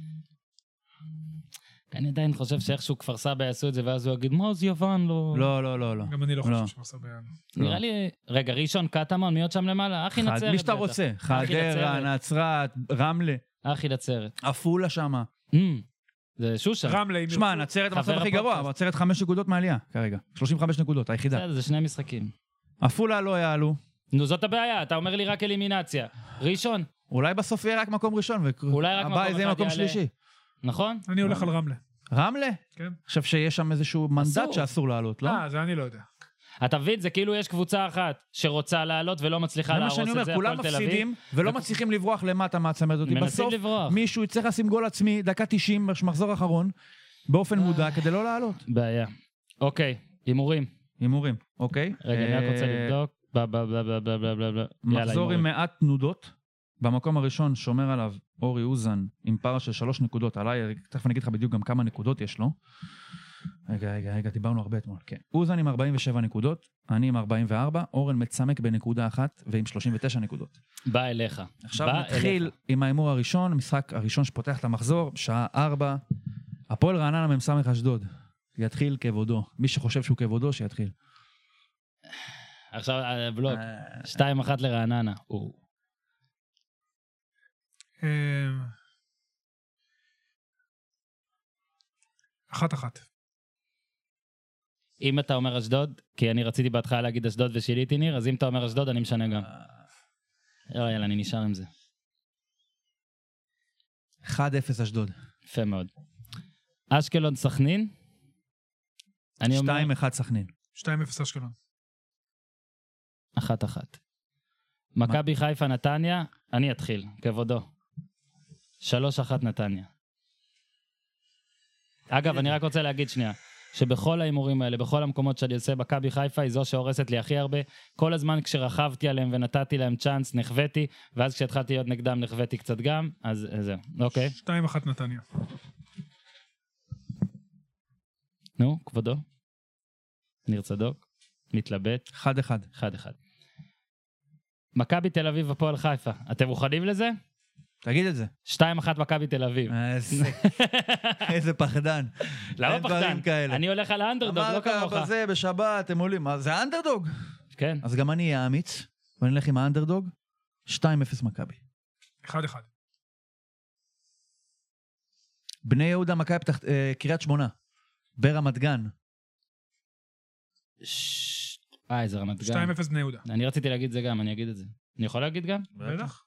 אני עדיין חושב שאיכשהו כפר סבא יעשו את זה, ואז הוא יגיד, מה זה יוון? לא, לא, לא, לא. גם אני לא חושב שכפר סבא יעלו. נראה לי... רגע, ראשון, קטמון, מי עוד שם למעלה? אחי נצרת. מי שאתה רוצה. חדרה, נצרת, רמלה. אחי נצרת. עפולה שמה. זה שושה. רמלה. שמע, נצרת המצב הכי גרוע, אבל נצרת חמש נקודות מעלייה כרגע. שלושים וחמש נקודות, היחידה. זה שני משחקים. עפולה לא יעלו. נו, זאת הבעיה, אתה אומר לי רק אלימינציה. ראשון. אולי בסוף יהיה רק מקום ראשון, והבא זה יהיה מקום שלישי. נכון? אני הולך על רמלה. רמלה? כן. אני חושב שיש שם איזשהו מנדט שאסור לעלות, לא? אה, זה אני לא יודע. אתה מבין, זה כאילו יש קבוצה אחת שרוצה לעלות ולא מצליחה להרוס את זה, זה מה שאני אומר, כולם מפסידים ולא מצליחים לברוח למטה מהצמרת הזאת. בסוף מישהו יצטרך לשים גול עצמי, דקה תשעים, מחזור אחרון, באופן מודע, כדי לא לעלות. בעיה. אוקיי, הימורים. הימורים, אוקיי. רגע, אני רק רוצה לבדוק. מחזור עם מעט תנודות. במקום הראשון שומר עליו אורי אוזן עם פער של שלוש נקודות. עליי, תכף אני אגיד לך בדיוק גם כמה נקודות יש לו. רגע, רגע, רגע, דיברנו הרבה אתמול. כן. אוזן עם ארבעים ושבע נקודות, אני עם ארבעים וארבע, אורן מצמק בנקודה אחת ועם שלושים ותשע נקודות. בא אליך. עכשיו נתחיל עם האימור הראשון, המשחק הראשון שפותח את המחזור, בשעה ארבע. הפועל רעננה מ"ס אשדוד. יתחיל כבודו. מי שחושב שהוא כבודו, שיתחיל. עכשיו בלוק. שתיים אחת לרעננה. אחת אחת. אם אתה אומר אשדוד, כי אני רציתי בהתחלה להגיד אשדוד ושיליתי ניר, אז אם אתה אומר אשדוד, אני משנה גם. יאללה, אני נשאר עם זה. אחד אפס אשדוד. יפה מאוד. אשקלון סכנין. שתיים אחת סכנין. שתיים אפס אשקלון. אחת אחת. מכבי חיפה נתניה, אני אתחיל, כבודו. שלוש אחת נתניה. אגב, אני רק רוצה להגיד שנייה, שבכל האימורים האלה, בכל המקומות שאני עושה, מכבי חיפה היא זו שהורסת לי הכי הרבה. כל הזמן כשרכבתי עליהם ונתתי להם צ'אנס, נחוויתי, ואז כשהתחלתי להיות נגדם, נחוויתי קצת גם, אז זהו, אוקיי. שתיים אחת נתניה. נו, כבודו. ניר צדוק, מתלבט. אחד אחד. אחד אחד. מכבי תל אביב הפועל חיפה, אתם מוכנים לזה? תגיד את זה. שתיים אחת מכבי תל אביב. איזה פחדן. למה פחדן? אני הולך על האנדרדוג, לא כמוך. אמרת בזה, בשבת, הם עולים. זה האנדרדוג? כן. אז גם אני אהיה אמיץ, ואני אלך עם האנדרדוג, שתיים אפס מכבי. אחד אחד. בני יהודה, מכבי פתח... קריית שמונה. ברמת גן. אה, איזה רמת גן. שתיים אפס בני יהודה. אני רציתי להגיד זה גם, אני אגיד את זה. אני יכול להגיד גם? בטח.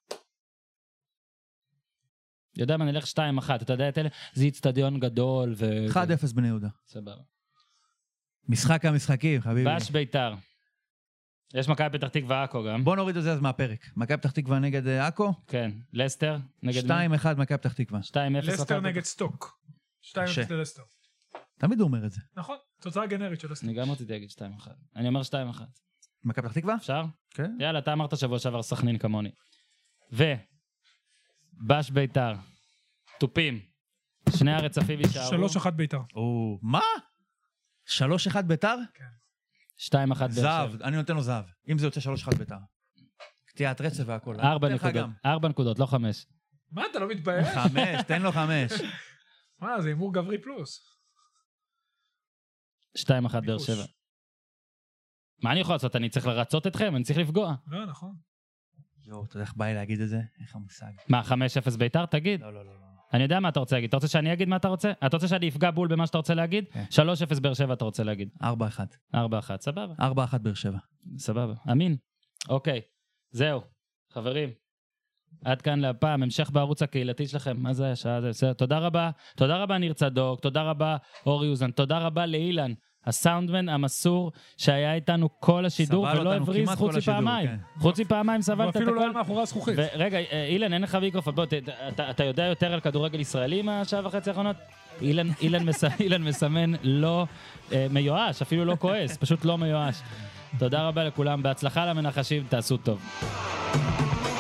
יודע מה, נלך שתיים אחת, אתה יודע את אלה? זה אצטדיון גדול ו... אחד אפס בני יהודה. סבבה. משחק המשחקים, חביבי. בש ביתר. יש מכבי פתח תקווה עכו גם. בוא נוריד את זה אז מהפרק. מכבי פתח תקווה נגד עכו? כן. לסטר נגד מי? שתיים אחת מכבי פתח תקווה. שתיים אפס. לסטר נגד סטוק. שתיים אפס ללסטר. תמיד הוא אומר את זה. נכון, תוצאה גנרית של לסטר. אני גם רציתי להגיד שתיים אחת. אני אומר שתיים אחת. מכבי פתח תקווה? אפשר? כן. יאללה, אתה אמרת שבוע שעבר סכנין כמוני. ו... בש ביתר. טופים. שני הרצפים יישארו. שלוש אחת ביתר. מה? שלוש אחת ביתר? כן. שתיים אחת באר שבע. זהב, אני נותן לו זהב. אם זה יוצא שלוש אחת ביתר. קטיעת רצף והכל. ארבע נקודות. ארבע נקודות, לא חמש. מה, אתה לא מתבייש? חמש, תן לו חמש. מה, זה הימור גברי פלוס. שתיים אחת באר שבע. מה אני יכול לעשות? אני צריך לרצות אתכם? אני צריך לפגוע. לא, נכון. יואו, אתה יודע איך בא לי להגיד את זה? איך המושג? מה, חמש אפס ביתר? תגיד. לא, לא, לא. אני יודע מה אתה רוצה להגיד. אתה רוצה שאני אגיד מה אתה רוצה? אתה רוצה שאני אפגע בול במה שאתה רוצה להגיד? שלוש אפס באר שבע אתה רוצה להגיד. ארבע אחת. ארבע אחת, סבבה. ארבע אחת באר שבע. סבבה, אמין. אוקיי, זהו. חברים, עד כאן להפעם, המשך בערוץ הקהילתי שלכם. מה זה השעה? זה בסדר. תודה רבה. תודה רבה ניר צדוק, תודה רבה אורי אוזן, תודה רבה לאילן הסאונדמן המסור שהיה איתנו כל השידור, סבל ולא אותנו הבריז כמעט חוץ כל השידור, מפעמיים. כן. חוץ מפעמיים סבל הוא את הכל. אפילו לא היה מאחורי הזכוכית. ורגע, אילן, אין לך מיקרופון, בוא, ת- אתה אתה יודע יותר על כדורגל ישראלי מהשעה וחצי האחרונות? אילן, אילן, מס, אילן מסמן לא אה, מיואש, אפילו לא כועס, פשוט לא מיואש. תודה רבה לכולם, בהצלחה למנחשים, תעשו טוב.